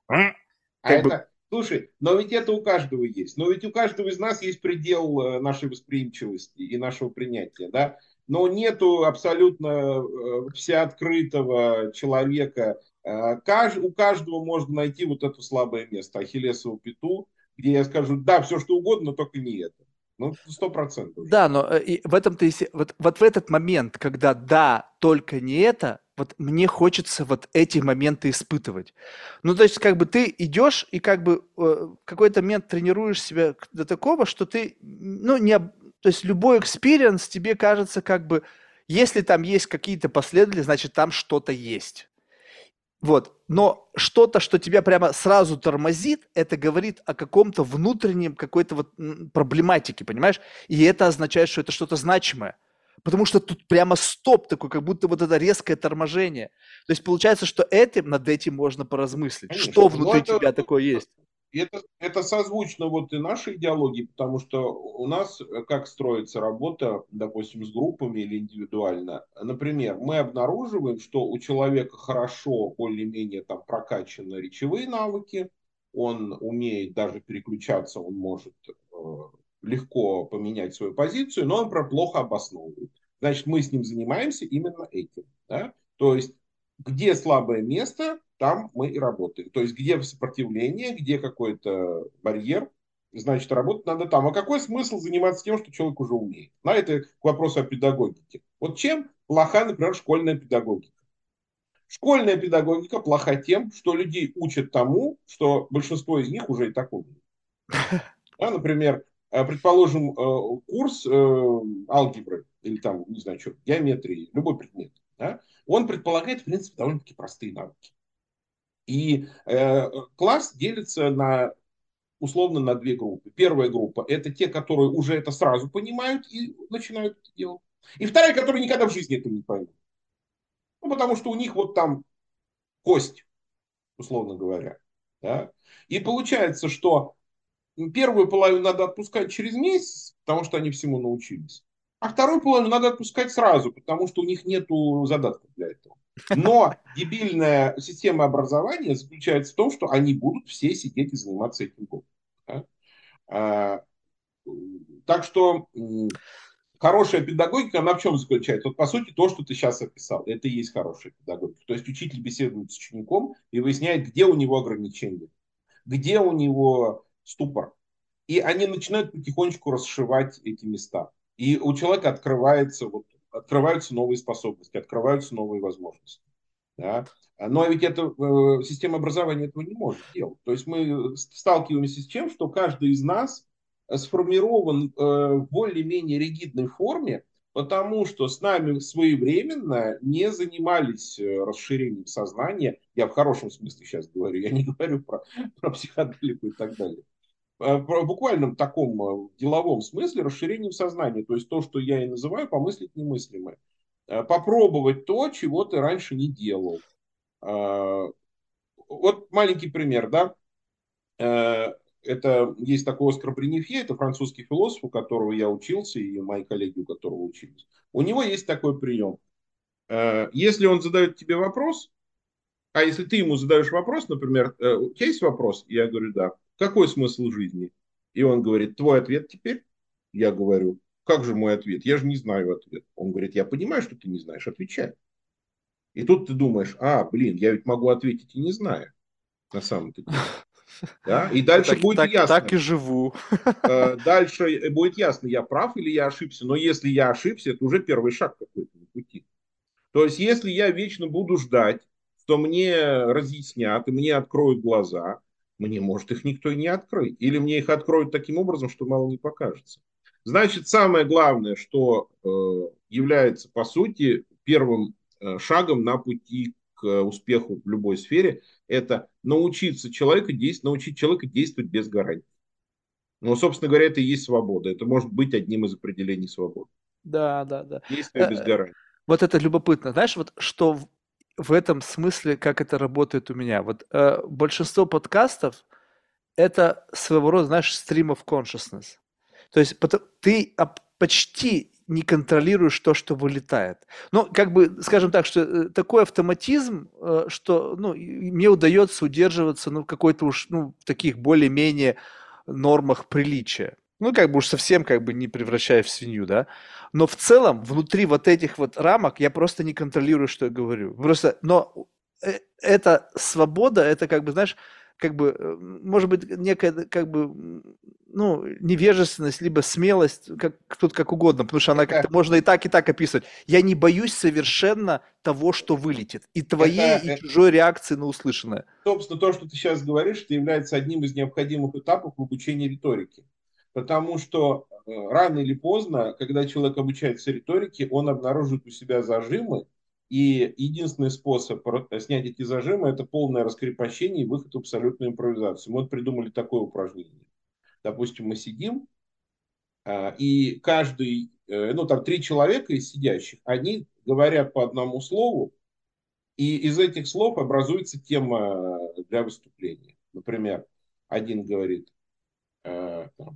А как бы, это, слушай, но ведь это у каждого есть. Но ведь у каждого из нас есть предел э, нашей восприимчивости и нашего принятия, да? Но нету абсолютно э, всеоткрытого человека. Э, каж- у каждого можно найти вот это слабое место, ахиллесову пяту, где я скажу, да, все что угодно, но только не это. Ну, сто процентов же. да, но э, и в этом-то и се- вот, вот в этот момент, когда да, только не это, вот мне хочется вот эти моменты испытывать. Ну, то есть, как бы ты идешь и как бы э, в какой-то момент тренируешь себя к- до такого, что ты, ну, не, об- то есть любой экспириенс тебе кажется как бы, если там есть какие-то последователи, значит, там что-то есть. Вот. Но что-то, что тебя прямо сразу тормозит, это говорит о каком-то внутреннем какой-то вот м, проблематике, понимаешь? И это означает, что это что-то значимое. Потому что тут прямо стоп такой, как будто вот это резкое торможение. То есть получается, что этим, над этим можно поразмыслить. Что Конечно. Но внутри это, тебя такое есть? это, это созвучно вот и нашей идеологии, потому что у нас э, как строится работа, допустим, с группами или индивидуально. Например, мы обнаруживаем, что у человека хорошо, более-менее там прокачаны речевые навыки, он умеет даже переключаться, он может э, легко поменять свою позицию, но он про плохо обосновывает. Значит, мы с ним занимаемся именно этим. Да? То есть где слабое место, там мы и работаем. То есть где сопротивление, где какой-то барьер, значит, работать надо там. А какой смысл заниматься тем, что человек уже умеет? На это к вопросу о педагогике. Вот чем плоха, например, школьная педагогика? Школьная педагогика плоха тем, что людей учат тому, что большинство из них уже и так умеют. Да, например, э, предположим, э, курс э, алгебры или там, не знаю, что, геометрии, любой предмет, да, он предполагает, в принципе, довольно-таки простые навыки. И э, класс делится на, условно на две группы. Первая группа — это те, которые уже это сразу понимают и начинают это делать. И вторая, которые никогда в жизни это не поймут. Ну, потому что у них вот там кость, условно говоря. Да? И получается, что первую половину надо отпускать через месяц, потому что они всему научились. А вторую половину надо отпускать сразу, потому что у них нет задатков для этого. Но дебильная система образования заключается в том, что они будут все сидеть и заниматься этим годом. Да? А, так что хорошая педагогика, она в чем заключается? Вот, по сути, то, что ты сейчас описал, это и есть хорошая педагогика. То есть учитель беседует с учеником и выясняет, где у него ограничения, где у него ступор. И они начинают потихонечку расшивать эти места. И у человека открывается, вот, открываются новые способности, открываются новые возможности. Да? Но ведь эта э, система образования этого не может делать. То есть мы сталкиваемся с тем, что каждый из нас сформирован э, в более-менее ригидной форме, потому что с нами своевременно не занимались э, расширением сознания. Я в хорошем смысле сейчас говорю, я не говорю про, про психоделику и так далее. Э, в буквальном таком э, деловом смысле расширением сознания. То есть то, что я и называю помыслить немыслимое. Э, Попробовать то, чего ты раньше не делал. Э, Вот маленький пример, да. Э, Это есть такой Оскар Бренефье, это французский философ, у которого я учился, и мои коллеги, у которого учились. У него есть такой прием. Э, Если он задает тебе вопрос, а если ты ему задаешь вопрос, например, э, у тебя есть вопрос? Я говорю, да. Какой смысл жизни? И он говорит, твой ответ теперь? Я говорю, как же мой ответ? Я же не знаю ответ. Он говорит, я понимаю, что ты не знаешь, отвечай. И тут ты думаешь, а, блин, я ведь могу ответить и не знаю на самом-то деле. Да? И Я дальше так, будет так, так ясно. и живу. Э, Дальше будет ясно, я прав или я ошибся. Но если я ошибся, это уже первый шаг какой-то на пути. То есть, если я вечно буду ждать, что мне разъяснят и мне откроют глаза, мне, может, их никто и не откроет. Или мне их откроют таким образом, что мало не покажется. Значит, самое главное, что э, является, по сути, первым э, шагом на пути к успеху в любой сфере, это научиться человека действовать, научить человека действовать без гарантий. Ну, собственно говоря, это и есть свобода. Это может быть одним из определений свободы. Да, да, да. Действие без Э, гарантий. Вот это любопытно. Знаешь, вот что в, в этом смысле, как это работает у меня. Вот э, большинство подкастов это своего рода, знаешь, stream of consciousness. То есть пото- ты ап- почти не контролируешь то, что вылетает. Ну, как бы, скажем так, что э, такой автоматизм, э, что, ну, и- мне удается удерживаться, ну, в какой-то уж, ну, в таких более-менее нормах приличия. Ну, как бы уж совсем как бы не превращая в свинью, да. Но в целом, внутри вот этих вот рамок я просто не контролирую, что я говорю. Просто, но э, эта свобода, это как бы, знаешь, как бы, э, может быть, некая, как бы, м, ну, невежественность, либо смелость, как, тут как угодно, потому что она как-то Это, можно и так, и так описывать. Я не боюсь совершенно того, что вылетит. И твоей, это, и э, чужой реакции на услышанное. собственно, то, что ты сейчас говоришь, это является одним из необходимых этапов в обучении риторики. Потому что э, рано или поздно, когда человек обучается риторике, он обнаружит у себя зажимы, и единственный способ снять эти зажимы — это полное раскрепощение и выход в абсолютную импровизацию. Мы вот придумали такое упражнение. Допустим, мы сидим, а, и каждый, э, ну там три человека из сидящих, они говорят по одному слову, и из этих слов образуется тема для выступления. Например, один говорит, э, там,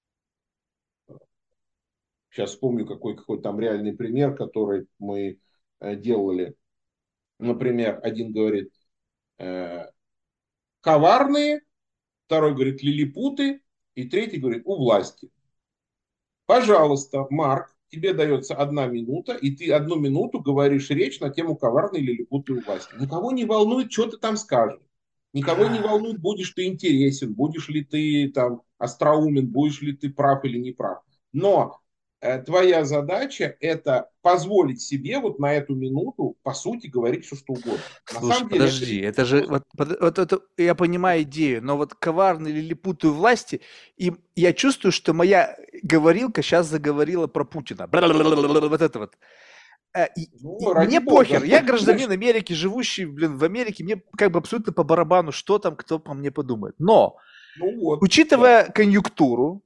сейчас вспомню какой, какой там реальный пример, который мы э, делали. Например, один говорит, э, коварные, второй говорит, лилипуты, и третий говорит, у власти. Пожалуйста, Марк, тебе дается одна минута, и ты одну минуту говоришь речь на тему коварной или лилипуты у власти. Никого не волнует, что ты там скажешь. Никого не волнует, будешь ты интересен, будешь ли ты там остроумен, будешь ли ты прав или не прав. Но э, твоя задача — это позволить себе вот на эту минуту, по сути, говорить все, что угодно. На Слушай, самом деле это подожди, это же просто. вот, под- вот это я понимаю идею, но вот коварный лилипутую власти, и я чувствую, что моя говорилка сейчас заговорила про Путина. Вот это вот. Э, и, Ну, и ради мне бога. похер, я гражданин Знаешь, Америки, живущий, блин, в Америке, мне как бы абсолютно по барабану, что там, кто по мне подумает. Но, ну вот, да. учитывая конъюнктуру,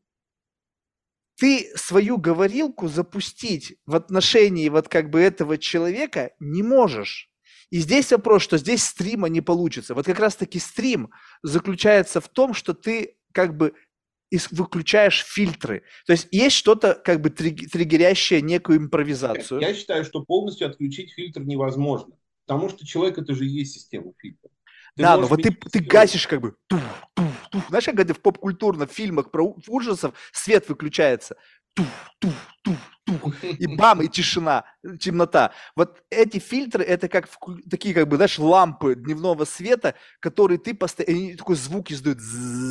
ты свою говорилку запустить в отношении вот как бы этого человека не можешь. И здесь вопрос, что здесь стрима не получится. Вот как раз-таки стрим заключается в том, что ты как бы ис- выключаешь фильтры. То есть есть что-то как бы триг- триггерящее некую Нет, импровизацию. я считаю, что полностью отключить фильтр невозможно. Потому что человек это же и есть система фильтра. Ты Да, но можешь вот ты, ты минимизировать. гасишь как бы туф, туф, туф. Знаешь, как это в поп-культурных фильмах про у- ужасов свет выключается. Туф, туф, туф, тух. И бам, и тишина, темнота. Вот эти фильтры, это как вклю- такие, как бы, знаешь, лампы дневного света, которые ты постоянно, такой звук издают.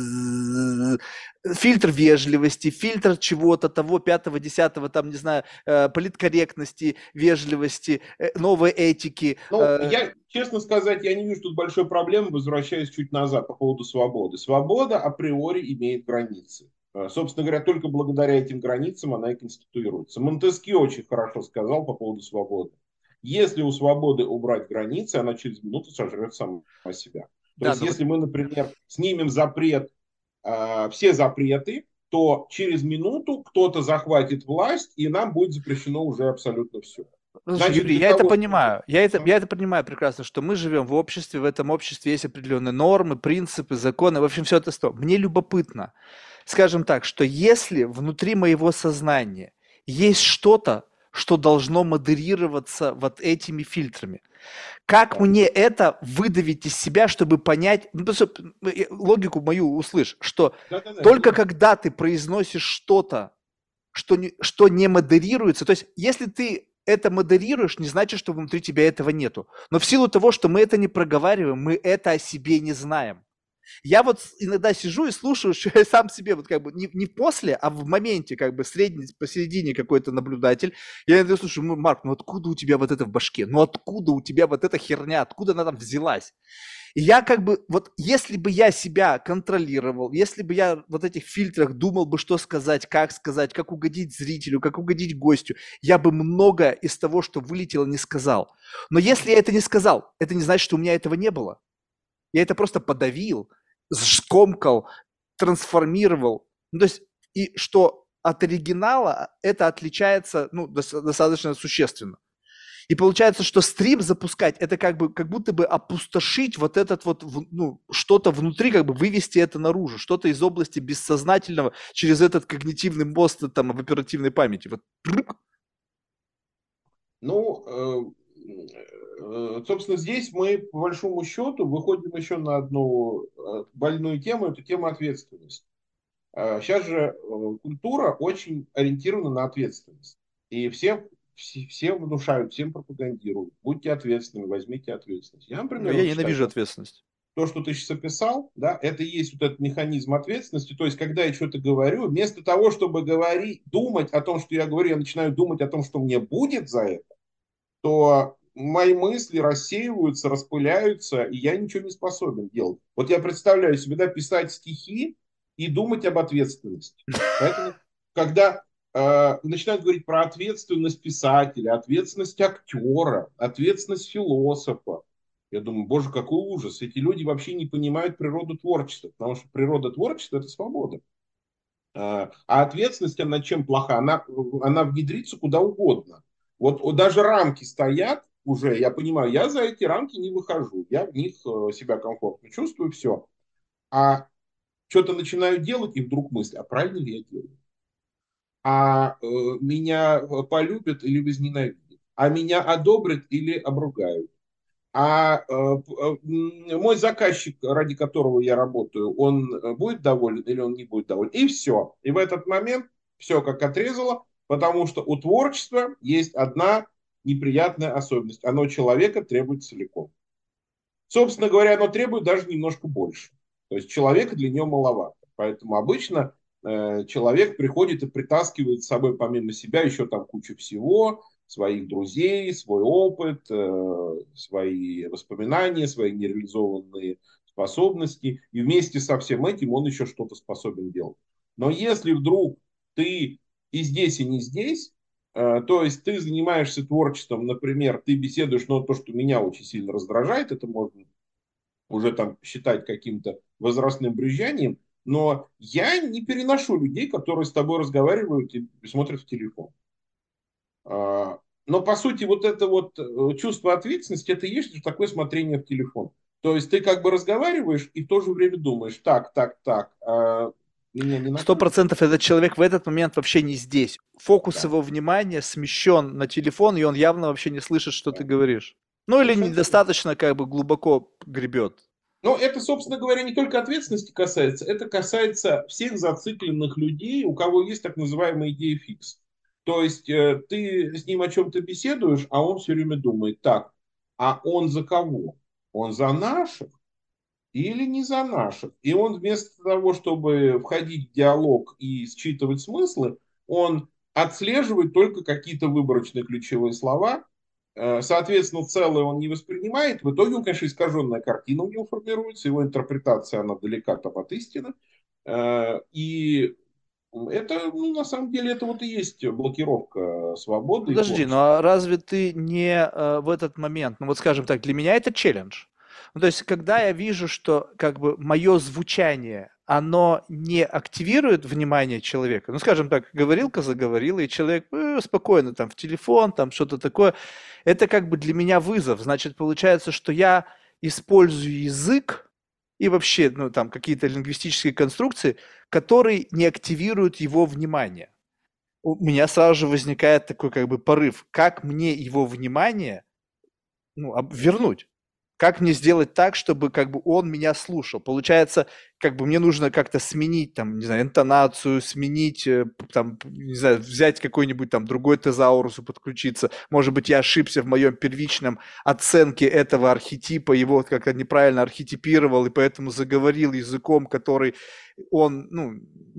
Зззз. Фильтр вежливости, фильтр чего-то, того, пятого, десятого, там, не знаю, э, политкорректности, вежливости, э, новой этики, Ну, э, я, честно сказать, я не вижу тут большой проблемы, возвращаясь чуть назад по поводу свободы. Свобода априори имеет границы. Э, Собственно говоря, только благодаря этим границам она и конституируется. Монтескье очень хорошо сказал по поводу свободы. Если у свободы убрать границы, она через минуту сожрет сама себя. То да, есть, но вот если мы, например, снимем запрет, э, все запреты, то через минуту кто-то захватит власть, и нам будет запрещено уже абсолютно все. слушай, Значит, Юрий, для я это того, чтобы... понимаю. Я это, я это понимаю прекрасно, что мы живем в обществе, в этом обществе есть определенные нормы, принципы, законы, в общем, все это сто. Мне любопытно, скажем так, что если внутри моего сознания есть что-то, что должно модерироваться вот этими фильтрами, как Так. мне это выдавить из себя, чтобы понять, ну, просто, э, логику мою услышь, что Да-да-да, я только понимаю. когда ты произносишь что-то, что не, что не модерируется. То есть, если ты это модерируешь, не значит, что внутри тебя этого нету. Но в силу того, что мы это не проговариваем, мы это о себе не знаем. Я вот иногда сижу и слушаю, что я сам себе вот как бы не, не после, а в моменте как бы средний, посередине какой-то наблюдатель. Я иногда слушаю, ну, Марк, ну откуда у тебя вот это в башке? Ну откуда у тебя вот эта херня? Откуда она там взялась? И я как бы, вот если бы я себя контролировал, если бы я вот этих фильтрах думал бы, что сказать, как сказать, как угодить зрителю, как угодить гостю, я бы много из того, что вылетело, не сказал. Но если я это не сказал, это не значит, что у меня этого не было. Я это просто подавил, скомкал, трансформировал. Ну, то есть, и что от оригинала это отличается ну, достаточно существенно. И получается, что стрим запускать, это как бы, как будто бы опустошить вот этот вот, ну, что-то внутри, как бы вывести это наружу, что-то из области бессознательного через этот когнитивный мост там в оперативной памяти. Вот. Ну, э, э, собственно, здесь мы, по большому счету, выходим еще на одну э, больную тему, это тема ответственности. Э, Сейчас же э, культура очень ориентирована на ответственность. И все, все, все внушают, всем пропагандируют. Будьте ответственными, возьмите ответственность. Я, Ну, например, я вот считаю, ненавижу что ответственность. то, что ты сейчас описал, да, это и есть вот этот механизм ответственности. То есть, когда я что-то говорю, вместо того, чтобы говорить, думать о том, что я говорю, я начинаю думать о том, что мне будет за это, то мои мысли рассеиваются, распыляются, и я ничего не способен делать. Вот я представляю себе, да, писать стихи и думать об ответственности. Поэтому, когда э, начинают говорить про ответственность писателя, ответственность актера, ответственность философа, я думаю, боже, какой ужас. Эти люди вообще не понимают природу творчества, потому что природа творчества – это свобода. А ответственность, она чем плоха? Она, она внедрится куда угодно. Вот, вот даже рамки стоят уже, я понимаю, я за эти рамки не выхожу, я в них э, себя комфортно чувствую, все. А что-то начинаю делать, и вдруг мысль, а правильно ли я делаю? А э, меня полюбят или возненавидят? А меня одобрят или обругают? А э, э, мой заказчик, ради которого я работаю, он э, будет доволен или он не будет доволен? И все. И в этот момент все как отрезало, потому что у творчества есть одна неприятная особенность. Оно человека требует целиком. Собственно говоря, оно требует даже немножко больше. То есть человека для него маловато. Поэтому обычно э, человек приходит и притаскивает с собой помимо себя еще там кучу всего, своих друзей, свой опыт, э, свои воспоминания, свои нереализованные способности. И вместе со всем этим он еще что-то способен делать. Но если вдруг ты и здесь, и не здесь, Э, То есть ты занимаешься творчеством, например, ты беседуешь, но то, что меня очень сильно раздражает, это можно уже там считать каким-то возрастным брюзжанием, но я не переношу людей, которые с тобой разговаривают и смотрят в телефон. А, Но по сути вот это вот э, чувство ответственности, это и есть такое смотрение в телефон. То есть ты как бы разговариваешь и в то же время думаешь, так, так, так, а меня не Сто накажут? процентов этот человек в этот момент вообще не здесь. Фокус Да, его внимания смещен на телефон, и он явно вообще не слышит, что ты да, говоришь. Ну или совершенно верно. недостаточно как бы глубоко гребет. Но это, собственно говоря, не только ответственности касается, это касается всех зацикленных людей, у кого есть так называемая идея фикс. То есть э, ты с ним о чем-то беседуешь, а он все время думает, так, а он за кого? Он за наших или не за наших? И он вместо того, чтобы входить в диалог и считывать смыслы, он отслеживает только какие-то выборочные ключевые слова. Э, Соответственно, целое он не воспринимает. В итоге, он, конечно, искаженная картина у него формируется, его интерпретация, она далека там от истины. Э, И это, ну, на самом деле, это вот и есть блокировка свободы и Подожди, ну творчества. а разве ты не э, в этот момент, ну вот скажем так, для меня это челлендж. Ну, то есть, когда я вижу, что как бы мое звучание, оно не активирует внимание человека, ну, скажем так, говорилка заговорила, и человек э, спокойно там в телефон, там что-то такое, это как бы для меня вызов. Значит, получается, что я использую язык и вообще, ну, там, какие-то лингвистические конструкции, которые не активируют его внимание. У меня сразу же возникает такой как бы порыв. Как мне его внимание, ну, об- вернуть? Как мне сделать так, чтобы как бы он меня слушал? Получается, как бы мне нужно как-то сменить там, не знаю, интонацию, сменить, э, п- там, не знаю, взять какой-нибудь там другой тезаурус и подключиться. Может быть, я ошибся в моем первичном оценке этого архетипа, его вот как-то неправильно архетипировал, и поэтому заговорил языком, который он, ну,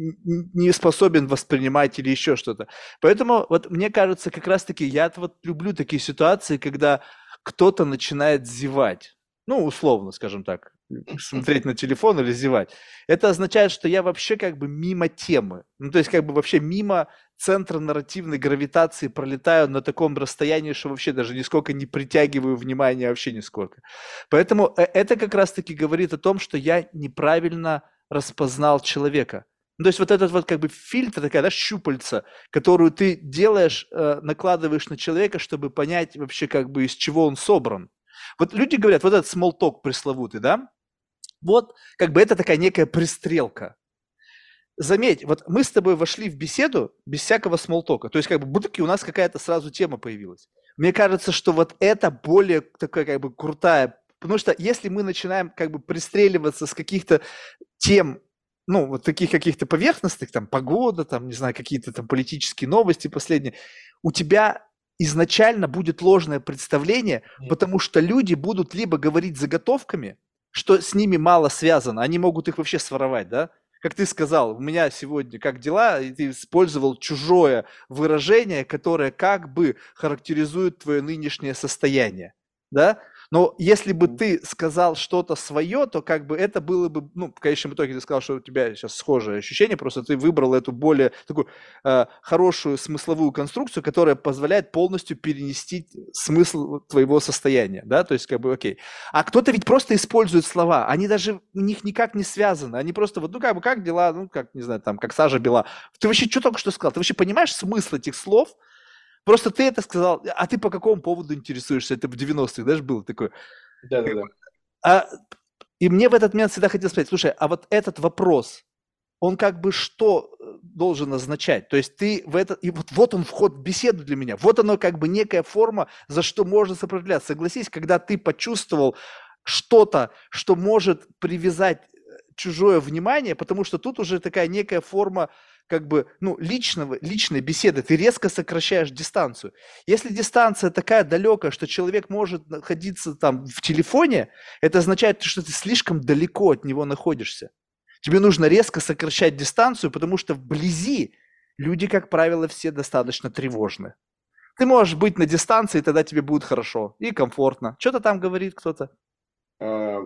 н- не способен воспринимать или еще что-то. Поэтому вот мне кажется, как раз-таки я вот люблю такие ситуации, когда кто-то начинает зевать. Ну, условно, скажем так, смотреть на телефон или зевать. Это означает, что я вообще как бы мимо темы. Ну, то есть как бы вообще мимо центра нарративной гравитации пролетаю на таком расстоянии, что вообще даже нисколько не притягиваю внимания вообще нисколько. Поэтому э, это как раз-таки говорит о том, что я неправильно распознал человека. Ну, то есть вот этот вот как бы фильтр, такая, да, щупальца, которую ты делаешь, э, накладываешь на человека, чтобы понять вообще как бы из чего он собран. Вот люди говорят, вот этот small talk пресловутый, да, вот как бы это такая некая пристрелка. Заметь, вот мы с тобой вошли в беседу без всякого смолтока, то есть как бы будто у нас какая-то сразу тема появилась. Мне кажется, что вот это более такая как бы крутая, потому что если мы начинаем как бы пристреливаться с каких-то тем, ну, вот таких каких-то поверхностных, там, погода, там, не знаю, какие-то там политические новости последние, у тебя изначально будет ложное представление, потому что люди будут либо говорить заготовками, что с ними мало связано, они могут их вообще своровать, да? Как ты сказал, у меня сегодня как дела, и ты использовал чужое выражение, которое как бы характеризует твое нынешнее состояние, да? Но если бы ты сказал что-то свое, то как бы это было бы, ну, в конечном итоге ты сказал, что у тебя сейчас схожее ощущение, просто ты выбрал эту более такую э, хорошую смысловую конструкцию, которая позволяет полностью перенести смысл твоего состояния, да, то есть как бы окей. А кто-то ведь просто использует слова, они даже у них никак не связаны, они просто вот, ну как бы, как дела, ну как, не знаю, там, как сажа бела. Ты вообще что только что сказал? Ты вообще понимаешь смысл этих слов? Просто ты это сказал, а ты по какому поводу интересуешься? Это в девяностых, даже было такое. Да-да-да. А, и мне в этот момент всегда хотелось сказать, слушай, а вот этот вопрос, он как бы что э, должен означать? То есть ты в это, и вот, вот он вход в беседу для меня, вот оно как бы некая форма, за что можно сопротивляться. Согласись, когда ты почувствовал что-то, что может привязать э, чужое внимание, потому что тут уже такая некая форма как бы, ну, личного, личной беседы, ты резко сокращаешь дистанцию. Если дистанция такая далекая, что человек может находиться там в телефоне, это означает, что ты слишком далеко от него находишься. Тебе нужно резко сокращать дистанцию, потому что вблизи люди, как правило, все достаточно тревожны. Ты можешь быть на дистанции, тогда тебе будет хорошо и комфортно. Что-то там говорит кто-то. А,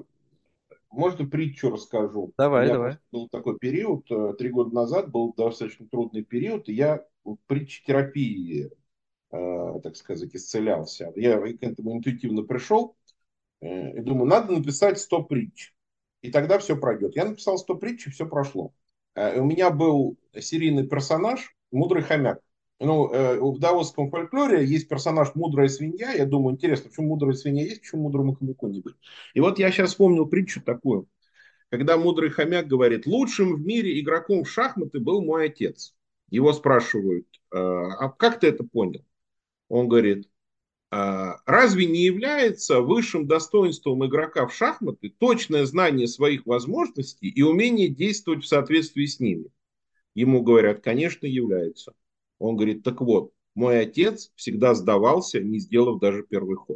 Можно притчу расскажу. У Давай, меня давай. просто был такой период, э, три года назад был достаточно трудный период, и я в притчетерапии э, так сказать, исцелялся. Я к этому интуитивно пришел э, и думаю, надо написать сто притч. И тогда все пройдет. Я написал сто притч, и все прошло. Э, у меня был серийный персонаж, мудрый хомяк. Ну, э, в даосском фольклоре есть персонаж мудрая свинья. Я думаю, интересно, почему мудрая свинья есть, почему мудрому хомяку не быть. И вот я сейчас вспомнил притчу такую. Когда мудрый хомяк говорит, лучшим в мире игроком в шахматы был мой отец. Его спрашивают, а как ты это понял? Он говорит, «А разве не является высшим достоинством игрока в шахматы точное знание своих возможностей и умение действовать в соответствии с ними? Ему говорят, конечно, является. Он говорит, так вот, мой отец всегда сдавался, не сделав даже первый ход.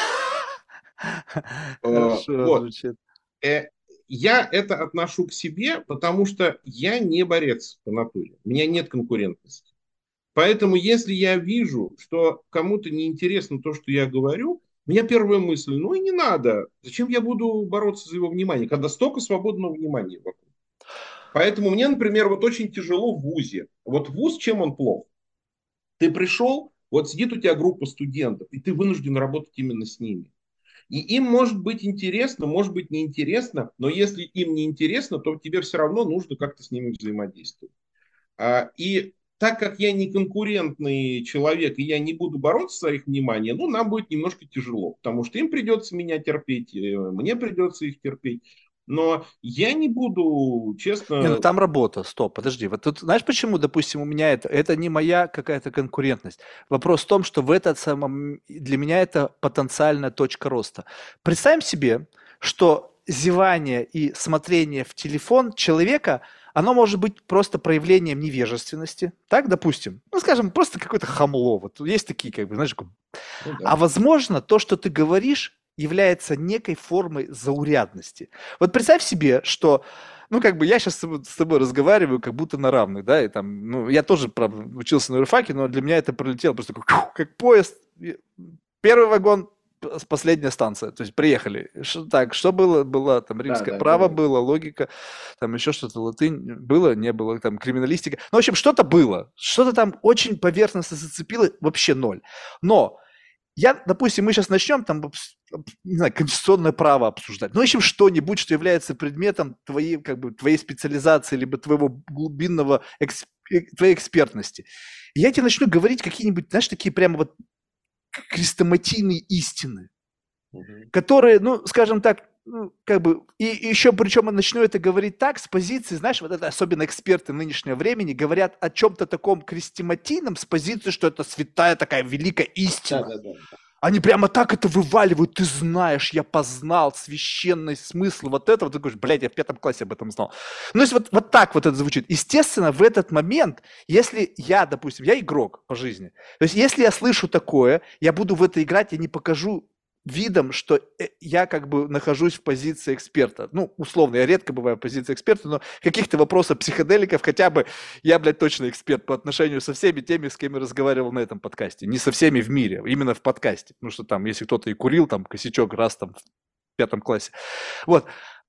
Э, Хорошо Вот. звучит. Э, Я это отношу к себе, потому что я не борец по натуре. У меня нет конкурентности. Поэтому, если я вижу, что кому-то неинтересно то, что я говорю, у меня первая мысль, ну и не надо. Зачем я буду бороться за его внимание, когда столько свободного внимания вокруг? Поэтому мне, например, вот очень тяжело в ВУЗе. Вот ВУЗ, чем он плох? Ты пришел, вот сидит у тебя группа студентов, и ты вынужден работать именно с ними. И им может быть интересно, может быть неинтересно, но если им не интересно, то тебе все равно нужно как-то с ними взаимодействовать. А, И так как я не конкурентный человек, и я не буду бороться за их внимание, ну, нам будет немножко тяжело, потому что им придется меня терпеть, э, мне придется их терпеть. Но я не буду, Не, ну честно... там работа, стоп, подожди. Вот тут, знаешь, почему, допустим, у меня это, это не моя какая-то конкурентность. Вопрос в том, что в этот самом, для меня это потенциальная точка роста. Представим себе, что зевание и смотрение в телефон человека, оно может быть просто проявлением невежественности, так, допустим, ну, скажем, просто какое-то хамло, вот есть такие, как бы, знаешь, Ну а да. возможно, то, что ты говоришь, является некой формой заурядности. Вот представь себе, что, ну, как бы я сейчас с тобой разговариваю, как будто на равных, да, и там, ну, я тоже, правда, учился на юрфаке, но для меня это пролетело просто как, как поезд. Первый вагон, последняя станция, то есть приехали. Ш, так, что было? Было там Да, римское да, право, говори. было логика, там еще что-то, латынь, было, не было, там криминалистика. Ну, в общем, что-то было, что-то там очень поверхностно зацепило, вообще ноль. Но я, допустим, мы сейчас начнем там, не знаю, конституционное право обсуждать. Ну, ищем что-нибудь, что является предметом твоей, как бы, твоей специализации, либо твоего глубинного, эксп, э, твоей экспертности. И я тебе начну говорить какие-нибудь, знаешь, такие прямо вот хрестоматийные истины, Мгм. которые, ну, скажем так, ну, как бы, и, и еще причем я начну это говорить так, с позиции, знаешь, вот это особенно эксперты нынешнего времени говорят о чем-то таком крестиматийном с позиции, что это святая такая великая Да, истина. да, да. Они прямо так это вываливают, ты знаешь, я познал священный смысл вот этого, ты говоришь, блядь, я в пятом классе об этом знал. Ну, то есть вот, вот так вот это звучит. Естественно, в этот момент, если я, допустим, я игрок по жизни, то есть если я слышу такое, я буду в это играть, я не покажу видом, что э, я как бы нахожусь в позиции эксперта. Ну, условно, я редко бываю в позиции эксперта, но каких-то вопросов психоделиков хотя бы я, блядь, точно эксперт по отношению со всеми теми, с кем я разговаривал на этом подкасте. Не со всеми в мире, именно в подкасте. Потому что там, если кто-то и курил, там, косячок раз там в пятом классе. Вот.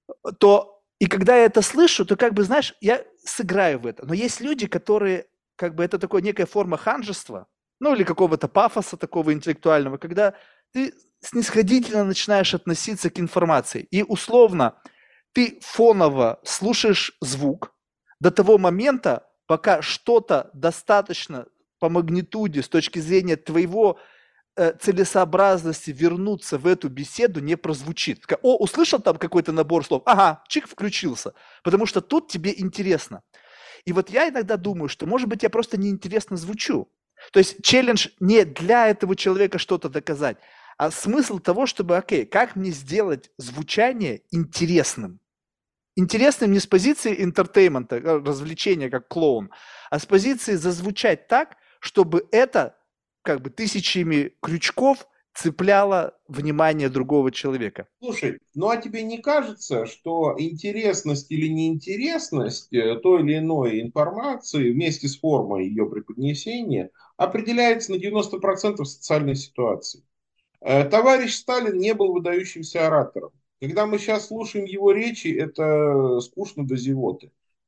То и когда я это слышу, то как бы, знаешь, я сыграю в это. Но есть люди, которые, как бы, это такое некая форма ханжества, ну, или какого-то пафоса такого интеллектуального, когда ты снисходительно начинаешь относиться к информации. И условно ты фоново слушаешь звук до того момента, пока что-то достаточно по магнитуде с точки зрения твоего э, целесообразности вернуться в эту беседу не прозвучит. О, услышал там какой-то набор слов, ага, чик, включился, потому что тут тебе интересно. И вот я иногда думаю, что, может быть, я просто неинтересно звучу. То есть челлендж не для этого человека что-то доказать, а смысл того, чтобы, окей, как мне сделать звучание интересным? Интересным не с позиции интертеймента, э, развлечения, как клоун, а с позиции зазвучать так, чтобы это как бы тысячами крючков цепляло внимание другого человека. Слушай, ну а тебе не кажется, что интересность или неинтересность э, той или иной информации вместе с формой ее преподнесения определяется на девяносто процентов социальной ситуации? Э, Товарищ Сталин не был выдающимся оратором. Когда мы сейчас слушаем его речи, это скучно до зевоты.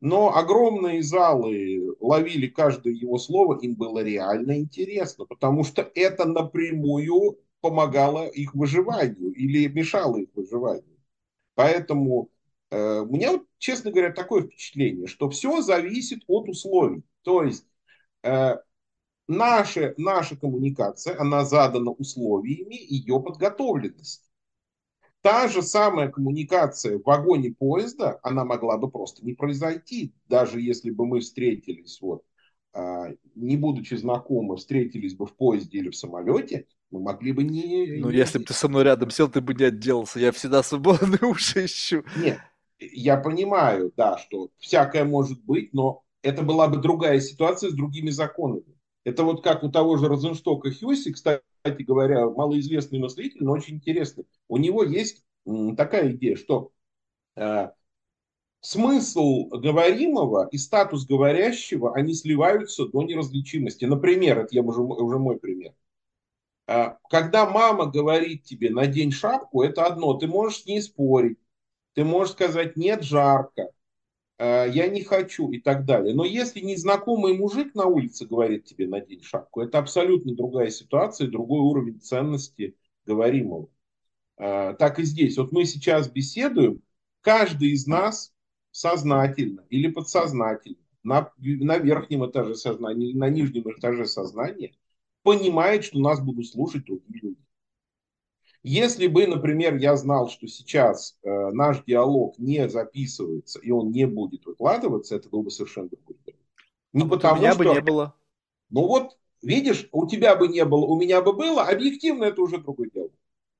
Но огромные залы ловили каждое его слово, им было реально интересно, потому что это напрямую помогало их выживанию или мешало их выживанию. Поэтому э, у меня, вот, честно говоря, такое впечатление, что все зависит от условий. То есть э, наша, наша коммуникация, она задана условиями ее подготовленности. Та же самая коммуникация в вагоне поезда, она могла бы просто не произойти, даже если бы мы встретились, вот, а, не будучи знакомы, встретились бы в поезде или в самолете, мы могли бы не... Ну, если бы не... ты со мной рядом сел, ты бы не отделался. Я всегда свободные уши ищу. Нет, я понимаю, да, что всякое может быть, но это была бы другая ситуация с другими законами. Это вот как у того же Розенштока Хьюси, кстати говоря, малоизвестный мыслитель, но очень интересный. У него есть м, такая идея, что э, смысл говоримого и статус говорящего, они сливаются до неразличимости. Например, это я уже, уже мой пример. Э, Когда мама говорит тебе «надень шапку», это одно, ты можешь с ней спорить, ты можешь сказать «нет, жарко», э, «я не хочу» и так далее. Но если незнакомый мужик на улице говорит тебе «надень шапку», это абсолютно другая ситуация, другой уровень ценности говоримого. Э, Так и здесь. Вот мы сейчас беседуем, каждый из нас сознательно или подсознательно на, на верхнем этаже сознания или на нижнем этаже сознания понимает, что нас будут слушать другие люди. Если бы, например, я знал, что сейчас э, наш диалог не записывается и он не будет выкладываться, это был бы совершенно другой диалог. А Не вот у потому, меня бы что, не было. ну вот, видишь, у тебя бы не было, у меня бы было, объективно это уже другой диалог.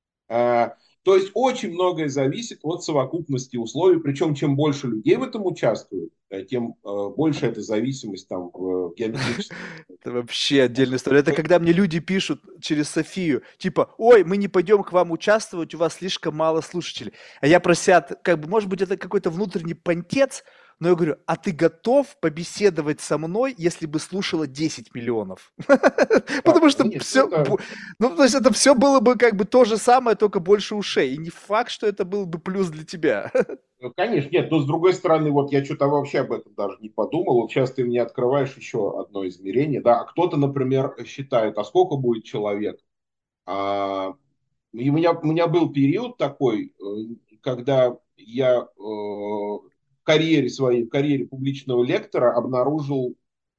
А, То есть очень многое зависит от совокупности условий, причем чем больше людей в этом участвует, э, тем э, больше эта зависимость там в геометрическом. Это вообще отдельная история. Это когда мне люди пишут через Софию, типа, ой, мы не пойдем к вам участвовать, у вас слишком мало слушателей. А я про себя, как бы, может быть, это какой-то внутренний понтец, но я говорю, а ты готов побеседовать со мной, если бы слушало десять миллионов? Да, Потому что нет, все, это, ну, то есть это все было бы как бы то же самое, только больше ушей. И не факт, что это был бы плюс для тебя. э, конечно, нет, но с другой стороны, вот я что-то вообще об этом даже не подумал. Вот сейчас ты мне открываешь еще одно измерение, да, а кто-то, например, считает, а сколько будет человек? А, и у меня, у меня был период такой, э, когда я э, в карьере своей, в карьере публичного лектора обнаружил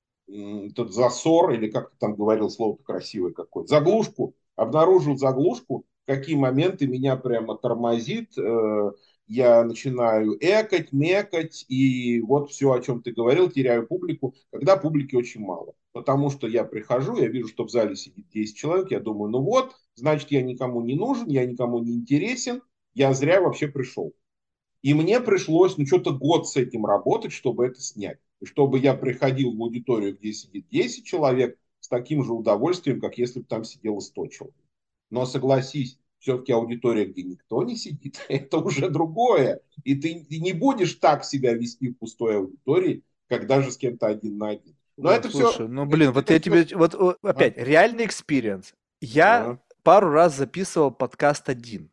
этот засор, или как ты там говорил, слово красивое какое-то, заглушку, обнаружил заглушку, в какие моменты меня прямо тормозит, э, я начинаю экать, мекать, и вот все, о чем ты говорил, теряю публику, когда публики очень мало. Потому что я прихожу, я вижу, что в зале сидит десять человек, я думаю, ну вот, значит, я никому не нужен, я никому не интересен, я зря вообще пришел. И мне пришлось, ну, что-то год с этим работать, чтобы это снять. И чтобы я приходил в аудиторию, где сидит десять человек, с таким же удовольствием, как если бы там сидело сто человек. Но согласись, все-таки аудитория, где никто не сидит, это уже другое. И ты не будешь так себя вести в пустой аудитории, когда же с кем-то один на один. Но Ой, это все, слушай, ну блин, вот это я все. тебе, вот о, А, опять, реальный экспириенс. Я а, пару раз записывал подкаст один.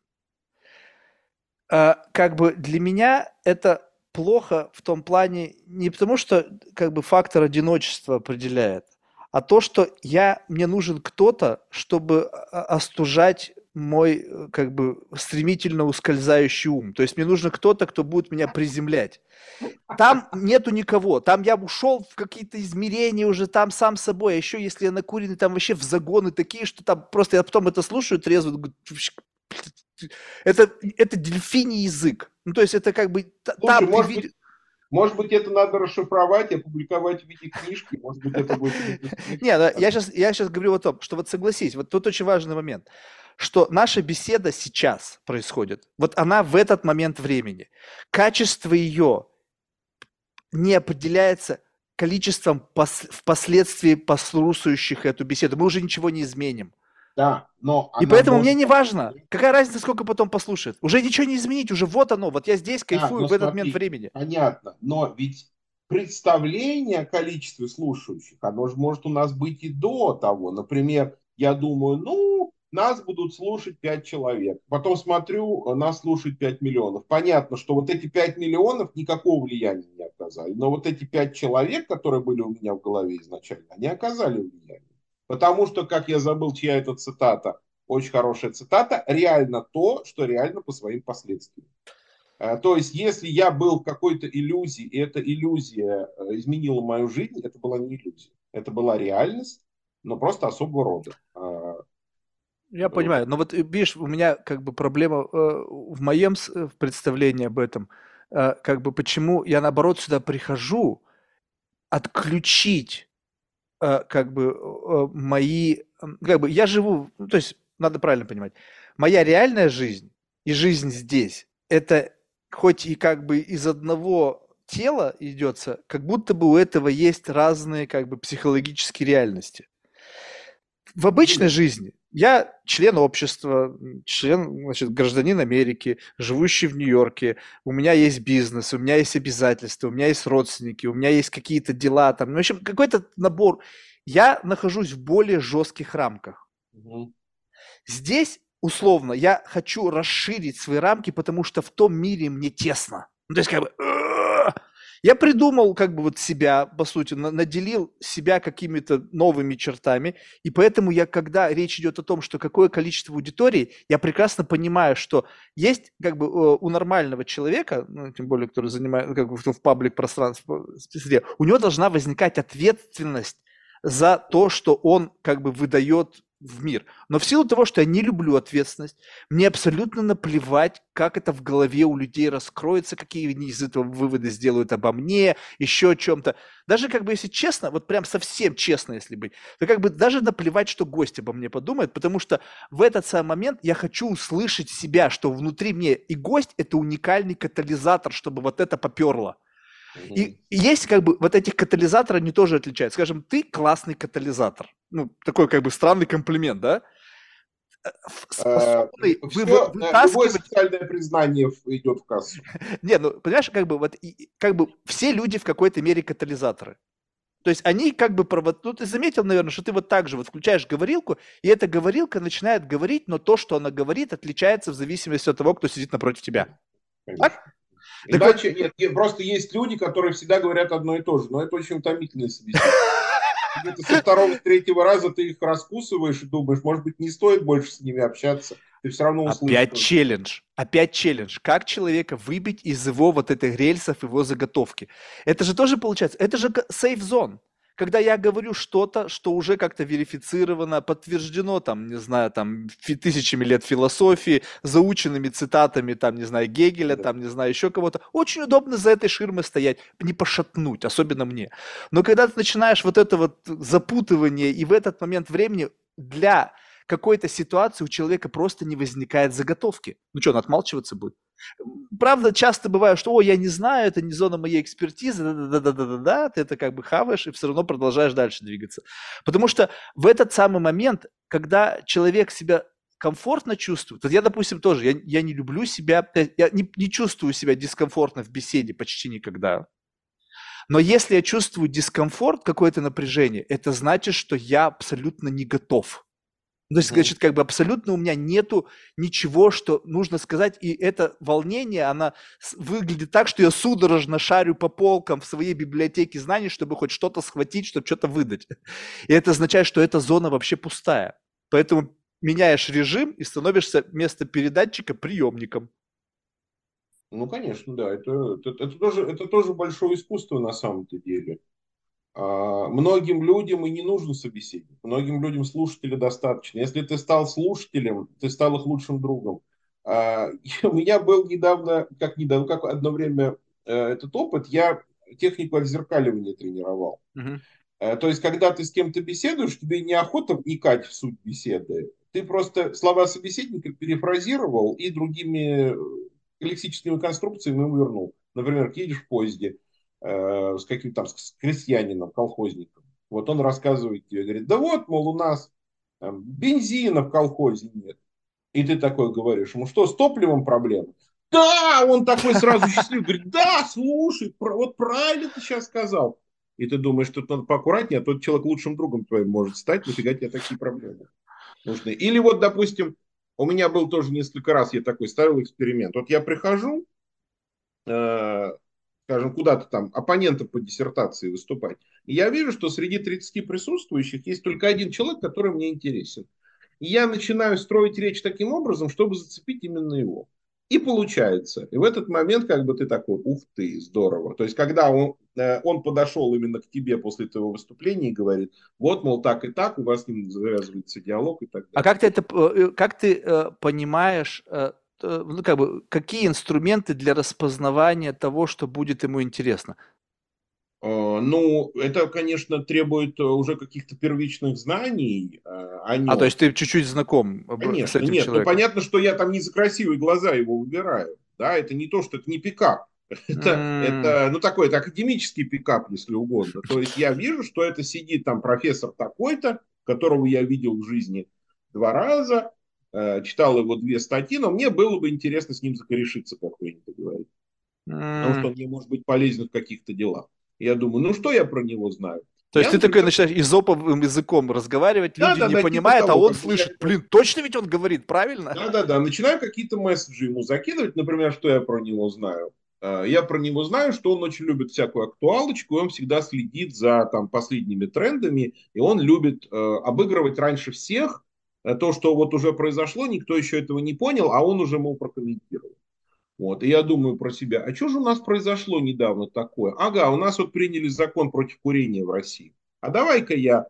А, как бы для меня это плохо в том плане, не потому что как бы фактор одиночества определяет, а то, что я, мне нужен кто-то, чтобы а, остужать мой э, как бы стремительно ускользающий ум. То есть мне нужно кто-то, кто будет меня приземлять. Там нету никого, там я ушел в какие-то измерения уже там сам собой, а еще если я накуренный, там вообще в загоны такие, что там просто я потом это слушаю трезво, говорю, это, это дельфиний язык. Ну, то есть это как бы та- слушай, там ты может быть, видишь... может быть, это надо расшифровать и опубликовать в виде книжки. Может быть, это будет в виде Не, книжки. ну, я сейчас, я сейчас говорю о том, что вот согласись, вот тут очень важный момент, что наша беседа сейчас происходит, вот она в этот момент времени. Качество ее не определяется количеством пос- впоследствии послушающих эту беседу. Мы уже ничего не изменим. Да, но И она поэтому мне может... не важно, какая разница, сколько потом послушает. Уже ничего не изменить, уже вот оно, вот я здесь Да, кайфую но в этот момент смотри, времени. понятно, но ведь представление о количестве слушающих, оно же может у нас быть и до того. Например, я думаю, ну, нас будут слушать пять человек. Потом смотрю, нас слушает пять миллионов. Понятно, что вот эти пять миллионов никакого влияния не оказывают. оказали. Но вот эти пять человек, которые были у меня в голове изначально, они оказали влияние. Потому что, как я забыл, чья это цитата, очень хорошая цитата, реально то, что реально по своим последствиям. Э, То есть, если я был в какой-то иллюзии, и эта иллюзия э, изменила мою жизнь, это была не иллюзия. Это была реальность, но просто особого рода. А, Я вот. понимаю, но вот э, видишь, у меня как бы проблема э, в моем с- э, представлении об этом, э, как бы почему я наоборот сюда прихожу, отключить э, как бы э, мои, м, как бы я живу, ну, то есть надо правильно понимать, моя реальная жизнь и жизнь здесь, это хоть и как бы из одного тела идется, как будто бы у этого есть разные как бы психологические реальности. В обычной Безумно. жизни я член общества, член, значит, гражданин Америки, живущий в Нью-Йорке, у меня есть бизнес, у меня есть обязательства, у меня есть родственники, у меня есть какие-то дела там, ну, в общем, какой-то набор. Я нахожусь в более жестких рамках. Мгм. Здесь, условно, я хочу расширить свои рамки, потому что в том мире мне тесно. Ну, то есть, как бы, «Ugh!» я придумал, как бы, вот себя, по сути, на- наделил себя какими-то новыми чертами, и поэтому я, когда речь идет о том, что какое количество аудитории, я прекрасно понимаю, что есть, как бы, э, у нормального человека, ну, тем более, который занимает, как бы, в паблик пространстве, у него должна возникать ответственность за то, что он, как бы, выдает в мир. Но в силу того, что я не люблю ответственность, мне абсолютно наплевать, как это в голове у людей раскроется, какие они из этого выводы сделают обо мне, еще о чем-то. Даже как бы, если честно, вот прям совсем честно, если быть, то как бы даже наплевать, что гость обо мне подумает, потому что в этот самый момент я хочу услышать себя, что внутри мне и гость – это уникальный катализатор, чтобы вот это поперло. Мгм. И, и есть как бы вот этих катализаторов, они тоже отличаются. Скажем, ты классный катализатор. Ну, такой как бы странный комплимент, да? Способный вы, Все, любое вытаскивать. социальное признание в- идет в кассу. Не, ну, понимаешь, как бы вот, и- как бы все люди в какой-то мере катализаторы. То есть они как бы провод... Ну, ты заметил, наверное, что ты вот так же вот включаешь говорилку, и эта говорилка начинает говорить, но то, что она говорит, отличается в зависимости от того, кто сидит напротив тебя. Так? Конечно. Так вот, Иначе нет, нет, просто есть люди, которые всегда говорят одно и то же, но это очень утомительное собеседование. Где-то со второго, с третьего раза ты их раскусываешь и думаешь, может быть, не стоит больше с ними общаться, ты все равно услышишь опять то же. челлендж. Опять челлендж. Как человека выбить из его вот этих рельсов, его заготовки? Это же тоже получается, это же сейф зон. Когда я говорю что-то, что уже как-то верифицировано, подтверждено, там, не знаю, там, фи- тысячами лет философии, заученными цитатами, там, не знаю, Гегеля, Да. там, не знаю, еще кого-то, очень удобно за этой ширмой стоять, не пошатнуть, особенно мне. Но когда ты начинаешь вот это вот запутывание, и в этот момент времени для какой-то ситуации у человека просто не возникает заготовки. Ну что, он отмалчиваться будет? Правда, часто бывает, что, о, я не знаю, это не зона моей экспертизы, да-да-да-да-да, ты это как бы хаваешь и все равно продолжаешь дальше двигаться. Потому что в этот самый момент, когда человек себя комфортно чувствует, вот я, допустим, тоже, я, я не люблю себя, э, я не, не чувствую себя дискомфортно в беседе почти никогда, но если я чувствую дискомфорт, какое-то напряжение, это значит, что я абсолютно не готов. Ну, то есть, Мгм. значит, как бы абсолютно у меня нету ничего, что нужно сказать, и это волнение, оно выглядит так, что я судорожно шарю по полкам в своей библиотеке знаний, чтобы хоть что-то схватить, чтобы что-то выдать. И это означает, что эта зона вообще пустая. Поэтому меняешь режим и становишься вместо передатчика приемником. Ну, конечно, да, это, это, это тоже, это тоже большое искусство на самом-то деле. А, многим людям и не нужен собеседник. Многим людям слушателя достаточно. Если ты стал слушателем, ты стал их лучшим другом. А, у меня был недавно, как недавно, как одно время э, этот опыт, я технику отзеркаливания тренировал. Мгм. Э, То есть, когда ты с кем-то беседуешь, тебе неохота вникать в суть беседы. Ты просто слова собеседника перефразировал и другими э, лексическими конструкциями ему вернул. Например, едешь в поезде э, с каким-то там с крестьянином, колхозником. Вот он рассказывает тебе, говорит, да вот, мол, у нас там, бензина в колхозе нет. И ты такой говоришь ему, что, с топливом проблема? Да, он такой сразу счастливый, говорит, да, слушай, про- вот правильно ты сейчас сказал. И ты думаешь, что надо поаккуратнее, а тот человек лучшим другом твоим может стать, нафига тебе такие проблемы нужны. Или вот, допустим, у меня был тоже несколько раз, я такой ставил эксперимент. Вот я прихожу, э, скажем, куда-то там оппонентом по диссертации выступать. И я вижу, что среди тридцати присутствующих есть только один человек, который мне интересен. И я начинаю строить речь таким образом, чтобы зацепить именно его. И получается. И в этот момент как бы ты такой, ух ты, здорово. То есть, когда он, э, он подошел именно к тебе после твоего выступления и говорит, вот, мол, так и так, у вас с ним завязывается диалог и так А далее. как ты это, э, как ты э, понимаешь, э, т- ну, как бы, какие инструменты для распознавания того, что будет ему интересно? Э, Ну, это, конечно, требует э, уже каких-то первичных знаний э, о А, то нем. есть ты чуть-чуть знаком обо- с Конечно, этим нет. Ну, человеком? понятно, что я там не за красивые глаза его выбираю. Да, это не то, что это не пикап. Это, М, это, ну, такой, это академический пикап, если угодно. То есть я вижу, что это сидит там профессор такой-то, которого я видел в жизни два раза, э, читал его две статьи, но мне было бы интересно с ним закорешиться, как принято говорить. Потому что м. он мне может быть полезен в каких-то делах. Я думаю, ну что я про него знаю? То есть Я, ты такой например, начинаешь изоповым языком разговаривать, да, люди да, не да, типа понимают, а того, он как бы я слышит. Блин, точно ведь он говорит, правильно? да, да, да. Начинаю какие-то месседжи ему закидывать. Например, что я про него знаю. Э, Я про него знаю, что он очень любит всякую актуалочку, и он всегда следит за там, последними трендами, и он любит э, обыгрывать раньше всех э, то, что вот уже произошло, никто еще этого не понял, а он уже, мол, прокомментировал. Вот. И я думаю про себя, а что же у нас произошло недавно такое? Ага, у нас вот приняли закон против курения в России. А давай-ка я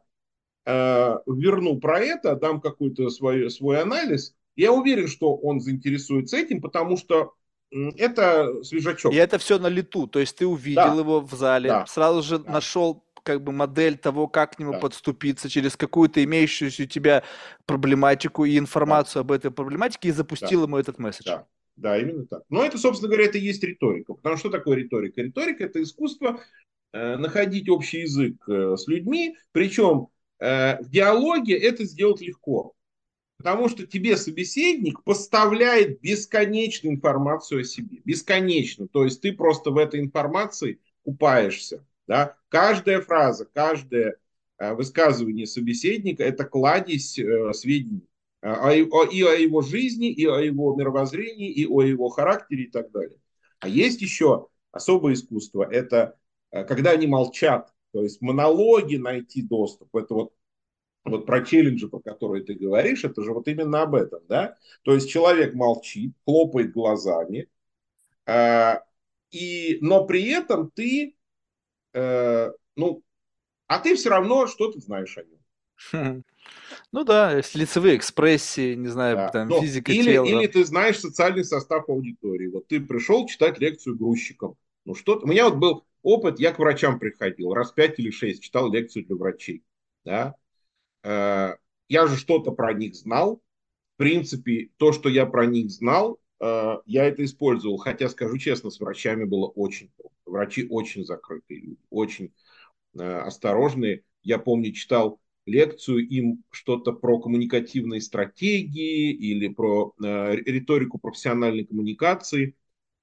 э, верну про это, дам какой-то свой, свой анализ. Я уверен, что он заинтересуется этим, потому что это И свежачок. это все на лету. То есть ты увидел Да, его в зале, да, сразу же да, нашел как бы модель того, как к нему да, подступиться через какую-то имеющуюся у тебя проблематику и да, информацию об этой проблематике и да, запустил ему этот месседж. да, да, именно так. Но это, собственно говоря, это и есть риторика. Потому что такое риторика? Риторика – это искусство э, находить общий язык э, с людьми, причем э, в диалоге это сделать легко. Потому что тебе собеседник поставляет бесконечную информацию о себе. Бесконечно. То есть ты просто в этой информации купаешься. Да? Каждая фраза, каждое э, высказывание собеседника – это кладезь э, сведений э, о, о, и о его жизни, и о его мировоззрении, и о его характере и так далее. А есть еще особое искусство. Это э, когда они молчат. То есть монологи найти доступ. Это вот вот про челленджи, про которые ты говоришь, это же вот именно об этом, да? То есть человек молчит, хлопает глазами, э, и, но при этом ты, э, ну, а ты все равно что-то знаешь о нем. Ну да, с лицевые экспрессии, не знаю, Да. там Но, физика или, или тела. ты знаешь социальный состав аудитории. Вот ты пришел читать лекцию грузчикам. Ну что У меня вот был опыт, я к врачам приходил, раз пять или шесть читал лекцию для врачей. Да? Э, я же что-то про них знал, в принципе, то, что я про них знал, э, я это использовал. Хотя, скажу честно, с врачами было очень трудно. Врачи очень закрытые люди, очень э, осторожные. Я помню, читал лекцию им что-то про коммуникативные стратегии или про э, риторику профессиональной коммуникации.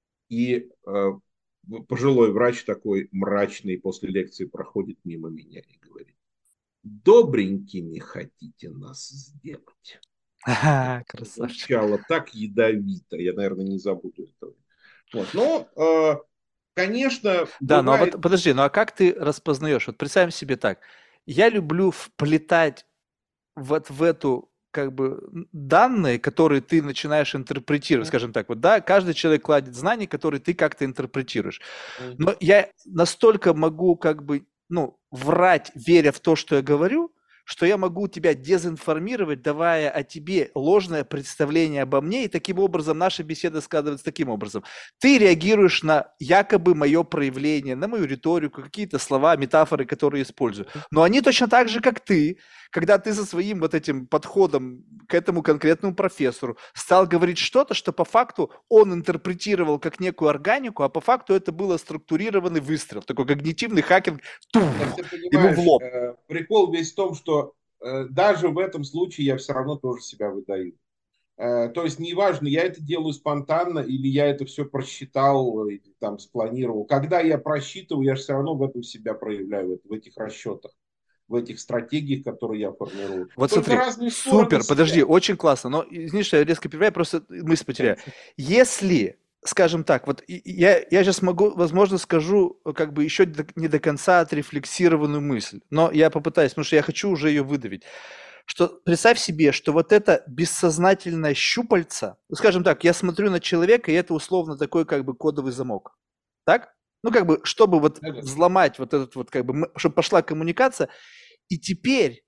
И э, пожилой врач такой мрачный после лекции проходит мимо меня и говорит, добренькими хотите нас сделать. Это Ага, красавчик. звучало так ядовито, я, наверное, не забуду этого. Вот. Но, э, конечно, Да, ну а вот бывает... подожди, ну а как ты распознаешь? Вот представим себе так. Я люблю вплетать вот в эту как бы н- данные, которые ты начинаешь интерпретировать, скажем так, вот да, каждый человек кладет знания, которые ты как-то интерпретируешь. Но я настолько могу как бы, ну, врать, веря в то, что я говорю, что я могу тебя дезинформировать, давая о тебе ложное представление обо мне, и таким образом наша беседа складывается таким образом. Ты реагируешь на якобы мое проявление, на мою риторику, какие-то слова, метафоры, которые использую. Но они точно так же, как ты, когда ты со своим вот этим подходом к этому конкретному профессору стал говорить что-то, что по факту он интерпретировал как некую органику, а по факту это был структурированный выстрел, такой когнитивный хакинг, туф, Так ты ему в понимаешь, лоб. э, прикол весь в том, что э, даже в этом случае я все равно тоже себя выдаю. Э, то есть неважно, я это делаю спонтанно или я это все просчитал или там спланировал. Когда я просчитываю, я же все равно в этом себя проявляю, в этих расчетах, в этих стратегиях, которые я формирую. Вот Только смотри, разные стороны супер, подожди, себя. очень классно, но извини, что я резко перебиваю, просто мысль Да, потеряю. ничего. Если скажем так, вот и- и я, я сейчас могу, возможно, скажу э, как бы еще до- не до конца отрефлексированную мысль, но я попытаюсь, потому что я хочу уже ее выдавить. Что представь себе, что вот это бессознательное щупальце, ну, скажем так, я смотрю на человека, и это условно такой как бы кодовый замок. Так? Ну, как бы, чтобы вот Да-да. взломать вот этот вот, как бы, чтобы пошла коммуникация. И теперь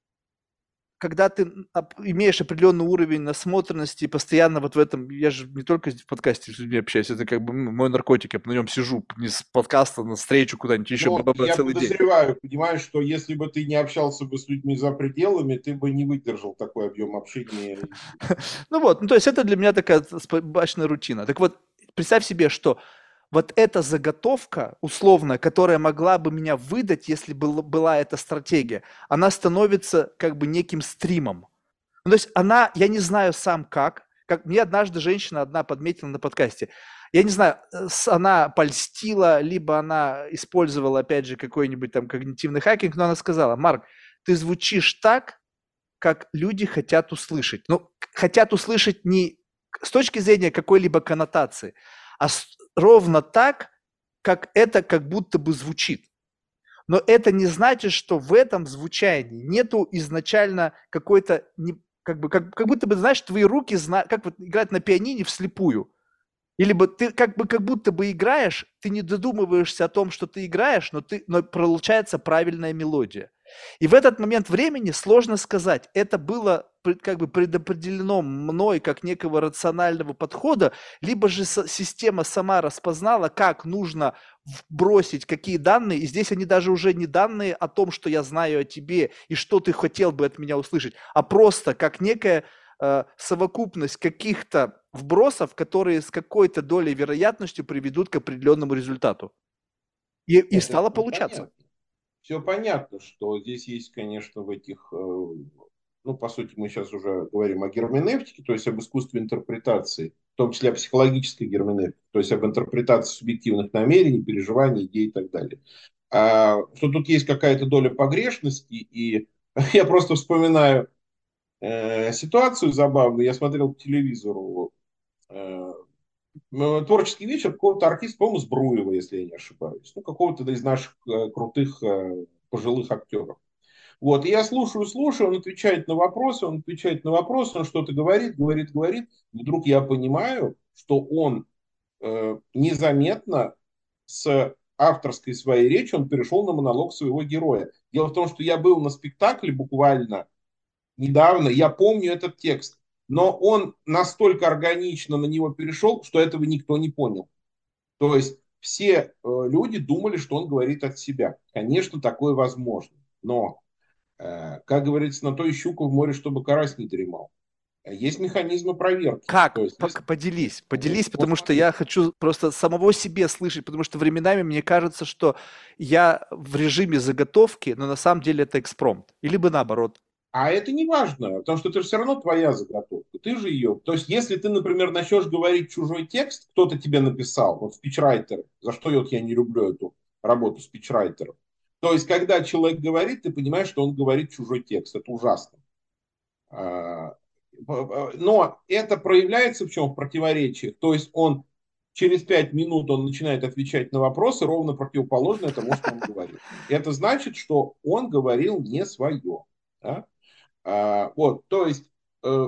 когда ты имеешь определенный уровень насмотренности, постоянно вот в этом, я же не только в подкасте с людьми общаюсь, это как бы мой наркотик, я на нем сижу, не с подкаста на встречу куда-нибудь еще, Но бла-бла-бла, я целый день. подозреваю, понимаешь, что если бы ты не общался бы с людьми за пределами, ты бы не выдержал такой объем общения. Ну вот, ну то есть это для меня такая башная рутина. Так вот, представь себе, что вот эта заготовка условная, которая могла бы меня выдать, если был, была эта стратегия, она становится как бы неким стримом. Ну, то есть она, я не знаю сам как, как мне однажды женщина одна подметила на подкасте, я не знаю, э, она польстила, либо она использовала, опять же, какой-нибудь там когнитивный хакинг, но она сказала: Марк, ты звучишь так, как люди хотят услышать. Ну, хотят услышать не с точки зрения какой-либо коннотации, а с- ровно так, как это как будто бы звучит. Но это не значит, что в этом звучании нету изначально какой-то, не, как, бы, как, как будто бы, знаешь, твои руки знают, как вот играть на пианине вслепую. Или бы ты как бы как будто бы играешь, ты не додумываешься о том, что ты играешь, но, ты, но получается правильная мелодия. И в этот момент времени сложно сказать, это было как бы предопределено мной как некого рационального подхода, либо же система сама распознала, как нужно бросить какие данные, и здесь они даже уже не данные о том, что я знаю о тебе и что ты хотел бы от меня услышать, а просто как некая э, совокупность каких-то вбросов, которые с какой-то долей вероятностью приведут к определенному результату. И, и Нет, это стало все получаться. понятно. Все понятно, что здесь есть, конечно, в этих, э, ну, по сути, мы сейчас уже говорим о герменевтике, то есть об искусстве интерпретации, в том числе о психологической герменевтике, то есть об интерпретации субъективных намерений, переживаний, идей и так далее. А, что тут есть какая-то доля погрешности, и я просто вспоминаю э, ситуацию забавную. Я смотрел по телевизору э, творческий вечер какого-то артиста, по-моему, Збруева, если я не ошибаюсь. Ну, какого-то из наших э, крутых э, пожилых актеров. Вот, и я слушаю, слушаю, он отвечает на вопросы, он отвечает на вопросы, он что-то говорит, говорит, говорит. Вдруг я понимаю, что он э, незаметно с авторской своей речи он перешел на монолог своего героя. Дело в том, что я был на спектакле буквально недавно, я помню этот текст, но он настолько органично на него перешел, что этого никто не понял. То есть все э, люди думали, что он говорит от себя. Конечно, такое возможно, но, э, как говорится, на то и щука в море, чтобы карась не дремал. Есть механизмы проверки. То Как? есть, если... Поделись, Ну, поделись, ну, потому что смотри, я хочу просто самого себе слышать, потому что временами мне кажется, что я в режиме заготовки, но на самом деле это экспромт. Или бы наоборот. а это не важно, потому что это все равно твоя заготовка. Ты же ее. То есть, если ты, например, начнешь говорить чужой текст, кто-то тебе написал, вот спичрайтер, за что вот я не люблю эту работу спичрайтера. То есть, когда человек говорит, ты понимаешь, что он говорит чужой текст. Это ужасно. А, Но это проявляется в чем? В противоречиях. То есть, он через пять минут он начинает отвечать на вопросы, ровно противоположное тому, что он говорил. Это значит, что он говорил не свое. Да? А, вот, то есть э,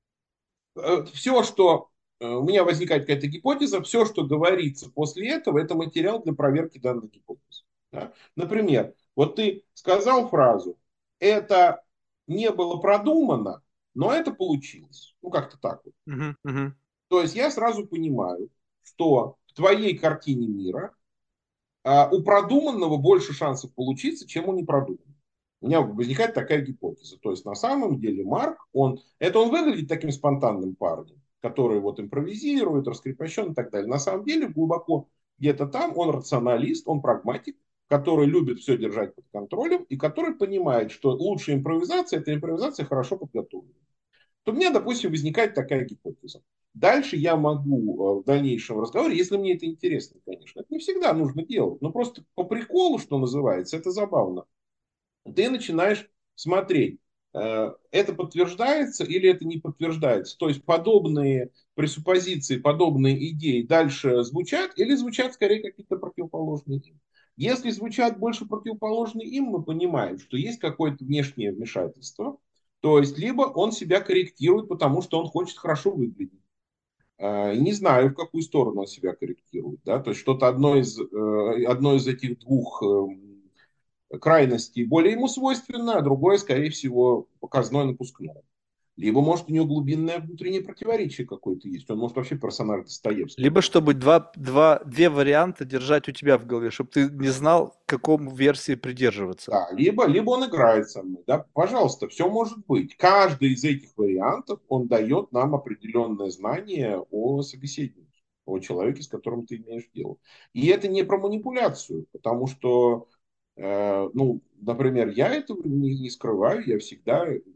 э, все, что э, у меня возникает какая-то гипотеза, все, что говорится после этого, это материал для проверки данной гипотезы. Да? Например, вот ты сказал фразу, это не было продумано, но это получилось. Ну, как-то так вот. Мгм, мгм. То есть я сразу понимаю, что в твоей картине мира а, у продуманного больше шансов получиться, чем у непродуманного. У меня возникает такая гипотеза. То есть на самом деле Марк, он, это он выглядит таким спонтанным парнем, который вот импровизирует, раскрепощен и так далее. На самом деле глубоко где-то там он рационалист, он прагматик, который любит все держать под контролем и который понимает, что лучшая импровизация – это импровизация хорошо подготовленная. То у меня, допустим, возникает такая гипотеза. Дальше я могу э, в дальнейшем разговоре, если мне это интересно, конечно, это не всегда нужно делать, но просто по приколу, что называется, это забавно. Ты начинаешь смотреть, э, это подтверждается или это не подтверждается. То есть подобные пресуппозиции, подобные идеи дальше звучат или звучат скорее какие-то противоположные им. Если звучат больше противоположные им, мы понимаем, что есть какое-то внешнее вмешательство, то есть либо он себя корректирует, потому что он хочет хорошо выглядеть. И не знаю, в какую сторону он себя корректирует. Да? То есть что-то одно из, э, одно из этих двух э, крайностей более ему свойственно, а другое, скорее всего, показное напускное. Либо, может, у него глубинное внутреннее противоречие какое-то есть. Он может вообще персонаж Достоевского. Либо чтобы два, два, две варианта держать у тебя в голове, чтобы ты не знал, к какому версии придерживаться. Да, либо, либо он играет со мной. Да? Пожалуйста, все может быть. Каждый из этих вариантов, он дает нам определенное знание о собеседнике, о человеке, с которым ты имеешь дело. И это не про манипуляцию, потому что, э, ну, например, я этого не, не скрываю, я всегда, э,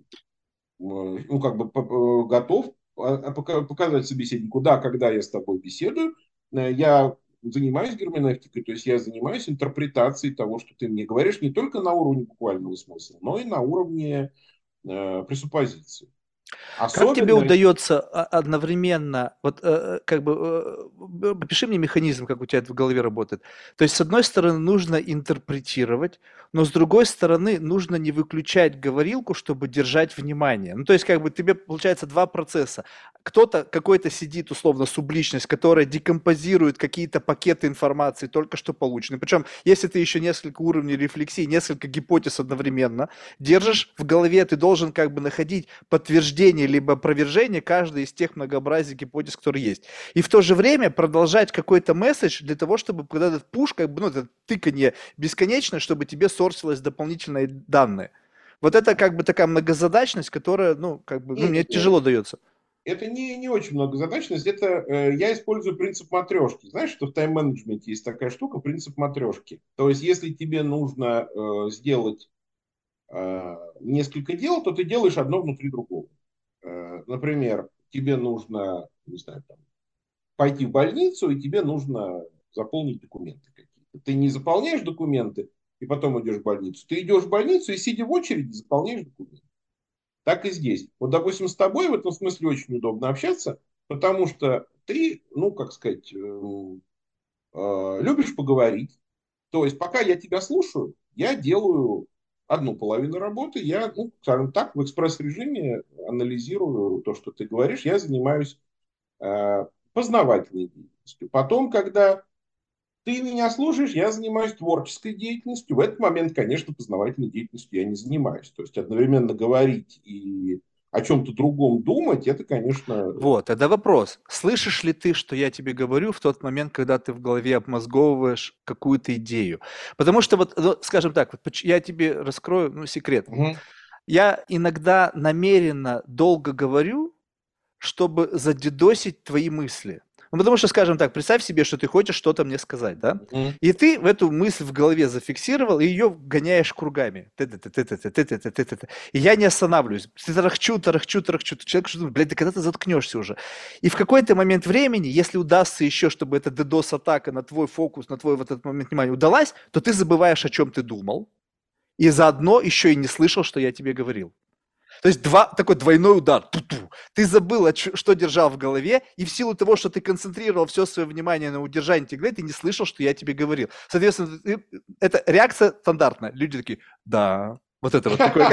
ну, как бы по- э, готов а, пока- показать собеседнику, да, когда я с тобой беседую, э, я занимаюсь герменевтикой, то есть я занимаюсь интерпретацией того, что ты мне говоришь, не только на уровне буквального смысла, но и на уровне э, пресуппозиции. Как тебе Особенно, удается а, одновременно, вот э, э, как бы, э, опиши мне механизм, как у тебя это в голове работает. То есть, с одной стороны, нужно интерпретировать, но с другой стороны, нужно не выключать говорилку, чтобы держать внимание. Ну, то есть, как бы тебе получается два процесса. Кто-то, какой-то сидит, условно, субличность, которая декомпозирует какие-то пакеты информации, только что полученные. Причем, если ты еще несколько уровней рефлексии, несколько гипотез одновременно держишь в голове, ты должен как бы находить подтверждение либо опровержение каждой из тех многообразий гипотез, которые есть. И в то же время продолжать какой-то месседж для того, чтобы когда этот пуш, как бы, ну, это тыканье бесконечное, чтобы тебе сорсилось дополнительные данные. Вот это как бы такая многозадачность, которая, ну, как бы, ну, нет, мне нет, нет, тяжело дается. это не, не очень многозадачность, это э, я использую принцип матрешки. Знаешь, что в тайм-менеджменте есть такая штука, принцип матрешки. То есть, если тебе нужно э, сделать э, несколько дел, то ты делаешь одно внутри другого. Э, например, тебе нужно, не знаю, там, пойти в больницу, и тебе нужно заполнить документы какие-то. Ты не заполняешь документы, и потом идешь в больницу. Ты идешь в больницу и, сидя в очереди, заполняешь документы. Так и здесь. Вот, допустим, с тобой в этом смысле очень удобно общаться, потому что ты, ну, как сказать, э, э, любишь поговорить. То есть, пока я тебя слушаю, я делаю одну половину работы, я, ну, скажем так, в экспресс-режиме анализирую то, что ты говоришь, я занимаюсь э, познавательной деятельностью. Потом, когда ты меня слушаешь, я занимаюсь творческой деятельностью. В этот момент, конечно, познавательной деятельностью я не занимаюсь. То есть одновременно говорить и о чем-то другом думать, это, конечно, Вот, тогда вопрос. Слышишь ли ты, что я тебе говорю в тот момент, когда ты в голове обмозговываешь какую-то идею? Потому что вот, ну, скажем так, вот поч- я тебе раскрою, ну, секрет. мгм, Я иногда намеренно долго говорю, чтобы задедосить твои мысли. Ну, потому что, скажем так, представь себе, что ты хочешь что-то мне сказать, да? мгм. И ты в эту мысль в голове зафиксировал, и ее гоняешь кругами. Ты-ты-ты-ты-ты-ты-ты-ты-ты. И я не останавливаюсь. Ты тарахчу, тарахчу, тарахчу. Человек что думает, блядь, да когда ты заткнешься уже? И в какой-то момент времени, если удастся еще, чтобы эта ддос-атака на твой фокус, на твой вот этот момент внимания удалась, то ты забываешь, о чем ты думал, и заодно еще и не слышал, что я тебе говорил. То есть два, такой двойной удар. Ту-ту. Ты забыл, что держал в голове, и в силу того, что ты концентрировал все свое внимание на удержании тебе, ты не слышал, что я тебе говорил. Соответственно, ты, это реакция стандартная. Люди такие, да. Вот это вот такое.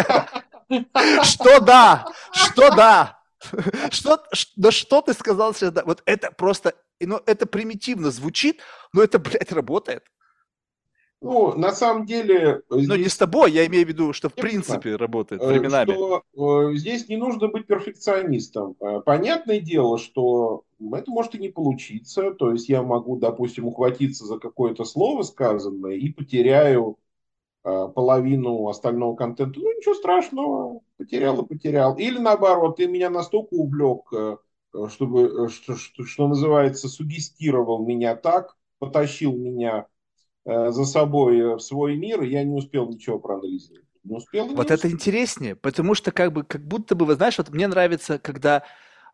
Что да? Что да? Что, да что ты сказал сейчас? Да? Вот это просто, ну, это примитивно звучит, но это, блядь, работает. Ну, на самом деле, Но не с здесь, тобой, я имею в виду, что в я понимаю, принципе работает э, временами. что э, здесь не нужно быть перфекционистом. Э, Понятное дело, что это может и не получиться. То есть я могу, допустим, ухватиться за какое-то слово сказанное и потеряю э, половину остального контента. Ну, ничего страшного, потерял и потерял. Или наоборот, ты меня настолько увлек, э, э, чтобы, э, что, что, что называется, сугестировал меня так, потащил меня э, за собой э, в свой мир, и я не успел ничего проанализировать. Не успел и не Вот это успел. интереснее, потому что как бы, как будто бы, вы знаешь, вот мне нравится, когда а,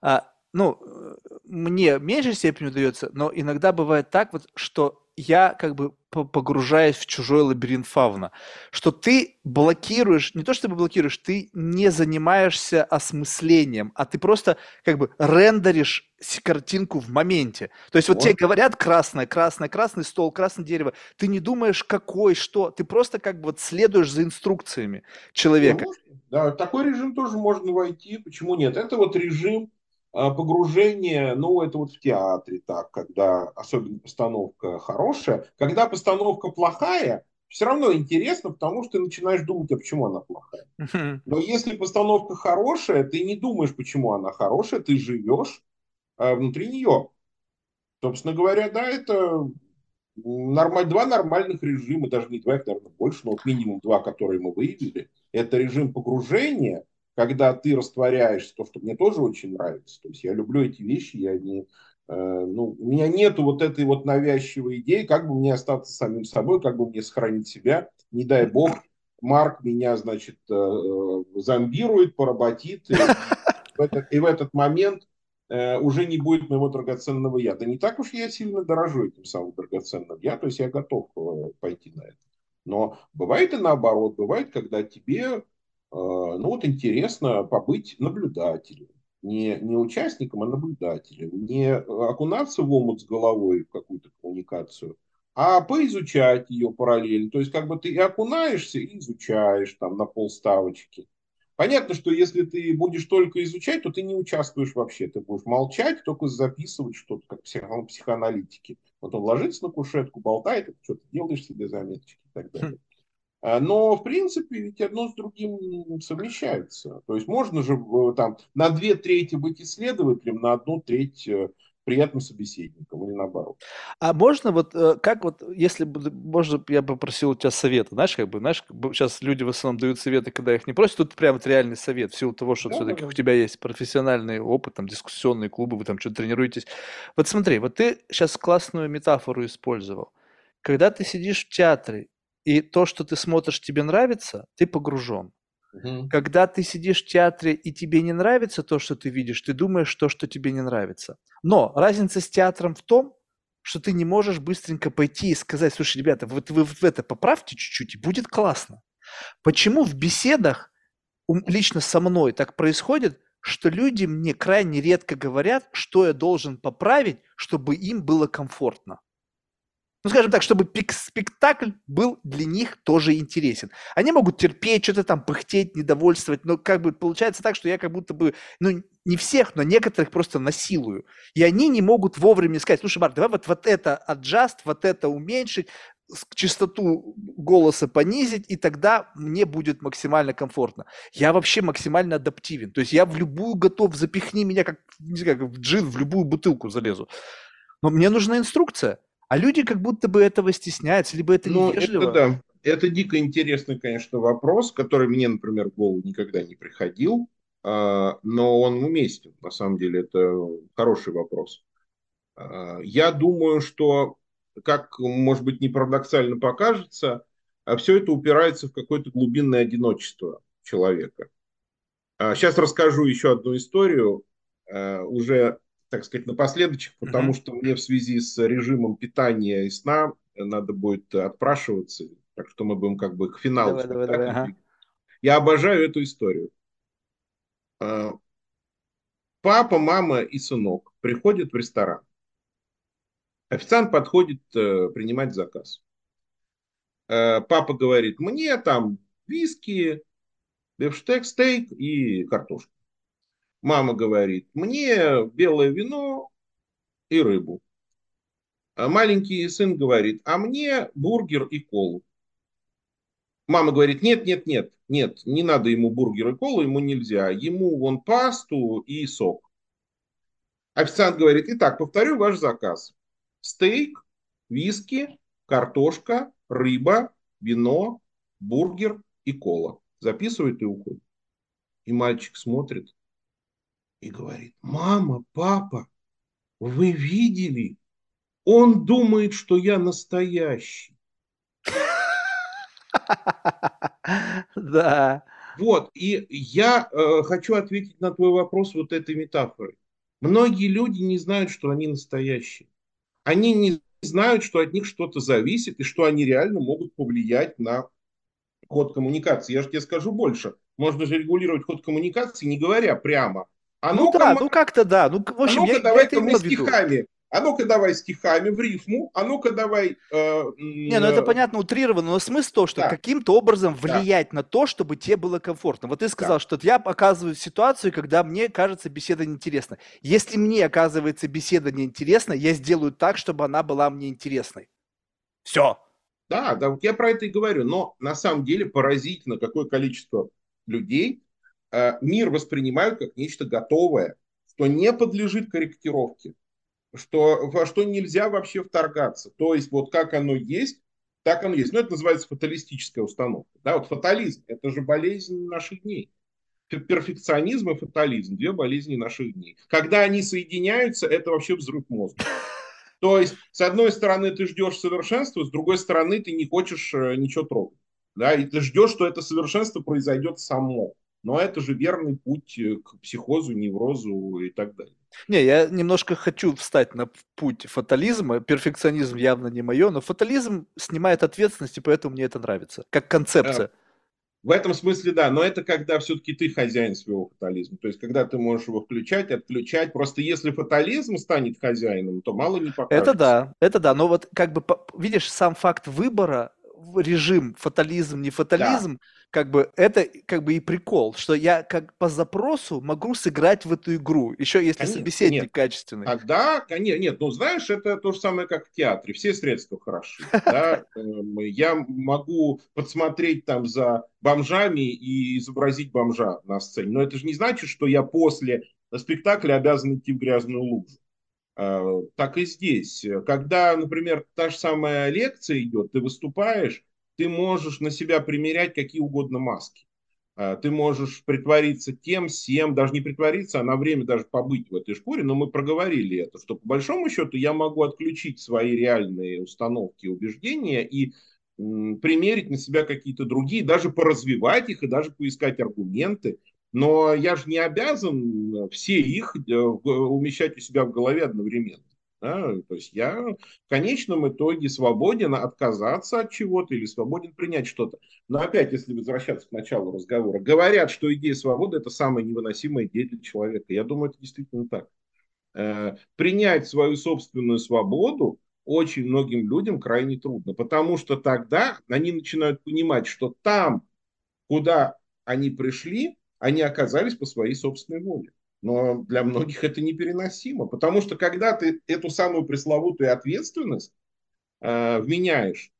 ну, э, мне в меньшей степени удается, но иногда бывает так вот, что я как бы по- погружаюсь в чужой лабиринт фавна, что ты блокируешь, не то чтобы блокируешь, ты не занимаешься осмыслением, а ты просто как бы рендеришь с- картинку в моменте. То есть вот тебе Может, говорят красное, красное, красный стол, красное дерево, ты не думаешь какой, что, ты просто как бы вот следуешь за инструкциями не, человека. можно. Да, такой режим тоже можно войти. Почему нет? Это вот режим а, погружения, ну, это вот в театре так, когда особенно постановка хорошая. Когда постановка плохая, все равно интересно, потому что ты начинаешь думать, а почему она плохая. Но если постановка хорошая, ты не думаешь, почему она хорошая, ты живешь а, внутри нее. Собственно говоря, да, это нормаль, два нормальных режима, даже не два, их, наверное, больше, но вот минимум два, которые мы выявили. Это режим погружения, когда ты растворяешься, то, что мне тоже очень нравится. То есть я люблю эти вещи, я не, э, ну, у меня нету вот этой вот навязчивой идеи, как бы мне остаться самим собой, как бы мне сохранить себя. Не дай бог, Марк меня, значит, э, э, зомбирует, поработит, и, и в этот, и в этот момент э, уже не будет моего драгоценного я. Да не так уж я сильно дорожу этим самым драгоценным я, то есть я готов э, пойти на это. Но бывает и наоборот, бывает, когда тебе, э, ну вот интересно побыть наблюдателем, не, не участником, а наблюдателем, не окунаться в омут с головой в какую-то коммуникацию, а поизучать ее параллельно. То есть как бы ты и окунаешься, и изучаешь там на полставочки. Понятно, что если ты будешь только изучать, то ты не участвуешь вообще. Ты будешь молчать, только записывать что-то, как психо- психоаналитики. Вот он ложится на кушетку, болтает, и ты что-то делаешь себе заметочки и так далее. А, Но, в принципе, ведь одно с другим совмещается. То есть можно же э, там на две трети быть исследователем, на одну треть э, приятным собеседником или наоборот. А можно вот, э, как вот, если бы, можно, я бы попросил у тебя совета, знаешь, как бы, знаешь, сейчас люди в основном дают советы, когда их не просят, тут прям вот реальный совет, в силу того, что Да, да, все-таки да. у тебя есть профессиональный опыт, там, дискуссионные клубы, вы там что-то тренируетесь. Вот смотри, вот ты сейчас классную метафору использовал. Когда ты сидишь в театре, и то, что ты смотришь, тебе нравится, ты погружен. Мгм. Когда ты сидишь в театре и тебе не нравится то, что ты видишь, ты думаешь то, что тебе не нравится. Но разница с театром в том, что ты не можешь быстренько пойти и сказать, слушай, ребята, вот вы в это поправьте чуть-чуть, и будет классно. Почему в беседах у- лично со мной так происходит, что люди мне крайне редко говорят, что я должен поправить, чтобы им было комфортно? Ну, скажем так, чтобы пик- спектакль был для них тоже интересен. Они могут терпеть, что-то там пыхтеть, недовольствовать, но как бы получается так, что я как будто бы, ну, не всех, но некоторых просто насилую. И они не могут вовремя мне сказать, слушай, Марк, давай вот, вот это аджаст, вот это уменьшить, с- частоту голоса понизить, и тогда мне будет максимально комфортно. Я вообще максимально адаптивен. То есть я в любую готов, запихни меня, как, не знаю, как в джин, в любую бутылку залезу. Но мне нужна инструкция. А люди как будто бы этого стесняются, либо это Ну, это невежливо. да. Это дико интересный, конечно, вопрос, который мне, например, в голову никогда не приходил, а, но он уместен. На самом деле, это хороший вопрос. А, Я думаю, что, как, может быть, не парадоксально покажется, все это упирается в какое-то глубинное одиночество человека. А, Сейчас расскажу еще одну историю, а, уже, так сказать, напоследочек, потому Мгм. что мне в связи с режимом питания и сна надо будет отпрашиваться, так что мы будем как бы к финалу Давай, давай, давай, спектакля ага. двигаться. Я обожаю эту историю. А, Папа, мама и сынок приходят в ресторан. Официант подходит э, принимать заказ. Э, Папа говорит, мне там виски, бифштекс, стейк и картошку. Мама говорит, мне белое вино и рыбу. А маленький сын говорит, а мне бургер и колу. Мама говорит, нет, нет, нет, нет, не надо ему бургер и колу, ему нельзя. Ему вон пасту и сок. Официант говорит, итак, повторю ваш заказ. Стейк, виски, картошка, рыба, вино, бургер и кола. Записывает и уходит. И мальчик смотрит и говорит, мама, папа, вы видели? Он думает, что я настоящий. Да. Вот, и я э, хочу ответить на твой вопрос вот этой метафорой. Многие люди не знают, что они настоящие. Они не знают, что от них что-то зависит и что они реально могут повлиять на ход коммуникации. Я же тебе скажу больше. Можно же регулировать ход коммуникации, не говоря прямо. А Ну ну-ка, да, ну как-то да. Ну, в а общем, я, ну-ка, я это давай-ка мы имел в виду. стихами. А ну-ка, давай стихами в рифму. А ну-ка, давай... э, Не, ну это э, понятно, утрировано, но смысл в том, что да, каким-то образом да, влиять на то, чтобы тебе было комфортно. Вот ты сказал, да. что я оказываюсь в ситуации, когда мне кажется беседа неинтересна. Если мне оказывается беседа неинтересна, я сделаю так, чтобы она была мне интересной. Все. Да, да, вот я про это и говорю. Но на самом деле поразительно, какое количество людей э, мир воспринимают как нечто готовое, что не подлежит корректировке, что, во что нельзя вообще вторгаться. То есть вот как оно есть, так оно есть. Ну, это называется фаталистическая установка. Да, вот фатализм– это же болезнь наших дней. Перфекционизм и фатализм– две болезни наших дней. Когда они соединяются, это вообще взрыв мозга. То есть, с одной стороны, ты ждешь совершенства, с другой стороны, ты не хочешь э, ничего трогать. Да, и ты ждешь, что это совершенство произойдет само. Но это же верный путь э, к психозу, неврозу и так далее. Не, я немножко хочу встать на путь фатализма. Перфекционизм явно не мое, но фатализм снимает ответственность, и поэтому мне это нравится. Как Э, концепция. В этом смысле, да, но это когда все-таки ты хозяин своего фатализма. То есть, когда ты можешь его включать, отключать. Просто если фатализм станет хозяином, то мало не Это покажется. да, это да. Но вот как бы, по- видишь, сам факт выбора, в режим фатализм, не Да, фатализм, как бы это как бы и прикол, что я как по запросу могу сыграть в эту игру, еще если конечно, нет. собеседник качественный. Тогда, конечно, нет, ну знаешь, это то же самое, как в театре. Все средства хороши. Да? Эм, Я могу подсмотреть там за бомжами и изобразить бомжа на сцене. Но это же не значит, что я после спектакля обязан идти в грязную лужу. А, Так и здесь. Когда, например, та же самая лекция идет, ты выступаешь, ты можешь на себя примерять какие угодно маски. А, Ты можешь притвориться тем, всем, даже не притвориться, а на время даже побыть в этой шкуре, но мы проговорили это, что по большому счету я могу отключить свои реальные установки и убеждения и м, примерить на себя какие-то другие, даже поразвивать их и даже поискать аргументы. Но я же не обязан все их э, умещать у себя в голове одновременно. Да? То есть я в конечном итоге свободен отказаться от чего-то или свободен принять что-то. Но опять, если возвращаться к началу разговора, говорят, что идея свободы– это самая невыносимая идея для человека. Я думаю, это действительно так. Э, Принять свою собственную свободу очень многим людям крайне трудно, потому что тогда они начинают понимать, что там, куда они пришли, они оказались по своей собственной воле. Но для многих это непереносимо, потому что когда ты эту самую пресловутую ответственность э, вменяешь,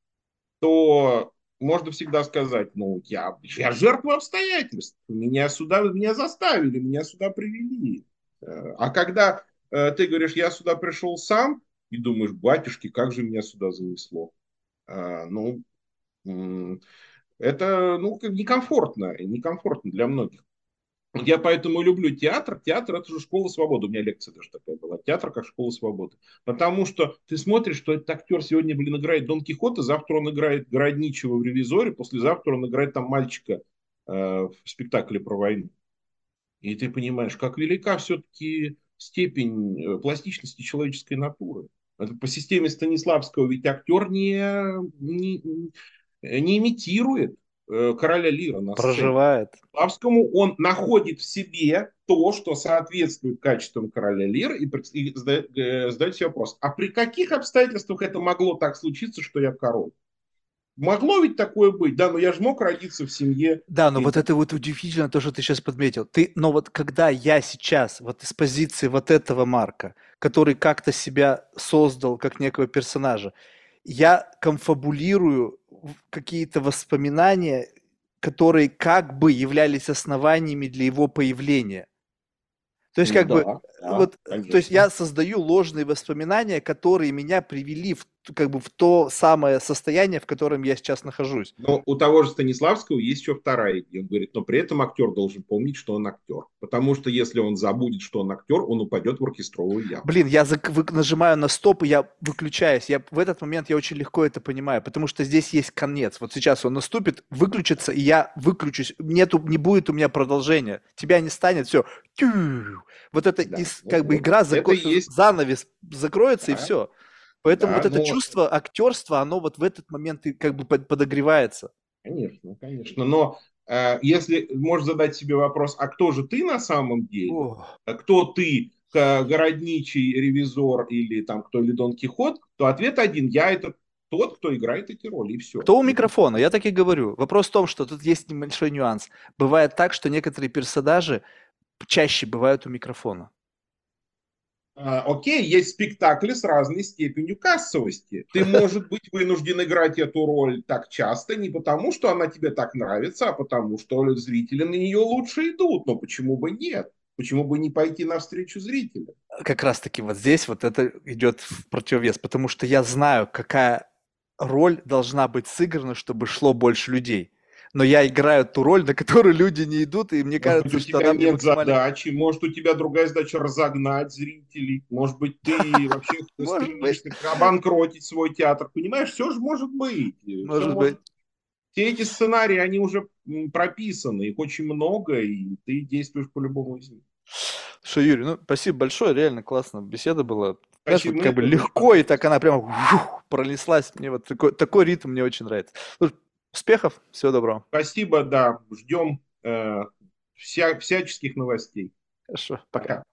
то можно всегда сказать, ну, я, я жертва обстоятельств, меня сюда, меня заставили, меня сюда привели. Э, А когда э, ты говоришь, я сюда пришел сам, и думаешь, батюшки, как же меня сюда занесло. А, ну, м, это ну, как некомфортно, некомфортно для многих. Вот я поэтому люблю театр. Театр– это же школа свободы. У меня лекция даже такая была. Театр как школа свободы. Потому что ты смотришь, что этот актер сегодня, блин, играет Дон Кихота, завтра он играет Городничего в «Ревизоре», послезавтра он играет там мальчика э, в спектакле про войну. И ты понимаешь, как велика все-таки степень э, пластичности человеческой натуры. Это по системе Станиславского ведь актер не, не, не имитирует э, короля Лира на сцене. Проживает. Славскому он находит в себе то, что соответствует качествам короля Лира, и, и задает, э, задает себе вопрос, а при каких обстоятельствах это могло так случиться, что я король? Могло ведь такое быть, да, но я же мог родиться в семье Да, но вот это вот императора. удивительно, то, что ты сейчас подметил. Ты, но вот когда я сейчас, вот из позиции вот этого Марка, который как-то себя создал как некого персонажа, я конфабулирую в какие-то воспоминания, которые как бы являлись основаниями для его появления. То есть Ну как бы да, да, вот, э, то есть конечно. я создаю ложные воспоминания, которые меня привели в т- как бы в то самое состояние, в котором я сейчас нахожусь. Но у того же Станиславского есть еще вторая идея. Он говорит, но при этом актер должен помнить, что он актер. Потому что если он забудет, что он актер, он упадет в оркестровую яму. Блин, я зак- вы- нажимаю на стоп, и я выключаюсь. Я в этот момент я очень легко это понимаю, потому что здесь есть конец. Вот сейчас он наступит, выключится, и я выключусь. Нету, не будет у меня продолжения. Тебя не станет, все. Вот это Да. Сейчас Ну как бы вот, игра, это зако- и есть, занавес закроется и да, все. Поэтому да, вот это но чувство актерства, оно вот в этот момент и как бы под- подогревается. конечно, конечно. Но э, если можешь задать себе вопрос, а кто же ты на самом деле? Ох. А кто ты, к- городничий, ревизор или там кто или Дон Кихот? То ответ один: я это тот, кто играет эти роли, и все. Кто у микрофона? Я так и говорю. Вопрос в том, что тут есть небольшой нюанс. Бывает так, что некоторые персонажи чаще бывают у микрофона. А, окей, есть спектакли с разной степенью кассовости. Ты, может быть, вынужден играть эту роль так часто не потому, что она тебе так нравится, а потому, что зрители на нее лучше идут. Но почему бы нет? Почему бы не пойти навстречу зрителям? Как раз-таки вот здесь вот это идет в противовес, потому что я знаю, какая роль должна быть сыграна, чтобы шло больше людей. Но я играю ту роль, на которую люди не идут, и мне Может быть, кажется, у что тебя она мне нет максимально... задачи, может, у тебя другая задача разогнать зрителей, может быть, ты вообще Может быть, стремишься обанкротить свой театр. Понимаешь, все же может быть. Все может быть. может. Все эти сценарии, они уже м, прописаны, их очень много, и ты действуешь по-любому из них. Что, Юрий, ну, спасибо большое, реально классно беседа была. Знаешь, Спасибо, вот мне как бы тоже очень легко, и понравилось. так она прям вжух, пронеслась. Мне вот такой, такой ритм мне очень нравится. Слушай, успехов, всего доброго. Спасибо, да, ждем э, вся, всяческих новостей. Хорошо, пока. Пока.